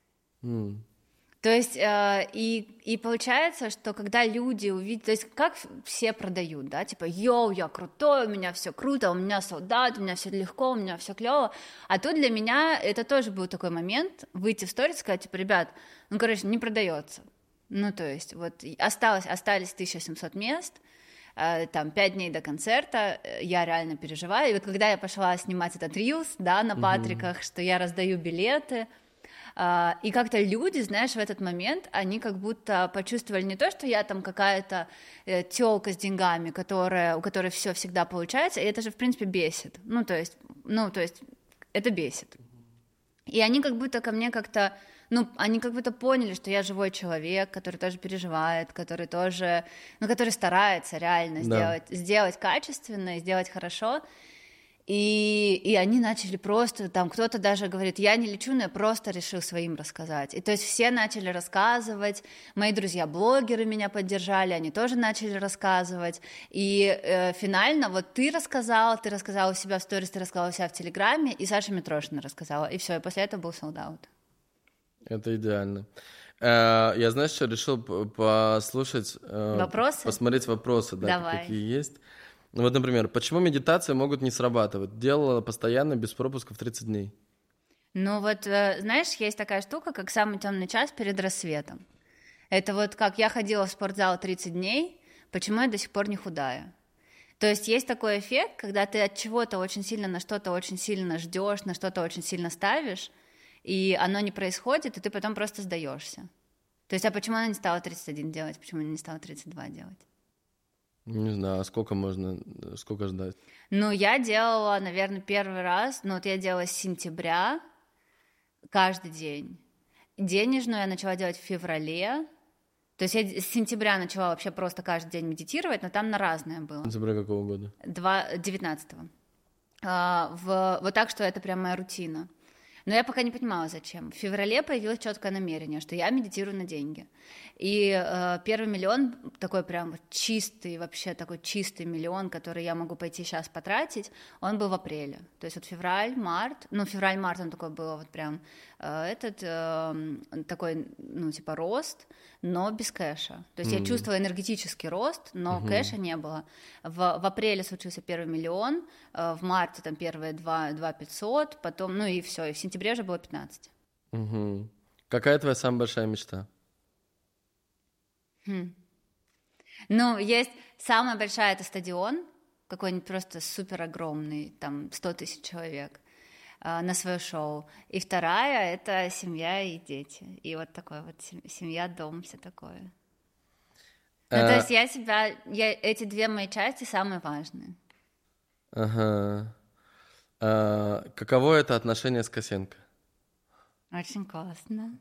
Speaker 2: То есть, и получается, что когда люди увидят, то есть как все продают, да, типа, йоу, я крутой, у меня все круто, у меня солдат, у меня все легко, у меня все клево, а тут для меня это тоже был такой момент, выйти в сторис и сказать, типа, ребят, ну, короче, не продается, ну, то есть, вот, остались 1700 мест, там, 5 дней до концерта, я реально переживаю, и вот когда я пошла снимать этот рилс, да, на Патриках, что я раздаю билеты, и как-то люди, знаешь, в этот момент, они как будто почувствовали не то, что я там какая-то тёлка с деньгами, у которой все всегда получается, и это же, в принципе, бесит. Ну, то есть это бесит. И они как будто ко мне как-то, ну, они как будто поняли, что я живой человек, который тоже переживает, который тоже, ну, который старается реально сделать качественно и сделать хорошо. И они начали просто, там кто-то даже говорит, я не лечу, но я просто решил своим рассказать. И то есть все начали рассказывать, мои друзья-блогеры меня поддержали, они тоже начали рассказывать. И финально вот ты рассказала у себя в сторис, ты рассказала у себя в Телеграме, и Саша Митрошина рассказала, и все, и после этого был солд-аут.
Speaker 1: Это идеально. Я, знаешь, что, решил послушать...
Speaker 2: Вопросы?
Speaker 1: Посмотреть вопросы, да,
Speaker 2: Давай.
Speaker 1: какие есть. Ну вот, например, почему медитации могут не срабатывать? Делала постоянно, без пропусков 30 дней.
Speaker 2: Ну вот, знаешь, есть такая штука, как самый темный час перед рассветом. Это вот как я ходила в спортзал 30 дней, почему я до сих пор не худая? То есть такой эффект, когда ты от чего-то очень сильно на что-то очень сильно ждешь, на что-то очень сильно ставишь, и оно не происходит, и ты потом просто сдаешься. То есть, а почему она не стала 31 делать, почему она не стала 32 делать?
Speaker 1: Не знаю, а сколько ждать?
Speaker 2: Ну, я делала, наверное, первый раз, ну, вот я делала с сентября каждый день. Денежную я начала делать в феврале. То есть я с сентября начала вообще просто каждый день медитировать, но там на разное было.
Speaker 1: Сентября какого года?
Speaker 2: 19-го. Вот так, что это прям моя рутина. Но я пока не понимала, зачем. В феврале появилось четкое намерение, что я медитирую на деньги. И первый миллион, такой прям чистый, вообще такой чистый миллион, который я могу пойти сейчас потратить, он был в апреле. То есть вот февраль-март он такой был вот прям такой, ну, типа рост, но без кэша. То есть я чувствовала энергетический рост, но кэша не было. В апреле случился первый миллион, в марте там первые 2 500, потом, ну и все, и в сентябре уже было 15.
Speaker 1: Угу. Какая твоя самая большая мечта?
Speaker 2: Ну, есть самая большая — это стадион, какой-нибудь просто супер огромный, там 100 тысяч человек на свое шоу. И вторая — это семья и дети. И вот такое вот семья, дом, все такое. Ну, то есть эти две мои части самые важные.
Speaker 1: Ага. Каково это отношение с Косенко?
Speaker 2: Очень классно.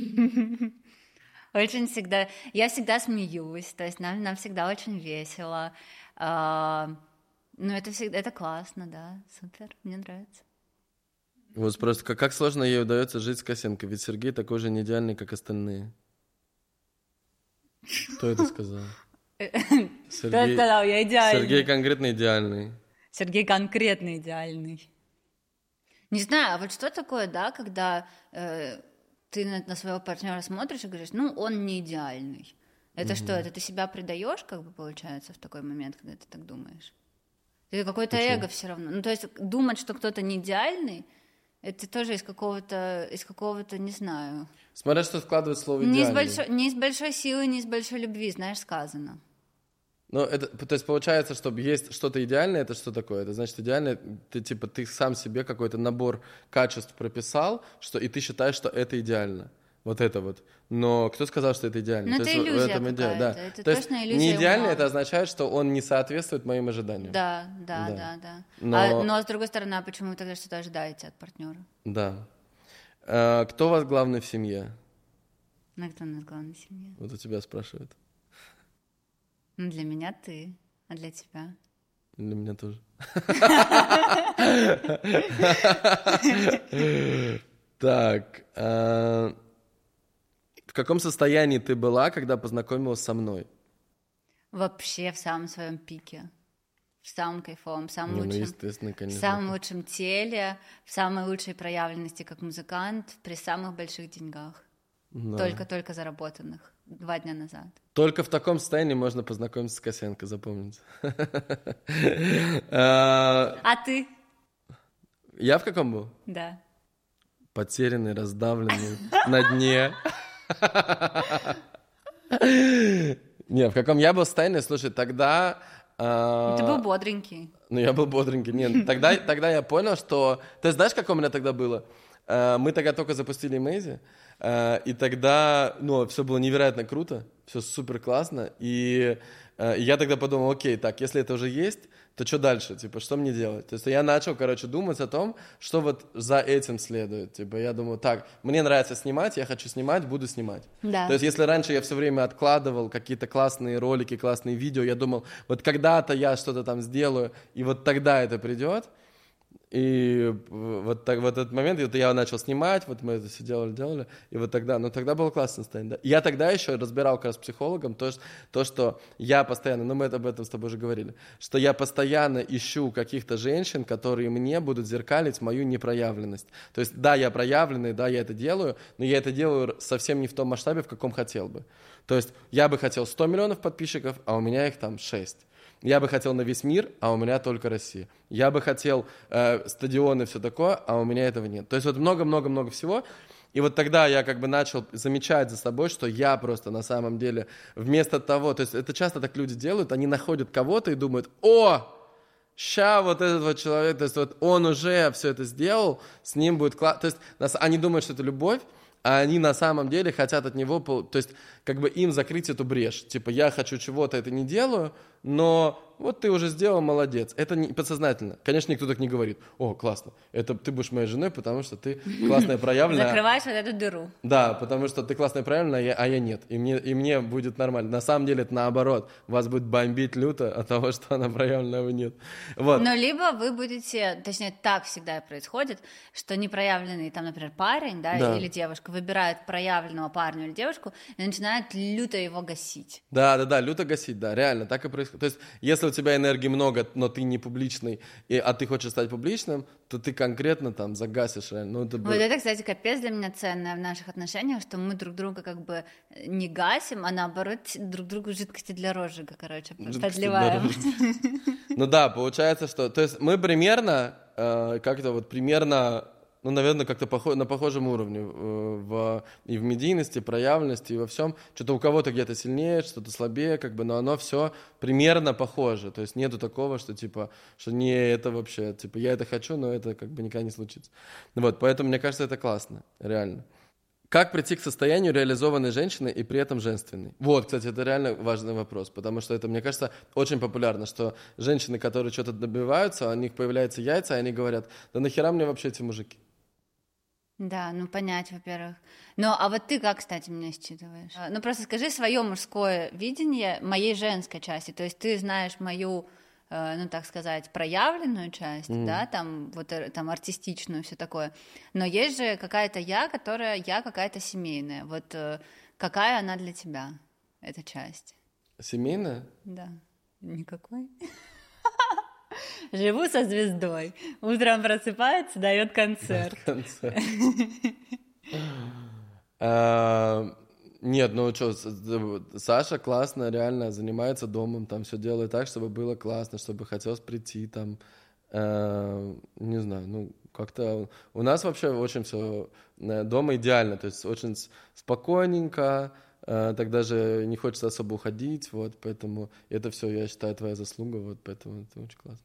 Speaker 2: Очень всегда... Я всегда смеюсь, то есть нам всегда очень весело. Ну, это классно, да, супер, мне нравится.
Speaker 1: Вот просто как сложно ей удается жить с Косенко, ведь Сергей такой же не идеальный, как остальные. Кто это сказал?
Speaker 2: Кто сказал, я идеальный?
Speaker 1: Сергей конкретно идеальный.
Speaker 2: Сергей конкретно идеальный. Не знаю, а вот что такое, да, когда ты на своего партнера смотришь и говоришь, ну, он не идеальный. Это что, это ты себя предаешь, как бы, получается, в такой момент, когда ты так думаешь? Это какое-то эго все равно. Ну, то есть думать, что кто-то не идеальный, это тоже из какого-то, не знаю.
Speaker 1: Смотря что вкладывает слово «идеальный».
Speaker 2: Не из большой силы, не из большой любви, знаешь, сказано.
Speaker 1: Ну, то есть получается, что есть что-то идеальное, это что такое? Это значит, идеальное, ты сам себе какой-то набор качеств прописал, и ты считаешь, что это идеально. Вот это вот. Но кто сказал, что это идеально?
Speaker 2: Ну, это иллюзия какая-то. Да. Это
Speaker 1: то
Speaker 2: точно
Speaker 1: есть
Speaker 2: иллюзия
Speaker 1: не идеально,
Speaker 2: ума.
Speaker 1: Это означает, что он не соответствует моим ожиданиям.
Speaker 2: Да. Но с другой стороны, а почему вы тогда что-то ожидаете от партнера?
Speaker 1: Да. Кто у вас главный в семье?
Speaker 2: Ну, кто у нас главный в семье?
Speaker 1: Вот у тебя спрашивают.
Speaker 2: Ну, для меня ты, а для тебя?
Speaker 1: Для меня тоже. Так. В каком состоянии ты была, когда познакомилась со мной?
Speaker 2: Вообще в самом своем пике. В самом кайфовом, в самом лучшем теле, в самой лучшей проявленности как музыкант, при самых больших деньгах. Да. Только-только заработанных 2 дня назад.
Speaker 1: Только в таком состоянии можно познакомиться с Косенко, запомните.
Speaker 2: А ты?
Speaker 1: Я в каком был?
Speaker 2: Да.
Speaker 1: Потерянный, раздавленный, на дне. Не, в каком я был состоянии, слушай, тогда...
Speaker 2: Ты был бодренький.
Speaker 1: Ну, я был бодренький. Нет, тогда я понял, что... Ты знаешь, как у меня тогда было? Мы тогда только запустили Amazing, и тогда, ну, все было невероятно круто, все супер классно, и я тогда подумал, окей, так, если это уже есть, то что дальше, типа, что мне делать? То есть я начал, думать о том, что вот за этим следует, типа, я думаю, так, мне нравится снимать, я хочу снимать, буду снимать.
Speaker 2: Да.
Speaker 1: То есть если раньше я все время откладывал какие-то классные ролики, классные видео, я думал, вот когда-то я что-то там сделаю, и вот тогда это придет. И вот этот момент, вот я начал снимать, вот мы это все делали, и вот тогда было классно состояние, да. Я тогда еще разбирал как раз с психологом то, что я постоянно, мы об этом с тобой уже говорили, что я постоянно ищу каких-то женщин, которые мне будут зеркалить мою непроявленность. То есть, да, я проявленный, да, я это делаю, но я это делаю совсем не в том масштабе, в каком хотел бы. То есть, я бы хотел 100 миллионов подписчиков, а у меня их там 6. Я бы хотел на весь мир, а у меня только Россия. Я бы хотел стадионы, все такое, а у меня этого нет. То есть вот много-много-много всего. И вот тогда я как бы начал замечать за собой, что я просто на самом деле вместо того... То есть это часто так люди делают, они находят кого-то и думают, о, ща вот этот вот человек, то есть вот он уже все это сделал, с ним будет классно. То есть они думают, что это любовь, а они на самом деле хотят от него, то есть как бы им закрыть эту брешь. Типа, я хочу чего-то, это не делаю, но вот ты уже сделал, молодец. Это не подсознательно. Конечно, никто так не говорит. О, классно, это ты будешь моей женой, потому что ты классная, проявленная.
Speaker 2: Закрываешь вот эту дыру.
Speaker 1: Да, потому что ты классная, проявленная, а я нет. И мне будет нормально. На самом деле это наоборот. Вас будет бомбить люто от того, что она проявленная, а вы нет. Вот.
Speaker 2: Но либо вы будете, точнее, так всегда и происходит, что непроявленный, там, например, парень, да, или девушка выбирает проявленного парня или девушку и начинает люто его гасить.
Speaker 1: Да, люто гасить, да, реально, так и происходит. То есть, если у тебя энергии много, но ты не публичный, а ты хочешь стать публичным, то ты конкретно там загасишь реально. Ну,
Speaker 2: вот это, кстати, капец для меня ценное в наших отношениях, что мы друг друга как бы не гасим, а наоборот друг другу жидкости для розжига, короче, подливаем.
Speaker 1: Ну да, получается, что... То есть мы примерно, как-то вот примерно... Ну, наверное, как-то на похожем уровне и в медийности, проявленности, и во всем. Что-то у кого-то где-то сильнее, что-то слабее, как бы, но оно все примерно похоже. То есть нету такого, что типа, что не это вообще, типа, я это хочу, но это как бы никогда не случится. Вот, поэтому мне кажется, это классно, реально. Как прийти к состоянию реализованной женщины и при этом женственной? Вот, кстати, это реально важный вопрос, потому что это, мне кажется, очень популярно, что женщины, которые что-то добиваются, у них появляются яйца, и они говорят, да нахера мне вообще эти мужики?
Speaker 2: Да, ну понять, во-первых. Ну, а вот ты как, кстати, меня считываешь? Ну, просто скажи свое мужское видение моей женской части. То есть ты знаешь мою, ну, так сказать, проявленную часть, да, там, вот, там, артистичную, все такое. Но есть же какая-то я какая-то семейная. Вот какая она для тебя, эта часть?
Speaker 1: Семейная?
Speaker 2: Да. Никакой? Живу со звездой. Утром просыпается, дает концерт.
Speaker 1: Нет, ну что, Саша классно, реально занимается домом, там все делает так, чтобы было классно, чтобы хотелось прийти, там, не знаю, ну, как-то у нас вообще очень все дома идеально, то есть очень спокойненько, так даже не хочется особо уходить, вот, поэтому это все, я считаю, твоя заслуга, вот, поэтому это очень классно.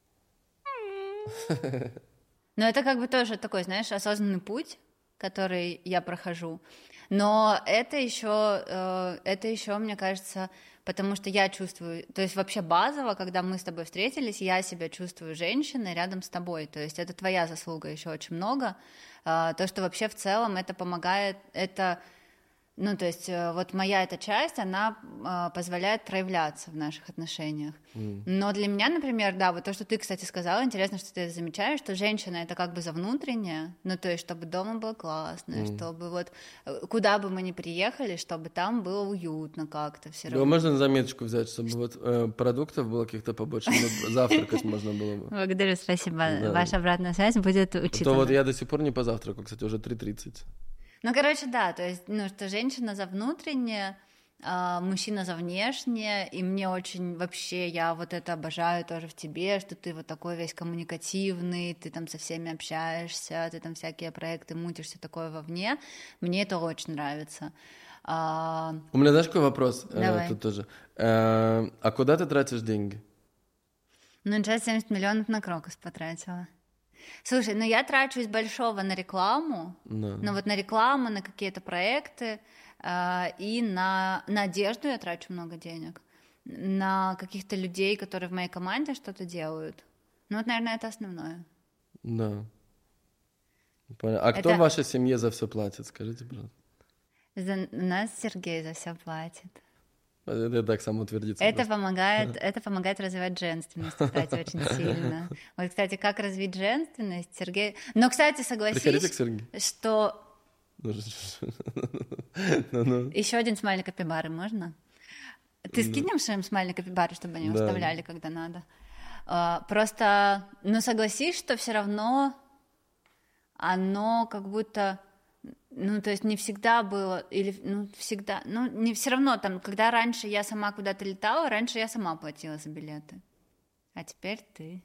Speaker 2: Но это как бы тоже такой, знаешь, осознанный путь, который я прохожу. Но это еще, мне кажется, потому что я чувствую, то есть вообще базово, когда мы с тобой встретились, я себя чувствую женщиной рядом с тобой, то есть это твоя заслуга еще очень много, то, что вообще в целом это помогает, это... Ну, то есть вот моя эта часть, она позволяет проявляться в наших отношениях. Но для меня, например, да, вот то, что ты, кстати, сказала, интересно, что ты это замечаешь, что женщина — это как бы за внутреннее, ну, то есть чтобы дома было классно, чтобы вот куда бы мы ни приехали, чтобы там было уютно как-то все равно.
Speaker 1: Да, можно на заметочку взять, чтобы вот продуктов было каких-то побольше, завтракать можно было бы.
Speaker 2: Благодарю, спасибо. Да. Ваша обратная связь будет учитываться.
Speaker 1: То вот я до сих пор не позавтракал, кстати, уже 3:30.
Speaker 2: Ну, короче, да, то есть, ну, что женщина за внутреннее, мужчина за внешнее, и мне очень вообще, я вот это обожаю тоже в тебе, что ты вот такой весь коммуникативный, ты там со всеми общаешься, ты там всякие проекты мутишь, все такое вовне, мне это очень нравится.
Speaker 1: У меня, знаешь, какой вопрос?
Speaker 2: Давай.
Speaker 1: Тут тоже. А куда ты тратишь деньги?
Speaker 2: Ну, сейчас 70 миллионов на Крокус потратила. Слушай, ну я трачу из большого на рекламу, ну вот на рекламу, на какие-то проекты, и на одежду я трачу много денег, на каких-то людей, которые в моей команде что-то делают. Ну вот, наверное, это основное.
Speaker 1: Да. Понятно. А кто в вашей семье за все платит, скажите, пожалуйста?
Speaker 2: У нас Сергей за все платит.
Speaker 1: Это так самоутвердиться.
Speaker 2: Это помогает развивать женственность, кстати, очень сильно. Вот, кстати, как развить женственность, Сергей... Но, кстати, согласись,
Speaker 1: приходите к Сергею.
Speaker 2: Что... Еще один смайлик капибары можно? Ты скинешь им смайлик капибары, чтобы они выставляли, когда надо? Просто, ну, согласись, что все равно оно как будто... Ну, то есть не всегда было, или, ну, всегда, ну, не все равно, там, когда раньше я сама куда-то летала, раньше я сама платила за билеты, а теперь ты.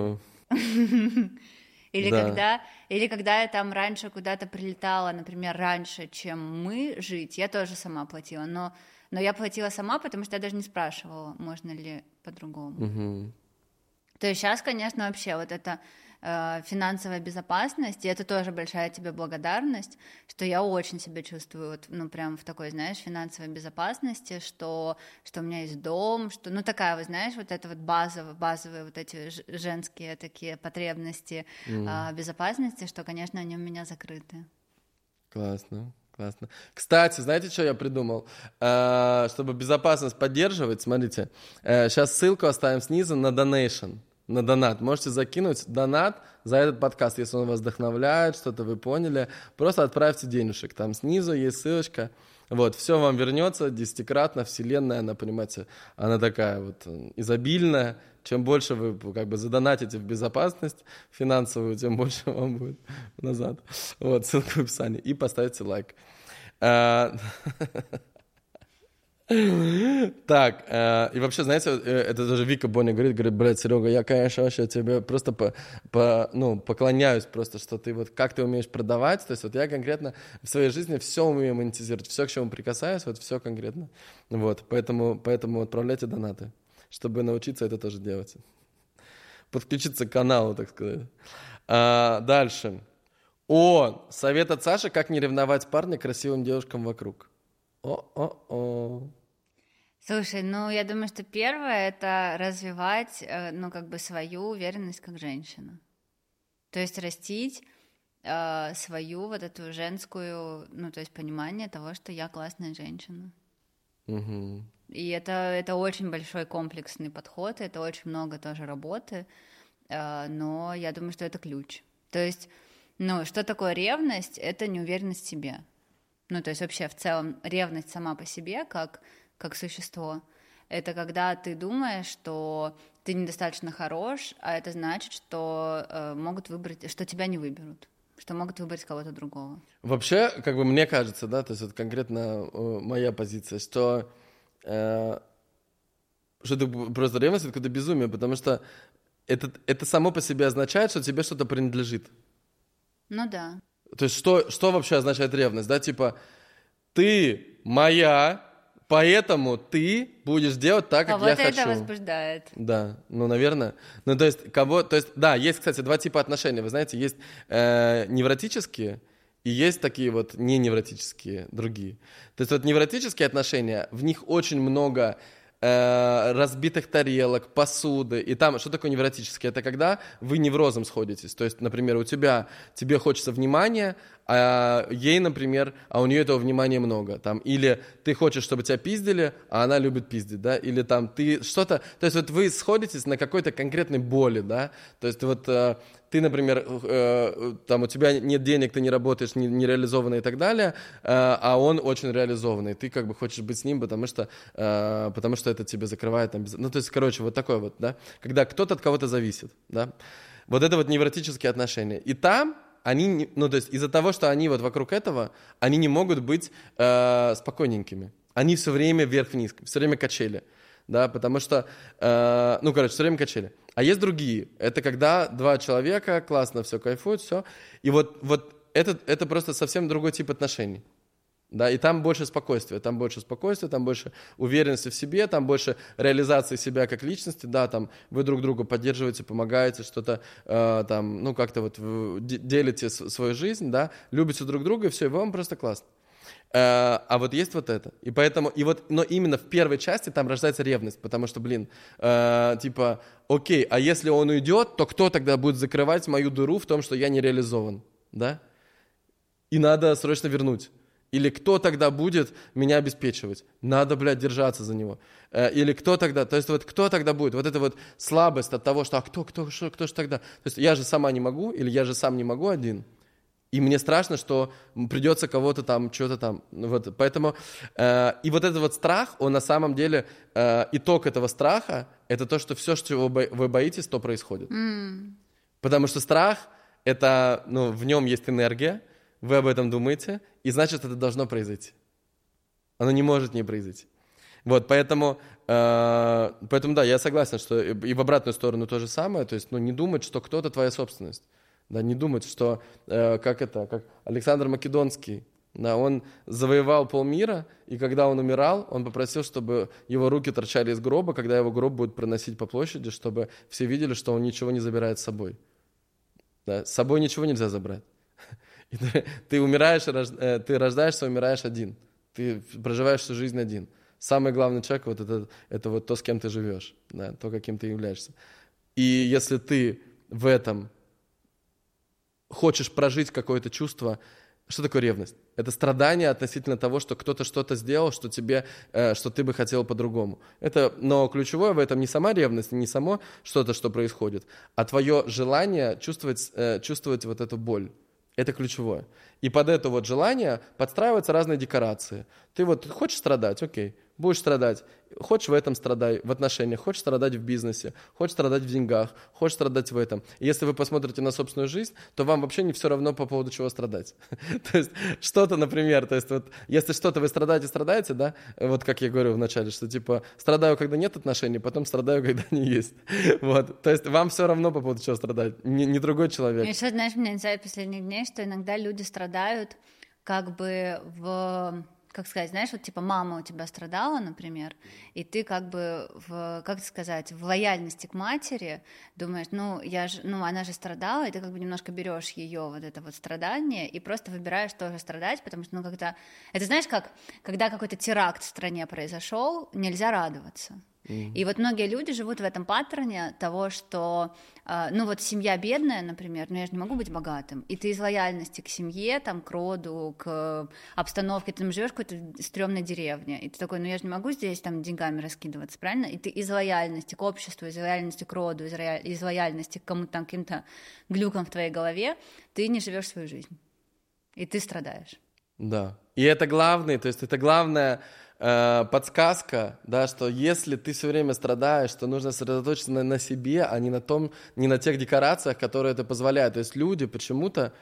Speaker 2: Или когда я там раньше куда-то прилетала, например, раньше, чем мы жить, я тоже сама платила, но я платила сама, потому что я даже не спрашивала, можно ли по-другому. То есть сейчас, конечно, вообще вот это финансовая безопасность, и это тоже большая тебе благодарность, что я очень себя чувствую вот, ну, прям в такой, знаешь, финансовой безопасности, что у меня есть дом, что, ну, такая, вы знаешь, вот это вот базовые вот эти женские такие потребности безопасности, что, конечно, они у меня закрыты.
Speaker 1: Классно. Кстати, знаете, что я придумал? Чтобы безопасность поддерживать, смотрите, сейчас ссылку оставим снизу на donation, на донат. Можете закинуть донат за этот подкаст, если он вас вдохновляет, что-то вы поняли. Просто отправьте денежек. Там снизу есть ссылочка. Вот, все вам вернется десятикратно. Вселенная, она, понимаете, она такая вот изобильная. Чем больше вы как бы задонатите в безопасность финансовую, тем больше вам будет назад. Вот, ссылка в описании. И поставьте лайк. Так, и вообще, знаете, это даже Вика Боня говорит, блядь, Серега, я, конечно, вообще тебе просто поклоняюсь просто, что ты вот, как ты умеешь продавать, то есть вот я конкретно в своей жизни все умею монетизировать, все, к чему прикасаюсь, вот все конкретно, вот, поэтому отправляйте донаты, чтобы научиться это тоже делать, подключиться к каналу, так сказать. Дальше. Совет от Саши, как не ревновать парня к красивым девушкам вокруг.
Speaker 2: Слушай, ну, я думаю, что первое — это развивать, ну, как бы свою уверенность как женщина. То есть растить свою вот эту женскую, ну, то есть понимание того, что я классная женщина.
Speaker 1: Угу.
Speaker 2: И это очень большой комплексный подход, это очень много тоже работы, но я думаю, что это ключ. То есть, ну, что такое ревность? Это неуверенность в себе. Ну, то есть вообще в целом ревность сама по себе как существо, это когда ты думаешь, что ты недостаточно хорош, а это значит, что могут выбрать, что тебя не выберут, что могут выбрать кого-то другого.
Speaker 1: Вообще, как бы мне кажется, да, то есть вот конкретно моя позиция, что это просто ревность, это какое-то безумие, потому что это само по себе означает, что тебе что-то принадлежит.
Speaker 2: Ну да.
Speaker 1: То есть что вообще означает ревность, да, типа ты моя, поэтому ты будешь делать так, как я хочу.
Speaker 2: Кого-то это возбуждает.
Speaker 1: Да, ну, наверное. Ну, то есть, да, есть, кстати, два типа отношений. Вы знаете, есть невротические и есть такие вот не невротические другие. То есть вот невротические отношения, в них очень много разбитых тарелок, посуды. И там, что такое невротически? Это когда вы неврозом сходитесь. То есть, например, тебе хочется внимания, а ей, например, а у нее этого внимания много. Там, или ты хочешь, чтобы тебя пиздили, а она любит пиздить, да? Или там ты что-то... То есть вот вы сходитесь на какой-то конкретной боли, да? То есть вот ты, например, там у тебя нет денег, ты не работаешь, не реализованный и так далее, а он очень реализованный. Ты как бы хочешь быть с ним, потому что это тебе закрывает там... Ну, то есть, короче, вот такое вот, да? Когда кто-то от кого-то зависит, да? Вот это вот невротические отношения. И там они, ну, то есть из-за того, что они вот вокруг этого, они не могут быть спокойненькими. Они все время вверх-вниз, все время качели, да, потому что, все время качели. А есть другие. Это когда два человека классно все кайфуют, все. И вот это просто совсем другой тип отношений. Да, и там больше спокойствия, там больше уверенности в себе, там больше реализации себя как личности, да, там вы друг друга поддерживаете, помогаете, что-то там, ну, как-то вот делите свою жизнь, да, любите друг друга, и все, и вам просто классно. А вот есть вот это. И поэтому, но именно в первой части там рождается ревность, потому что, типа, окей, а если он уйдет, то кто тогда будет закрывать мою дыру в том, что я не реализован, да? И надо срочно вернуть. Или кто тогда будет меня обеспечивать? Надо, держаться за него. Или кто тогда, то есть вот кто тогда будет? Вот эта вот слабость от того, что кто же тогда? То есть я же сама не могу, или я же сам не могу один. И мне страшно, что придется кого-то там, что-то там. Вот, поэтому, и вот этот вот страх, он на самом деле, итог этого страха, это то, что все, что вы боитесь, то происходит. Потому что страх, это, в нем есть энергия, вы об этом думаете, и значит, это должно произойти. Оно не может не произойти. Вот, поэтому да, я согласен, что и в обратную сторону то же самое, то есть, не думать, что кто-то твоя собственность. Да, не думать, что, как Александр Македонский Да, он завоевал полмира, и когда он умирал, он попросил, чтобы его руки торчали из гроба, когда его гроб будет проносить по площади, чтобы все видели, что он ничего не забирает с собой. Да, с собой ничего нельзя забрать. Ты умираешь, ты рождаешься, умираешь один. Ты проживаешь всю жизнь один. Самый главный человек вот это вот то, с кем ты живешь, да, то, каким ты являешься. И если ты в этом хочешь прожить какое-то чувство, что такое ревность? Это страдание относительно того, что кто-то что-то сделал, что ты бы хотел по-другому. Но ключевое в этом не сама ревность, не само что-то, что происходит, а твое желание чувствовать вот эту боль. Это ключевое. И под это вот желание подстраиваются разные декорации. Ты вот хочешь страдать, окей, будешь страдать. Хочешь в этом страдай, в отношениях, хочешь страдать в бизнесе, хочешь страдать в деньгах, хочешь страдать в этом. И если вы посмотрите на собственную жизнь, то вам вообще не все равно по поводу чего страдать. То есть что-то, например, если что-то вы страдаете, да, вот как я говорю вначале, что типа страдаю, когда нет отношений, потом страдаю, когда они есть. Вот. То есть вам все равно по поводу чего страдать, не другой человек.
Speaker 2: Еще, знаешь, меня инсайт последних дней, что иногда люди страдают как бы как сказать, знаешь, вот типа мама у тебя страдала, например, и ты как бы в лояльности к матери думаешь, она же страдала, и ты как бы немножко берешь ее вот это вот страдание и просто выбираешь тоже страдать, потому что, это знаешь, когда какой-то теракт в стране произошел, нельзя радоваться. И вот многие люди живут в этом паттерне того, что, семья бедная, например, но я же не могу быть богатым, и ты из лояльности к семье, там, к роду, к обстановке, ты там живешь в какой-то стрёмной деревне, и ты такой, я же не могу здесь там деньгами раскидываться, правильно? И ты из лояльности к обществу, из лояльности к роду, из лояльности к кому-то там, каким-то глюкам в твоей голове, ты не живешь свою жизнь, и ты страдаешь. Да,
Speaker 1: и это главная подсказка, да, что если ты все время страдаешь, то нужно сосредоточиться на себе, а не на тех декорациях, которые это позволяют. То есть люди почему-то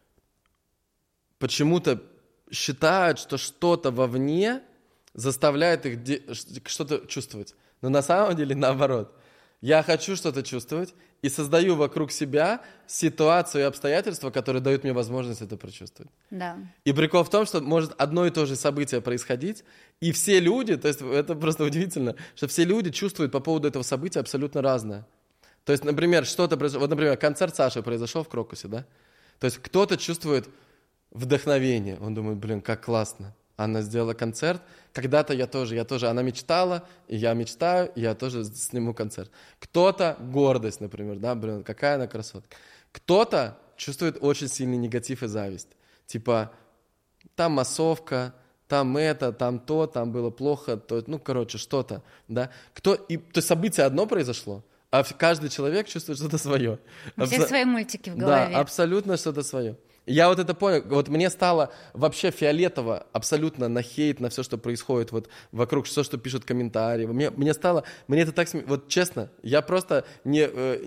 Speaker 1: считают, что что-то вовне заставляет их что-то чувствовать. Но на самом деле наоборот. Я хочу что-то чувствовать и создаю вокруг себя ситуацию и обстоятельства, которые дают мне возможность это прочувствовать.
Speaker 2: Да.
Speaker 1: И прикол в том, что может одно и то же событие происходить, и все люди, то есть это просто удивительно, что все люди чувствуют по поводу этого события абсолютно разное. То есть, например, например, концерт Саши произошел в Крокусе, да? То есть кто-то чувствует вдохновение, он думает, как классно. Она сделала концерт, когда-то я тоже, она мечтала, и я мечтаю, и я тоже сниму концерт. Кто-то гордость, например, да, какая она красотка. Кто-то чувствует очень сильный негатив и зависть. Типа, там массовка, там там то, там было плохо, что-то, да. То есть событие одно произошло, а каждый человек чувствует что-то свое.
Speaker 2: У всех свои мультики в голове.
Speaker 1: Да, абсолютно что-то свое. Я вот это понял, вот мне стало вообще фиолетово абсолютно на хейт, на все, что происходит вот вокруг, все, что пишут комментарии. Мне это так вот честно, я просто меня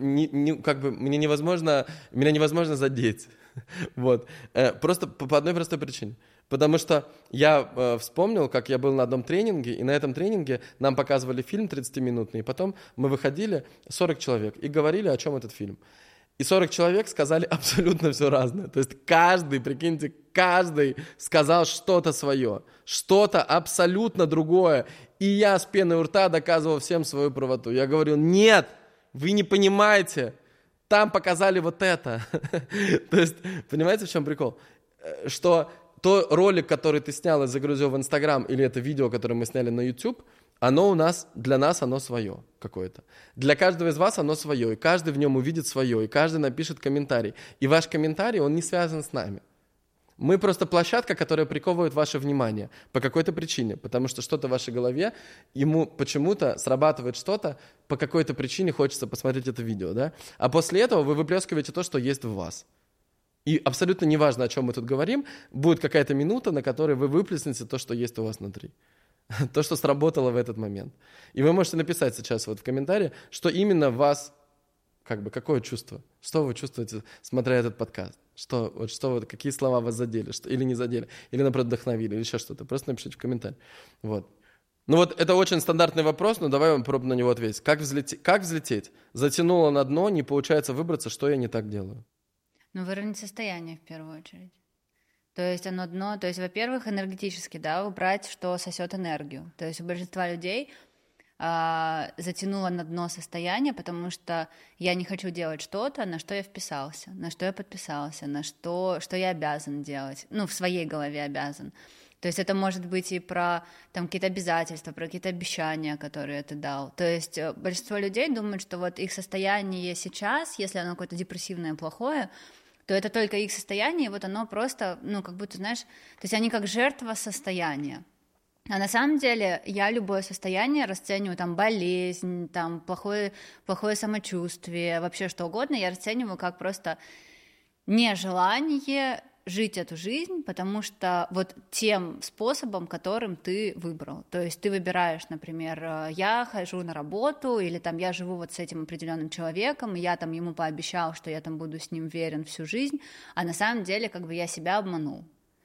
Speaker 1: невозможно задеть, вот, просто по одной простой причине. Потому что я вспомнил, как я был на одном тренинге, и на этом тренинге нам показывали фильм 30-минутный, и потом мы выходили, 40 человек, и говорили, о чем этот фильм. И 40 человек сказали абсолютно все разное. То есть каждый сказал что-то свое, что-то абсолютно другое. И я с пеной у рта доказывал всем свою правоту. Я говорю, нет, вы не понимаете, там показали вот это. То есть, понимаете, в чем прикол? Что то ролик, который ты снял и загрузил в Инстаграм, или это видео, которое мы сняли на YouTube, для нас оно свое какое-то. Для каждого из вас оно свое, и каждый в нем увидит свое, и каждый напишет комментарий. И ваш комментарий, он не связан с нами. Мы просто площадка, которая приковывает ваше внимание по какой-то причине, потому что что-то в вашей голове, ему почему-то срабатывает что-то, по какой-то причине хочется посмотреть это видео, да? А после этого вы выплескиваете то, что есть в вас. И абсолютно неважно, о чем мы тут говорим, будет какая-то минута, на которой вы выплеснете то, что есть у вас внутри. То, что сработало в этот момент. И вы можете написать сейчас вот в комментарии, что именно вас, какое чувство, что вы чувствуете, смотря этот подкаст, какие слова вас задели, или не задели, или, наоборот, вдохновили, или еще что-то. Просто напишите в комментарии. Вот. Это очень стандартный вопрос, но давай попробуем на него ответить. Как взлететь? Затянуло на дно, не получается выбраться, что я не так делаю?
Speaker 2: Выровнять состояние в первую очередь. То есть оно дно, то есть, во-первых, энергетически, да, убрать, что сосет энергию. То есть у большинства людей затянуло на дно состояние, потому что я не хочу делать что-то, на что я вписался, на что я подписался, на что я обязан делать, ну, в своей голове обязан. То есть это может быть и про там какие-то обязательства, про какие-то обещания, которые ты дал. То есть большинство людей думают, что вот их состояние сейчас, если оно какое-то депрессивное, плохое, то это только их состояние, и вот оно просто, ну, как будто, знаешь, то есть они как жертва состояния. А на самом деле я любое состояние расцениваю, там, болезнь, там, плохое самочувствие, вообще что угодно, я расцениваю как просто нежелание жить эту жизнь, потому что вот тем способом, которым ты выбрал. То есть ты выбираешь, например, я хожу на работу, или там я живу вот с этим определенным человеком, и я там ему пообещал, что я там буду с ним верен всю жизнь, а на самом деле как бы я себя обманул.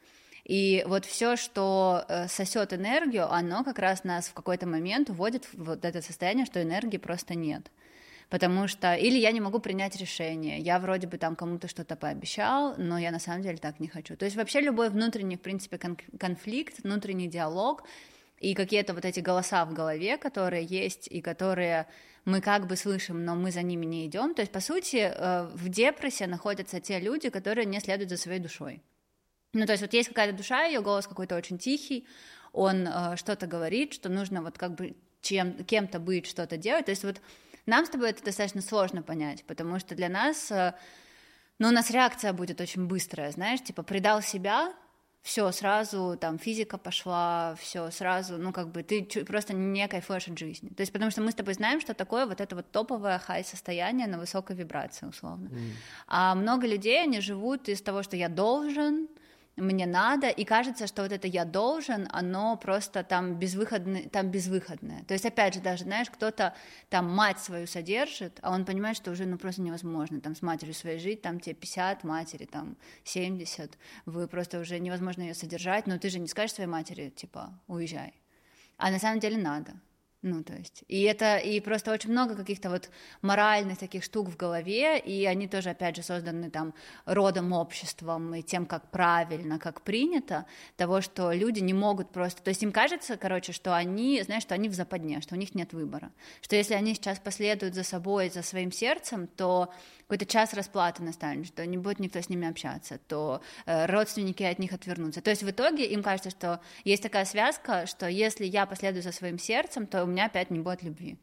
Speaker 2: И вот все, что сосет энергию, оно как раз нас в какой-то момент уводит в вот это состояние, что энергии просто нет. Потому что или я не могу принять решение, я вроде бы там кому-то что-то пообещал, но я на самом деле так не хочу. То есть вообще любой внутренний, в принципе, конфликт, внутренний диалог и какие-то вот эти голоса в голове, которые есть и которые мы как бы слышим, но мы за ними не идем. То есть, по сути, в депрессии находятся те люди, которые не следуют за своей душой. Ну, то есть вот есть какая-то душа, ее голос какой-то очень тихий, он что-то говорит, что нужно вот как бы кем-то быть, что-то делать. То есть вот нам с тобой это достаточно сложно понять, потому что для нас, ну, у нас реакция будет очень быстрая, знаешь, типа предал себя, все сразу, там, физика пошла, все сразу, ну, как бы ты просто не кайфуешь от жизни. То есть потому что мы с тобой знаем, что такое вот это вот топовое хай-состояние на высокой вибрации, условно. А много людей, они живут из того, что я должен, мне надо, и кажется, что вот это «я должен», оно просто там безвыходное. То есть, опять же, даже, знаешь, кто-то там мать свою содержит, а он понимает, что уже, ну, просто невозможно там с матерью своей жить, там тебе 50, матери там 70, вы просто уже невозможно ее содержать, но ты же не скажешь своей матери, типа, уезжай. А на самом деле надо. Ну, то есть, и просто очень много каких-то вот моральных таких штук в голове, и они тоже, опять же, созданы там родом, обществом и тем, как правильно, как принято, того, что люди не могут просто, то есть им кажется, короче, что они, знаешь, что они в западне, что у них нет выбора, что если они сейчас последуют за собой, за своим сердцем, то какой-то час расплаты настанет, что не будет никто с ними общаться, то родственники от них отвернутся. То есть в итоге им кажется, что есть такая связка, что если я последую за своим сердцем, то у меня опять не будет любви.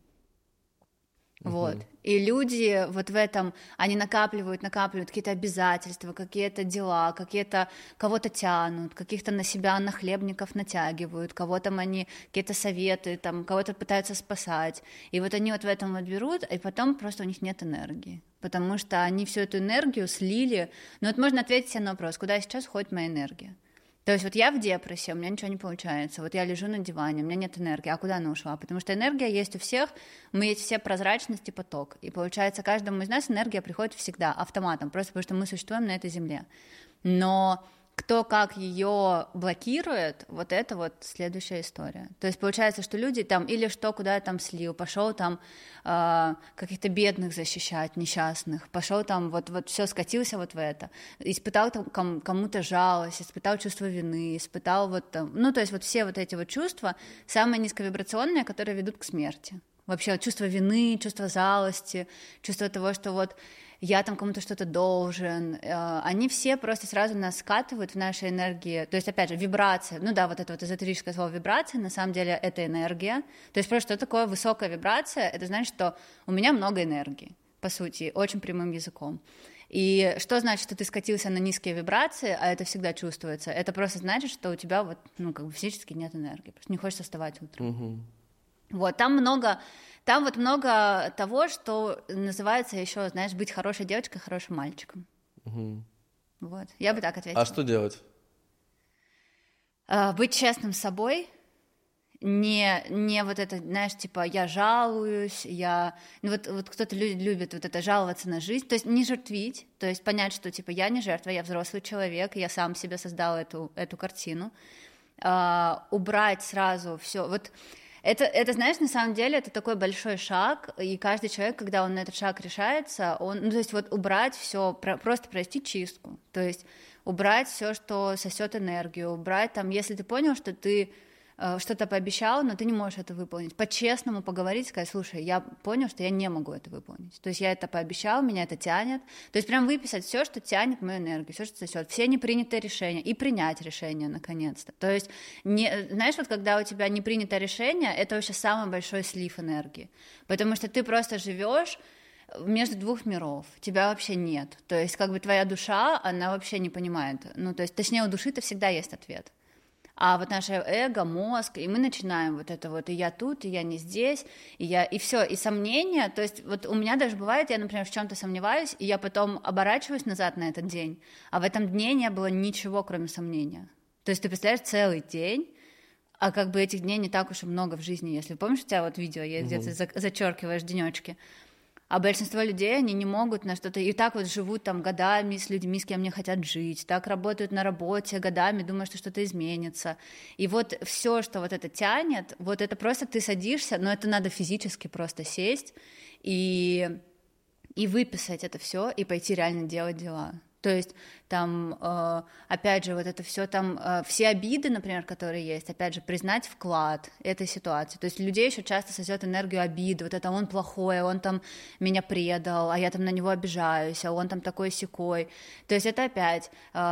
Speaker 2: Вот. И люди вот в этом, они накапливают какие-то обязательства, какие-то дела, кого-то тянут, каких-то на себя нахлебников натягивают, кого-то они какие-то советы, там, кого-то пытаются спасать. И вот они вот в этом вот берут, и потом просто у них нет энергии, потому что они всю эту энергию слили. Ну вот можно ответить себе на вопрос, куда сейчас уходит моя энергия? То есть вот я в депрессии, у меня ничего не получается, вот я лежу на диване, у меня нет энергии, а куда она ушла? Потому что энергия есть у всех, мы есть все прозрачность и поток, и получается каждому из нас энергия приходит всегда автоматом, просто потому что мы существуем на этой земле. Но кто как ее блокирует, вот это вот следующая история. То есть получается, что люди там или что, куда я там слил, пошел там каких-то бедных защищать, несчастных, пошел там вот все скатился вот в это, испытал там кому-то жалость, испытал чувство вины, испытал вот там, ну то есть вот все вот эти вот чувства, самые низковибрационные, которые ведут к смерти. Вообще вот чувство вины, чувство жалости, чувство того, что вот я там кому-то что-то должен, они все просто сразу нас скатывают в нашей энергии, то есть, опять же, вибрация, ну да, вот это вот эзотерическое слово вибрация, на самом деле это энергия, то есть просто что такое высокая вибрация, это значит, что у меня много энергии, по сути, очень прямым языком. И что значит, что ты скатился на низкие вибрации, а это всегда чувствуется, это просто значит, что у тебя вот, ну, как бы физически нет энергии, просто не хочется вставать утром. Вот, там много того, что называется еще, знаешь, быть хорошей девочкой, хорошим мальчиком. Вот, я бы так ответила.
Speaker 1: А что делать?
Speaker 2: Быть честным с собой, не вот это, знаешь, типа я жалуюсь, ну, вот кто-то любит вот это жаловаться на жизнь, то есть не жертвить, то есть понять, что типа я не жертва, я взрослый человек, я сам себе создал эту картину, убрать сразу все. Вот это, знаешь, на самом деле это такой большой шаг, и каждый человек, когда он на этот шаг решается, ну, то есть вот убрать все, просто провести чистку, то есть убрать все, что сосет энергию, убрать там, если ты понял, что ты что-то пообещал, но ты не можешь это выполнить. По-честному поговорить, сказать, слушай, я понял, что я не могу это выполнить. То есть я это пообещал, меня это тянет. То есть прям выписать все, что тянет мою энергию, все, что сосет, все непринятые решения, и принять решение наконец-то. То есть, знаешь, вот когда у тебя не принято решение, это вообще самый большой слив энергии. Потому что ты просто живешь между двух миров, тебя вообще нет. То есть как бы твоя душа, она вообще не понимает. Ну, то есть, точнее, у души-то всегда есть ответ. А вот наше эго, мозг, и мы начинаем вот это вот, и я тут, и я не здесь, и все, и сомнения, то есть вот у меня даже бывает, я, например, в чем-то сомневаюсь, и я потом оборачиваюсь назад на этот день, а в этом дне не было ничего, кроме сомнения. То есть ты представляешь, целый день, а как бы этих дней не так уж и много в жизни, если помнишь, у тебя вот видео есть, где ты зачеркиваешь денечки. А большинство людей, они не могут на что-то... И так вот живут там годами с людьми, с кем не хотят жить, так работают на работе годами, думая, что что-то изменится. И вот все, что вот это тянет, вот это просто ты садишься, но это надо физически просто сесть и выписать это все и пойти реально делать дела. То есть там, опять же, вот это все там, все обиды, например, которые есть, опять же, признать вклад этой ситуации. То есть людей еще часто сосет энергию обиды, вот это он плохой, он там меня предал, а я там на него обижаюсь, а он там такой-сякой. То есть это опять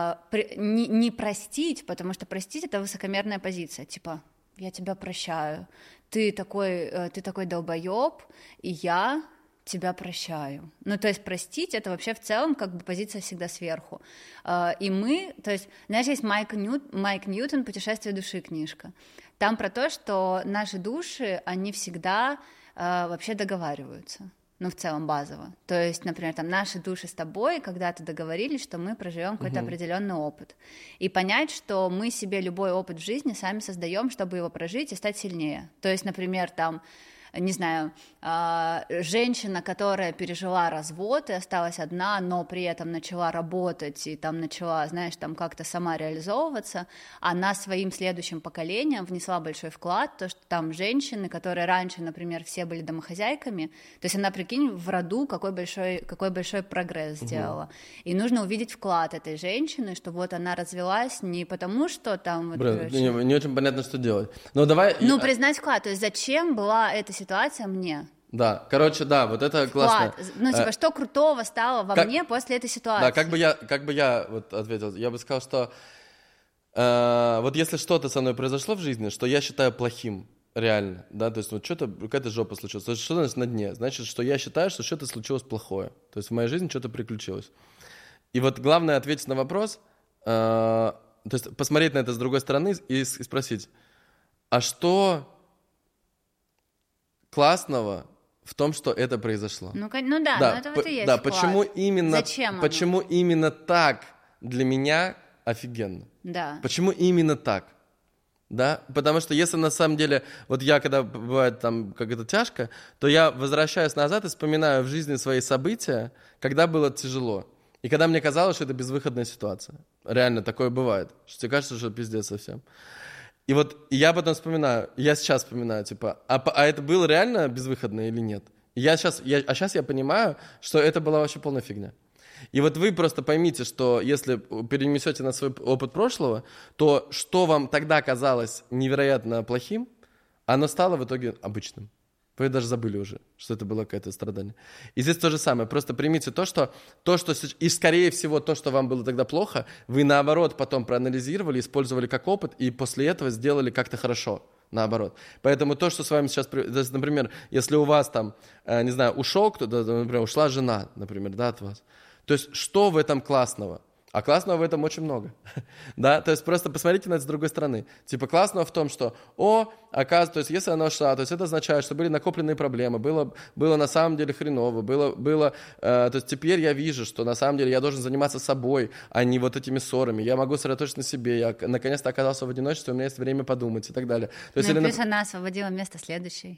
Speaker 2: не простить, потому что простить — это высокомерная позиция, типа, я тебя прощаю, ты такой долбоеб, и я тебя прощаю. Ну, то есть простить — это вообще в целом как бы позиция всегда сверху. И мы, то есть, знаешь, есть Майк Ньютон «Путешествие души» книжка. Там про то, что наши души, они всегда вообще договариваются. Ну, в целом базово. То есть, например, там наши души с тобой когда-то договорились, что мы проживем какой-то определенный опыт. И понять, что мы себе любой опыт в жизни сами создаем, чтобы его прожить и стать сильнее. То есть, например, там, не знаю, женщина, которая пережила развод и осталась одна, но при этом начала работать и там начала, знаешь, там как-то сама реализовываться, она своим следующим поколениям внесла большой вклад, то, что там женщины, которые раньше, например, все были домохозяйками, то есть она, прикинь, в роду какой большой прогресс сделала. И нужно увидеть вклад этой женщины, что вот она развелась не потому, что там... Вот,
Speaker 1: блин, не очень понятно, что делать. Но давай...
Speaker 2: признать вклад, то есть зачем была эта ситуация мне?
Speaker 1: Да, короче, да, вот это классно.
Speaker 2: Ну, типа, что крутого стало во мне после этой ситуации?
Speaker 1: Да, как бы я вот ответил, я бы сказал, что вот если что-то со мной произошло в жизни, что я считаю плохим, реально, да, то есть вот что-то, какая-то жопа случилась, то есть что значит на дне, значит, что я считаю, что что-то случилось плохое, то есть в моей жизни что-то приключилось. И вот главное ответить на вопрос, то есть посмотреть на это с другой стороны и спросить, а что классного в том, что это произошло?
Speaker 2: Ну да, но это вот и есть
Speaker 1: да,
Speaker 2: вклад.
Speaker 1: Почему именно так для меня офигенно?
Speaker 2: Да.
Speaker 1: Почему именно так? Да, потому что если на самом деле, вот я, когда бывает там как-то тяжко, то я возвращаюсь назад и вспоминаю в жизни свои события, когда было тяжело. И когда мне казалось, что это безвыходная ситуация. Реально, такое бывает. Что тебе кажется, что пиздец совсем. И вот я потом вспоминаю, я сейчас вспоминаю, типа, а это было реально безвыходно или нет? Сейчас я понимаю, что это была вообще полная фигня. И вот вы просто поймите, что если перенесете на свой опыт прошлого, то что вам тогда казалось невероятно плохим, оно стало в итоге обычным. Вы даже забыли уже, что это было какое-то страдание. И здесь то же самое. Просто примите то, что и, скорее всего, то, что вам было тогда плохо, вы, наоборот, потом проанализировали, использовали как опыт, и после этого сделали как-то хорошо. Наоборот. Поэтому то, что с вами сейчас... Например, если у вас там, не знаю, ушел кто-то, например, ушла жена, например, да, от вас. То есть что в этом классного? А классного в этом очень много. Да? То есть просто посмотрите на это с другой стороны. Типа классного в том, что, оказывается, то есть если она ушла, то есть это означает, что были накопленные проблемы, было на самом деле хреново, то есть теперь я вижу, что на самом деле я должен заниматься собой, а не вот этими ссорами. Я могу сосредоточиться на себе, я наконец-то оказался в одиночестве, у меня есть время подумать и так далее. То есть,
Speaker 2: плюс она освободила место следующей.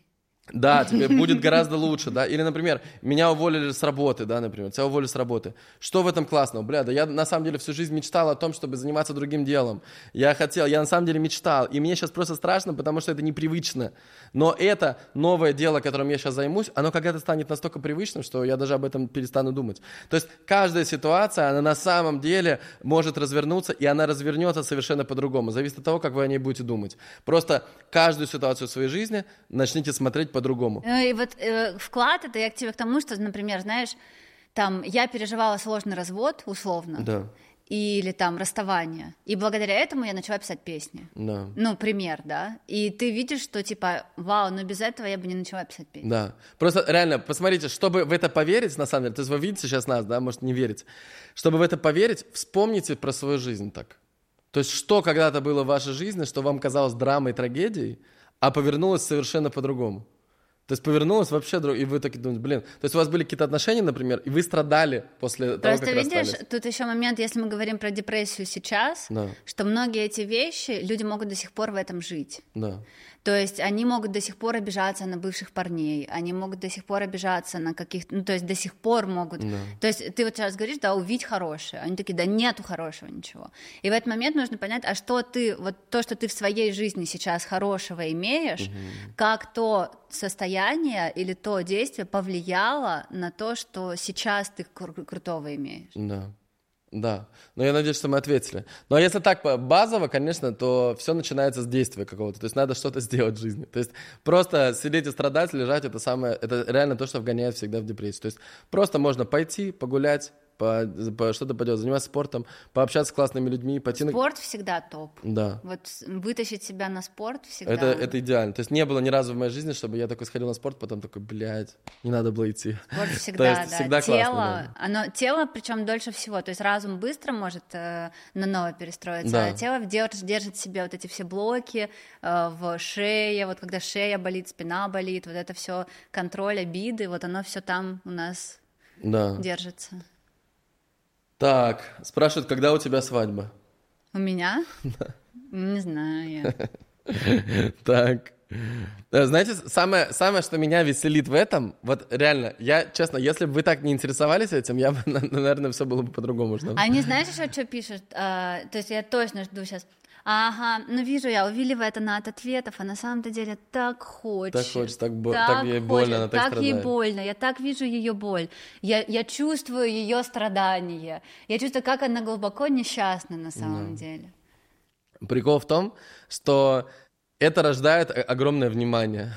Speaker 1: Да, тебе будет гораздо лучше, да. Или, например, меня уволили с работы, да, например, тебя уволили с работы. Что в этом классного? Бля, да я на самом деле всю жизнь мечтал о том, чтобы заниматься другим делом. Я на самом деле мечтал. И мне сейчас просто страшно, потому что это непривычно. Но это новое дело, которым я сейчас займусь, оно когда-то станет настолько привычным, что я даже об этом перестану думать. То есть каждая ситуация, она на самом деле может развернуться, и она развернется совершенно по-другому. Зависит от того, как вы о ней будете думать. Просто каждую ситуацию в своей жизни начните смотреть по-другому.
Speaker 2: И вот вклад это я к тебе к тому, что, например, знаешь, там я переживала сложный развод, условно,
Speaker 1: Да.
Speaker 2: или там расставание, и благодаря этому я начала писать песни.
Speaker 1: Да.
Speaker 2: Ну, пример, да, и ты видишь, что типа, вау, но без этого я бы не начала писать песни.
Speaker 1: Да. Просто реально, посмотрите, чтобы в это поверить, на самом деле, то есть вы видите сейчас нас, да, может не верить, чтобы в это поверить, вспомните про свою жизнь так. То есть что когда-то было в вашей жизни, что вам казалось драмой, трагедией, а повернулось совершенно по-другому. То есть повернулось вообще, и вы такие думаете, блин, то есть у вас были какие-то отношения, например, и вы страдали после того, как расстались.
Speaker 2: Просто видишь, тут еще момент, если мы говорим про депрессию сейчас,
Speaker 1: Да.
Speaker 2: что многие эти вещи, люди могут до сих пор в этом жить.
Speaker 1: Да.
Speaker 2: То есть они могут до сих пор обижаться на бывших парней, они могут до сих пор обижаться на каких-то, ну то есть до сих пор могут.
Speaker 1: Да.
Speaker 2: То есть ты вот сейчас говоришь, да, увидь хорошее, они такие, да нету хорошего ничего. И в этот момент нужно понять, а что ты, вот то, что ты в своей жизни сейчас хорошего имеешь, как то состояние или то действие повлияло на то, что сейчас ты крутого имеешь.
Speaker 1: Да. Да, но я надеюсь, что мы ответили. Но если так базово, конечно, то все начинается с действия какого-то. То есть надо что-то сделать в жизни. То есть просто сидеть и страдать, лежать, это реально то, что вгоняет всегда в депрессию. То есть просто можно пойти, погулять, что-то поделать, заниматься спортом, пообщаться с классными людьми.
Speaker 2: Спорт всегда топ.
Speaker 1: Да.
Speaker 2: Вот вытащить себя на спорт всегда.
Speaker 1: Это идеально. То есть не было ни разу в моей жизни, чтобы я такой сходил на спорт, потом такой, блядь, не надо было идти.
Speaker 2: Спорт всегда, да.
Speaker 1: Всегда классно,
Speaker 2: тело, причем дольше всего. То есть разум быстро может на новое перестроиться,
Speaker 1: да.
Speaker 2: А тело держит в себе вот эти все блоки в шее, вот когда шея болит, спина болит, вот это все контроль, обиды, вот оно все там у нас держится.
Speaker 1: Так, спрашивают, когда у тебя свадьба?
Speaker 2: У меня? Да. Не знаю.
Speaker 1: Так. Знаете, самое, что меня веселит в этом, вот реально, я, честно, если бы вы так не интересовались этим, я бы, наверное, все было бы по-другому.
Speaker 2: Они, знаешь, еще что пишут? То есть я точно жду сейчас. Ага, ну вижу я, увиливает она от ответов, а на самом-то деле так хочет.
Speaker 1: Так хочет, так ей больно, она так страдает.
Speaker 2: Ей больно, я так вижу ее боль, я чувствую ее страдания, я чувствую, как она глубоко несчастна на самом деле.
Speaker 1: Прикол в том, что это рождает огромное внимание.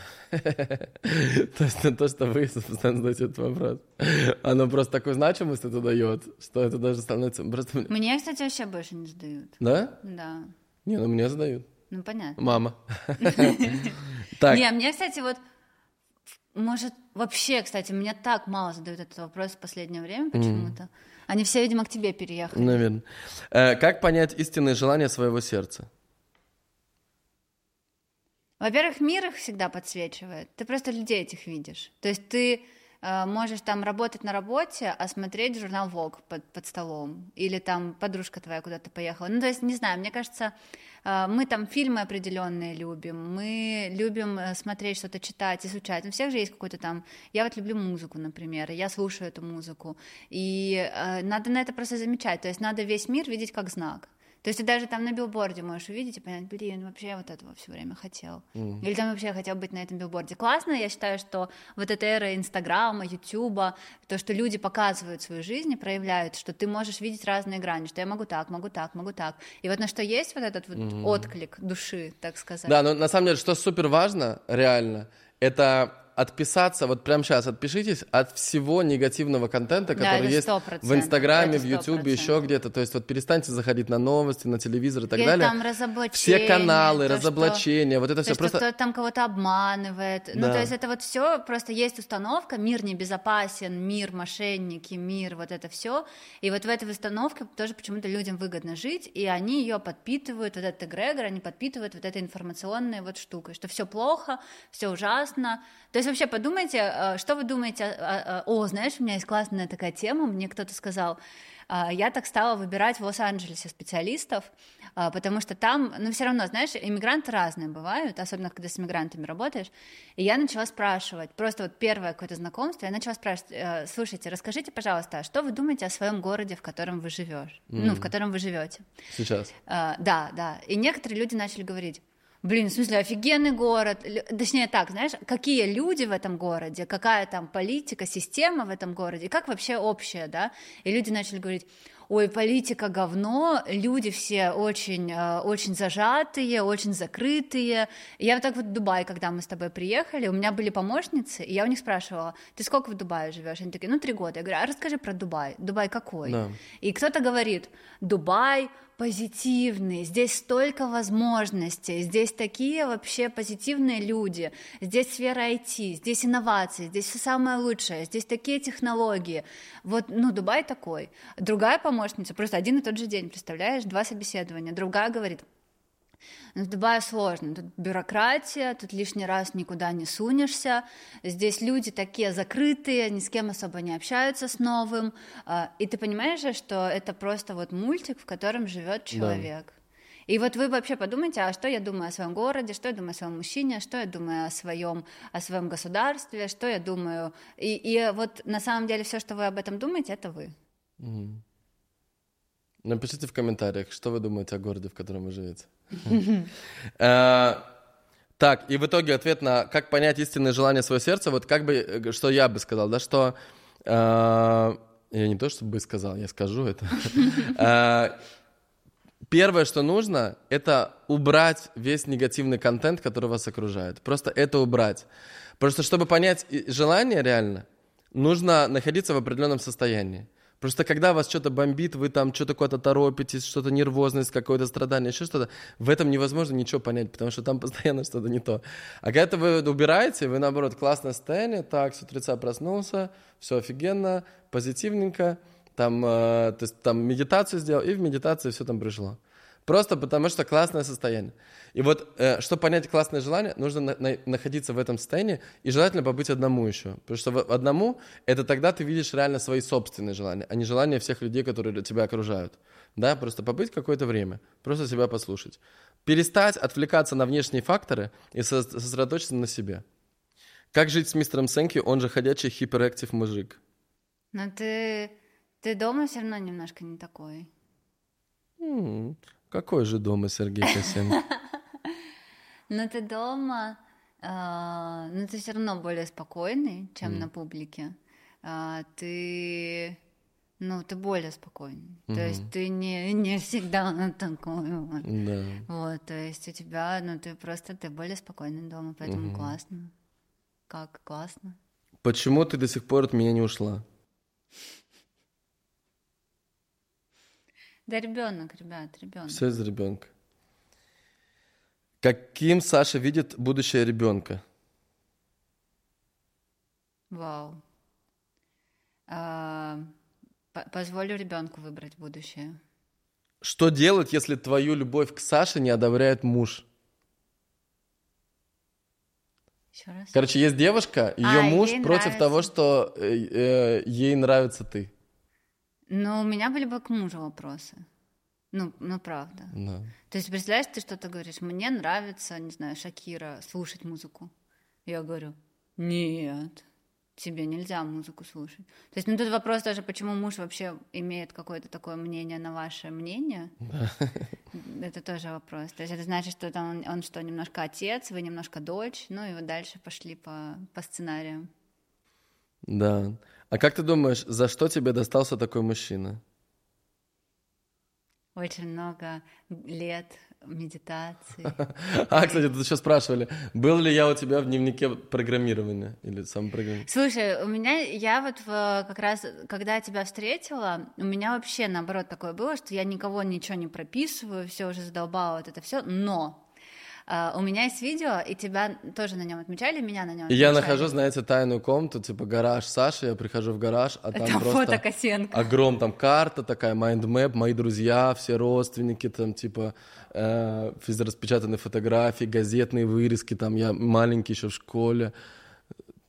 Speaker 1: То есть то, что вы постоянно задаете этот вопрос, оно просто такую значимость это дает, что это даже становится...
Speaker 2: Мне, кстати, вообще больше не задают.
Speaker 1: Да?
Speaker 2: Да.
Speaker 1: Не, ну мне задают.
Speaker 2: Ну, понятно.
Speaker 1: Мама.
Speaker 2: Не, мне, кстати, вот, может, вообще, кстати, меня так мало задают этот вопрос в последнее время почему-то. Они все, видимо, к тебе переехали.
Speaker 1: Наверное. Как понять истинные желания своего сердца?
Speaker 2: Во-первых, мир их всегда подсвечивает. Ты просто людей этих видишь. То есть ты можешь там работать на работе, а смотреть журнал Vogue под столом, или там подружка твоя куда-то поехала. Ну, то есть, не знаю, мне кажется, мы там фильмы определенные любим, мы любим смотреть что-то, читать, изучать. У всех же есть какой-то там... Я вот люблю музыку, например, и я слушаю эту музыку, и надо на это просто замечать, то есть надо весь мир видеть как знак. То есть ты даже там на билборде можешь увидеть и понять, блин, вообще я вот этого все время хотел. Или там вообще я хотел быть на этом билборде. Классно, я считаю, что вот эта эра Инстаграма, Ютуба, то, что люди показывают свою жизнь и проявляют, что ты можешь видеть разные грани, что я могу так, могу так, могу так. И вот на что есть вот этот вот отклик души, так сказать.
Speaker 1: Да, но на самом деле, что супер важно, реально, это... отписаться, вот прямо сейчас отпишитесь от всего негативного контента, который есть в Инстаграме, в Ютубе, еще где-то. То есть вот перестаньте заходить на новости, на телевизор и так далее.
Speaker 2: Там разоблачения.
Speaker 1: Все каналы, разоблачения, вот это все просто...
Speaker 2: кто-то там кого-то обманывает. Да. Ну, то есть это вот все просто есть установка, мир небезопасен, мир мошенники, мир вот это все. И вот в этой установке тоже почему-то людям выгодно жить, и они ее подпитывают, вот этот эгрегор, они подпитывают вот этой информационной вот штукой, что все плохо, все ужасно. То есть вообще подумайте, что вы думаете, знаешь, у меня есть классная такая тема, мне кто-то сказал, я так стала выбирать в Лос-Анджелесе специалистов, потому что там, все равно, знаешь, иммигранты разные бывают, особенно когда с иммигрантами работаешь, и я начала спрашивать, просто вот первое какое-то знакомство, я начала спрашивать, слушайте, расскажите, пожалуйста, что вы думаете о своем городе, в котором вы живете, в котором вы живете?
Speaker 1: Сейчас?
Speaker 2: Да, и некоторые люди начали говорить, блин, в смысле, офигенный город, точнее так, знаешь, какие люди в этом городе, какая там политика, система в этом городе, как вообще общее, да, и люди начали говорить, ой, политика говно, люди все очень, очень зажатые, очень закрытые. И я вот так вот в Дубай, когда мы с тобой приехали, у меня были помощницы, и я у них спрашивала, ты сколько в Дубае живешь? Они такие, 3 года. Я говорю, а расскажи про Дубай. Дубай какой?
Speaker 1: Да.
Speaker 2: И кто-то говорит, Дубай позитивный, здесь столько возможностей, здесь такие вообще позитивные люди, здесь сфера IT, здесь инновации, здесь все самое лучшее, здесь такие технологии. Вот, Дубай такой. Другая помощница, просто один и тот же день, представляешь, 2 собеседования, другая говорит, в Дубае сложно, тут бюрократия, тут лишний раз никуда не сунешься, здесь люди такие закрытые, ни с кем особо не общаются с новым, и ты понимаешь же, что это просто вот мультик, в котором живет человек. Да. И вот вы вообще подумайте, а что я думаю о своем городе, что я думаю о своем мужчине, что я думаю о своем государстве, что я думаю, и вот на самом деле все, что вы об этом думаете, это вы.
Speaker 1: Напишите в комментариях, что вы думаете о городе, в котором вы живете. Так, и в итоге ответ на как понять истинное желание своего сердца, вот как бы, что я бы сказал, да, что... Я не то, что бы сказал, я скажу это. Первое, что нужно, это убрать весь негативный контент, который вас окружает. Просто это убрать. Просто чтобы понять желание реально, нужно находиться в определенном состоянии. Просто когда вас что-то бомбит, вы там что-то куда-то торопитесь, что-то нервозность, какое-то страдание, еще что-то, в этом невозможно ничего понять, потому что там постоянно что-то не то. А когда вы убираете, вы, наоборот, классное состояние, так, с утреца проснулся, все офигенно, позитивненько, там, то есть, там медитацию сделал, и в медитации все там пришло. Просто потому что классное состояние. И вот, чтобы понять классное желание, нужно находиться в этом состоянии и желательно побыть одному еще. Потому что одному, это тогда ты видишь реально свои собственные желания, а не желания всех людей, которые тебя окружают. Да, просто побыть какое-то время, просто себя послушать. Перестать отвлекаться на внешние факторы и сосредоточиться на себе. Как жить с мистером Сэнки, он же ходячий хиперактив мужик?
Speaker 2: Но ты дома все равно немножко не такой.
Speaker 1: Какой же дома Сергей Косенко?
Speaker 2: Но ты дома, ты все равно более спокойный, чем на публике. Ты более спокойный. То есть ты не всегда такой вот.
Speaker 1: Да.
Speaker 2: Вот, то есть у тебя, ты более спокойный дома, поэтому классно. Как классно.
Speaker 1: Почему ты до сих пор от меня не ушла?
Speaker 2: Да ребенок, ребят.
Speaker 1: Все из-за ребенка. Каким Саша видит будущее ребенка?
Speaker 2: Вау. Позволю ребенку выбрать будущее.
Speaker 1: Что делать, если твою любовь к Саше не одобряет муж?
Speaker 2: Еще раз.
Speaker 1: Короче, есть девушка, ее муж против того, что ей нравится ты.
Speaker 2: Ну, у меня были бы к мужу вопросы. Правда.
Speaker 1: Да.
Speaker 2: То есть, представляешь, ты что-то говоришь, мне нравится, не знаю, Шакира, слушать музыку. Я говорю, нет, тебе нельзя музыку слушать. То есть, тут вопрос даже, почему муж вообще имеет какое-то такое мнение на ваше мнение. Да. Это тоже вопрос. То есть, это значит, что он что, немножко отец, вы немножко дочь, и вот дальше пошли по сценариям.
Speaker 1: Да. А как ты думаешь, за что тебе достался такой мужчина?
Speaker 2: Очень много лет медитации.
Speaker 1: Кстати, тут еще спрашивали, был ли я у тебя в дневнике программирования или самопрограммирования?
Speaker 2: Слушай, я вот как раз, когда я тебя встретила, у меня вообще наоборот такое было, что я никого ничего не прописываю, все уже задолбало вот это все, но у меня есть видео, и тебя тоже на нем отмечали, меня на нем отмечали.
Speaker 1: И я нахожу, знаете, тайную комнату, типа гараж Саши, я прихожу в гараж, а там просто
Speaker 2: фото Косенко.
Speaker 1: Там карта такая, майндмэп, мои друзья, все родственники, там типа распечатанные фотографии, газетные вырезки, там я маленький еще в школе,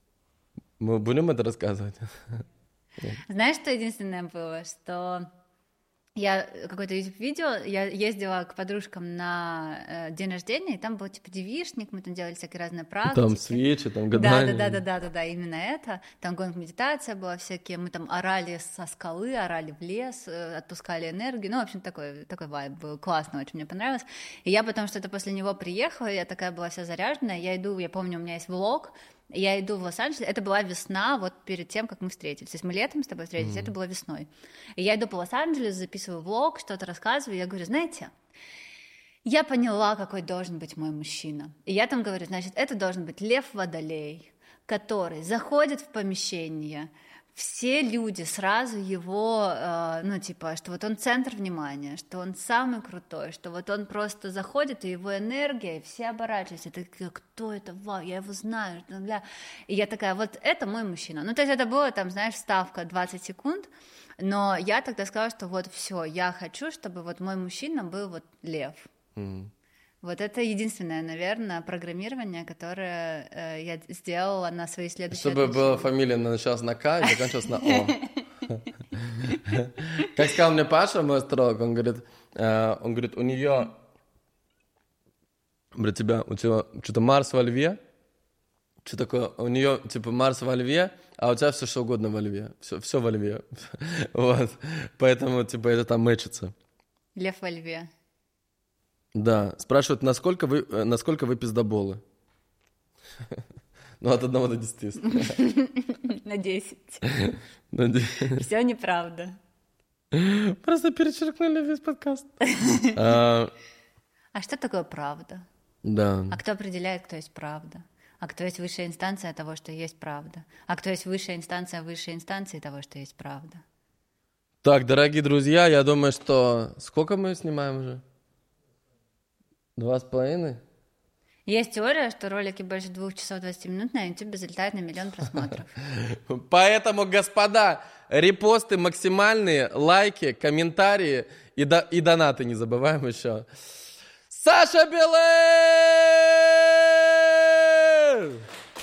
Speaker 1: Мы будем это рассказывать?
Speaker 2: Знаешь, что единственное было? Что я какое-то видео, я ездила к подружкам на день рождения, и там был типа девичник, мы там делали всякие разные практики.
Speaker 1: Там свечи, там гадания.
Speaker 2: Да, именно это. Там гонг-медитация была всякие, мы там орали со скалы, орали в лес, отпускали энергию, ну, в общем, такой вайб был, классно, очень мне понравилось. И я потом что-то после него приехала, я такая была вся заряженная, я иду, я помню, у меня есть влог, я иду в Лос-Анджелес, это была весна, вот перед тем, как мы встретились. То есть мы летом с тобой встретились, это было весной. И я иду по Лос-Анджелесу, записываю влог, что-то рассказываю, я говорю, знаете, я поняла, какой должен быть мой мужчина. И я там говорю, значит, это должен быть лев-водолей, который заходит в помещение, все люди сразу его, ну, типа, что вот он центр внимания, что он самый крутой, что вот он просто заходит, и его энергия, и все оборачиваются, и такие, кто это, вау, я его знаю, бля. И я такая, вот это мой мужчина. Ну, то есть это было, там, знаешь, вставка 20 секунд, но я тогда сказала, что вот все, я хочу, чтобы вот мой мужчина был вот лев. Вот это единственное, наверное, программирование, которое я сделала на свои следующие
Speaker 1: Чтобы
Speaker 2: отношения.
Speaker 1: была фамилия началась на К и закончилась на О. Как сказал мне Паша, мой астролог, он говорит, у нее, у тебя что-то Марс во Льве, что такое, у нее типа Марс во Льве, а у тебя все что угодно во Льве, все во Льве, вот, поэтому типа это там мэчится.
Speaker 2: Лев во Льве.
Speaker 1: Да, спрашивают, насколько вы пиздоболы? Ну, от 1 до 10.
Speaker 2: На 10.
Speaker 1: На 10.
Speaker 2: Все неправда.
Speaker 1: Просто перечеркнули весь подкаст.
Speaker 2: А что такое правда?
Speaker 1: Да.
Speaker 2: А кто определяет, кто есть правда? А кто есть высшая инстанция того, что есть правда? А кто есть высшая инстанция высшей инстанции того, что есть правда?
Speaker 1: Так, дорогие друзья, я думаю, что... Сколько мы снимаем уже? 2,5?
Speaker 2: Есть теория, что ролики больше 2 часов 20 минут на YouTube залетают на 1 миллион просмотров.
Speaker 1: Поэтому, господа, репосты максимальные, лайки, комментарии и донаты не забываем еще. Саша Белый!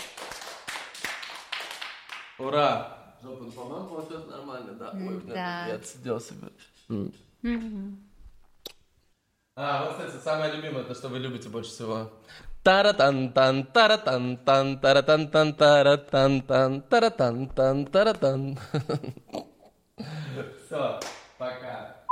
Speaker 1: Ура! Жопу, по-моему, получилось нормально, да? Ой,
Speaker 2: да.
Speaker 1: Я отсидел себя. Вот, кстати, самое любимое, то, что вы любите больше всего. Таратан-тан, таратан-тан, таратан-тан, таратан-тан, таратан-тан, таратан. Все, пока.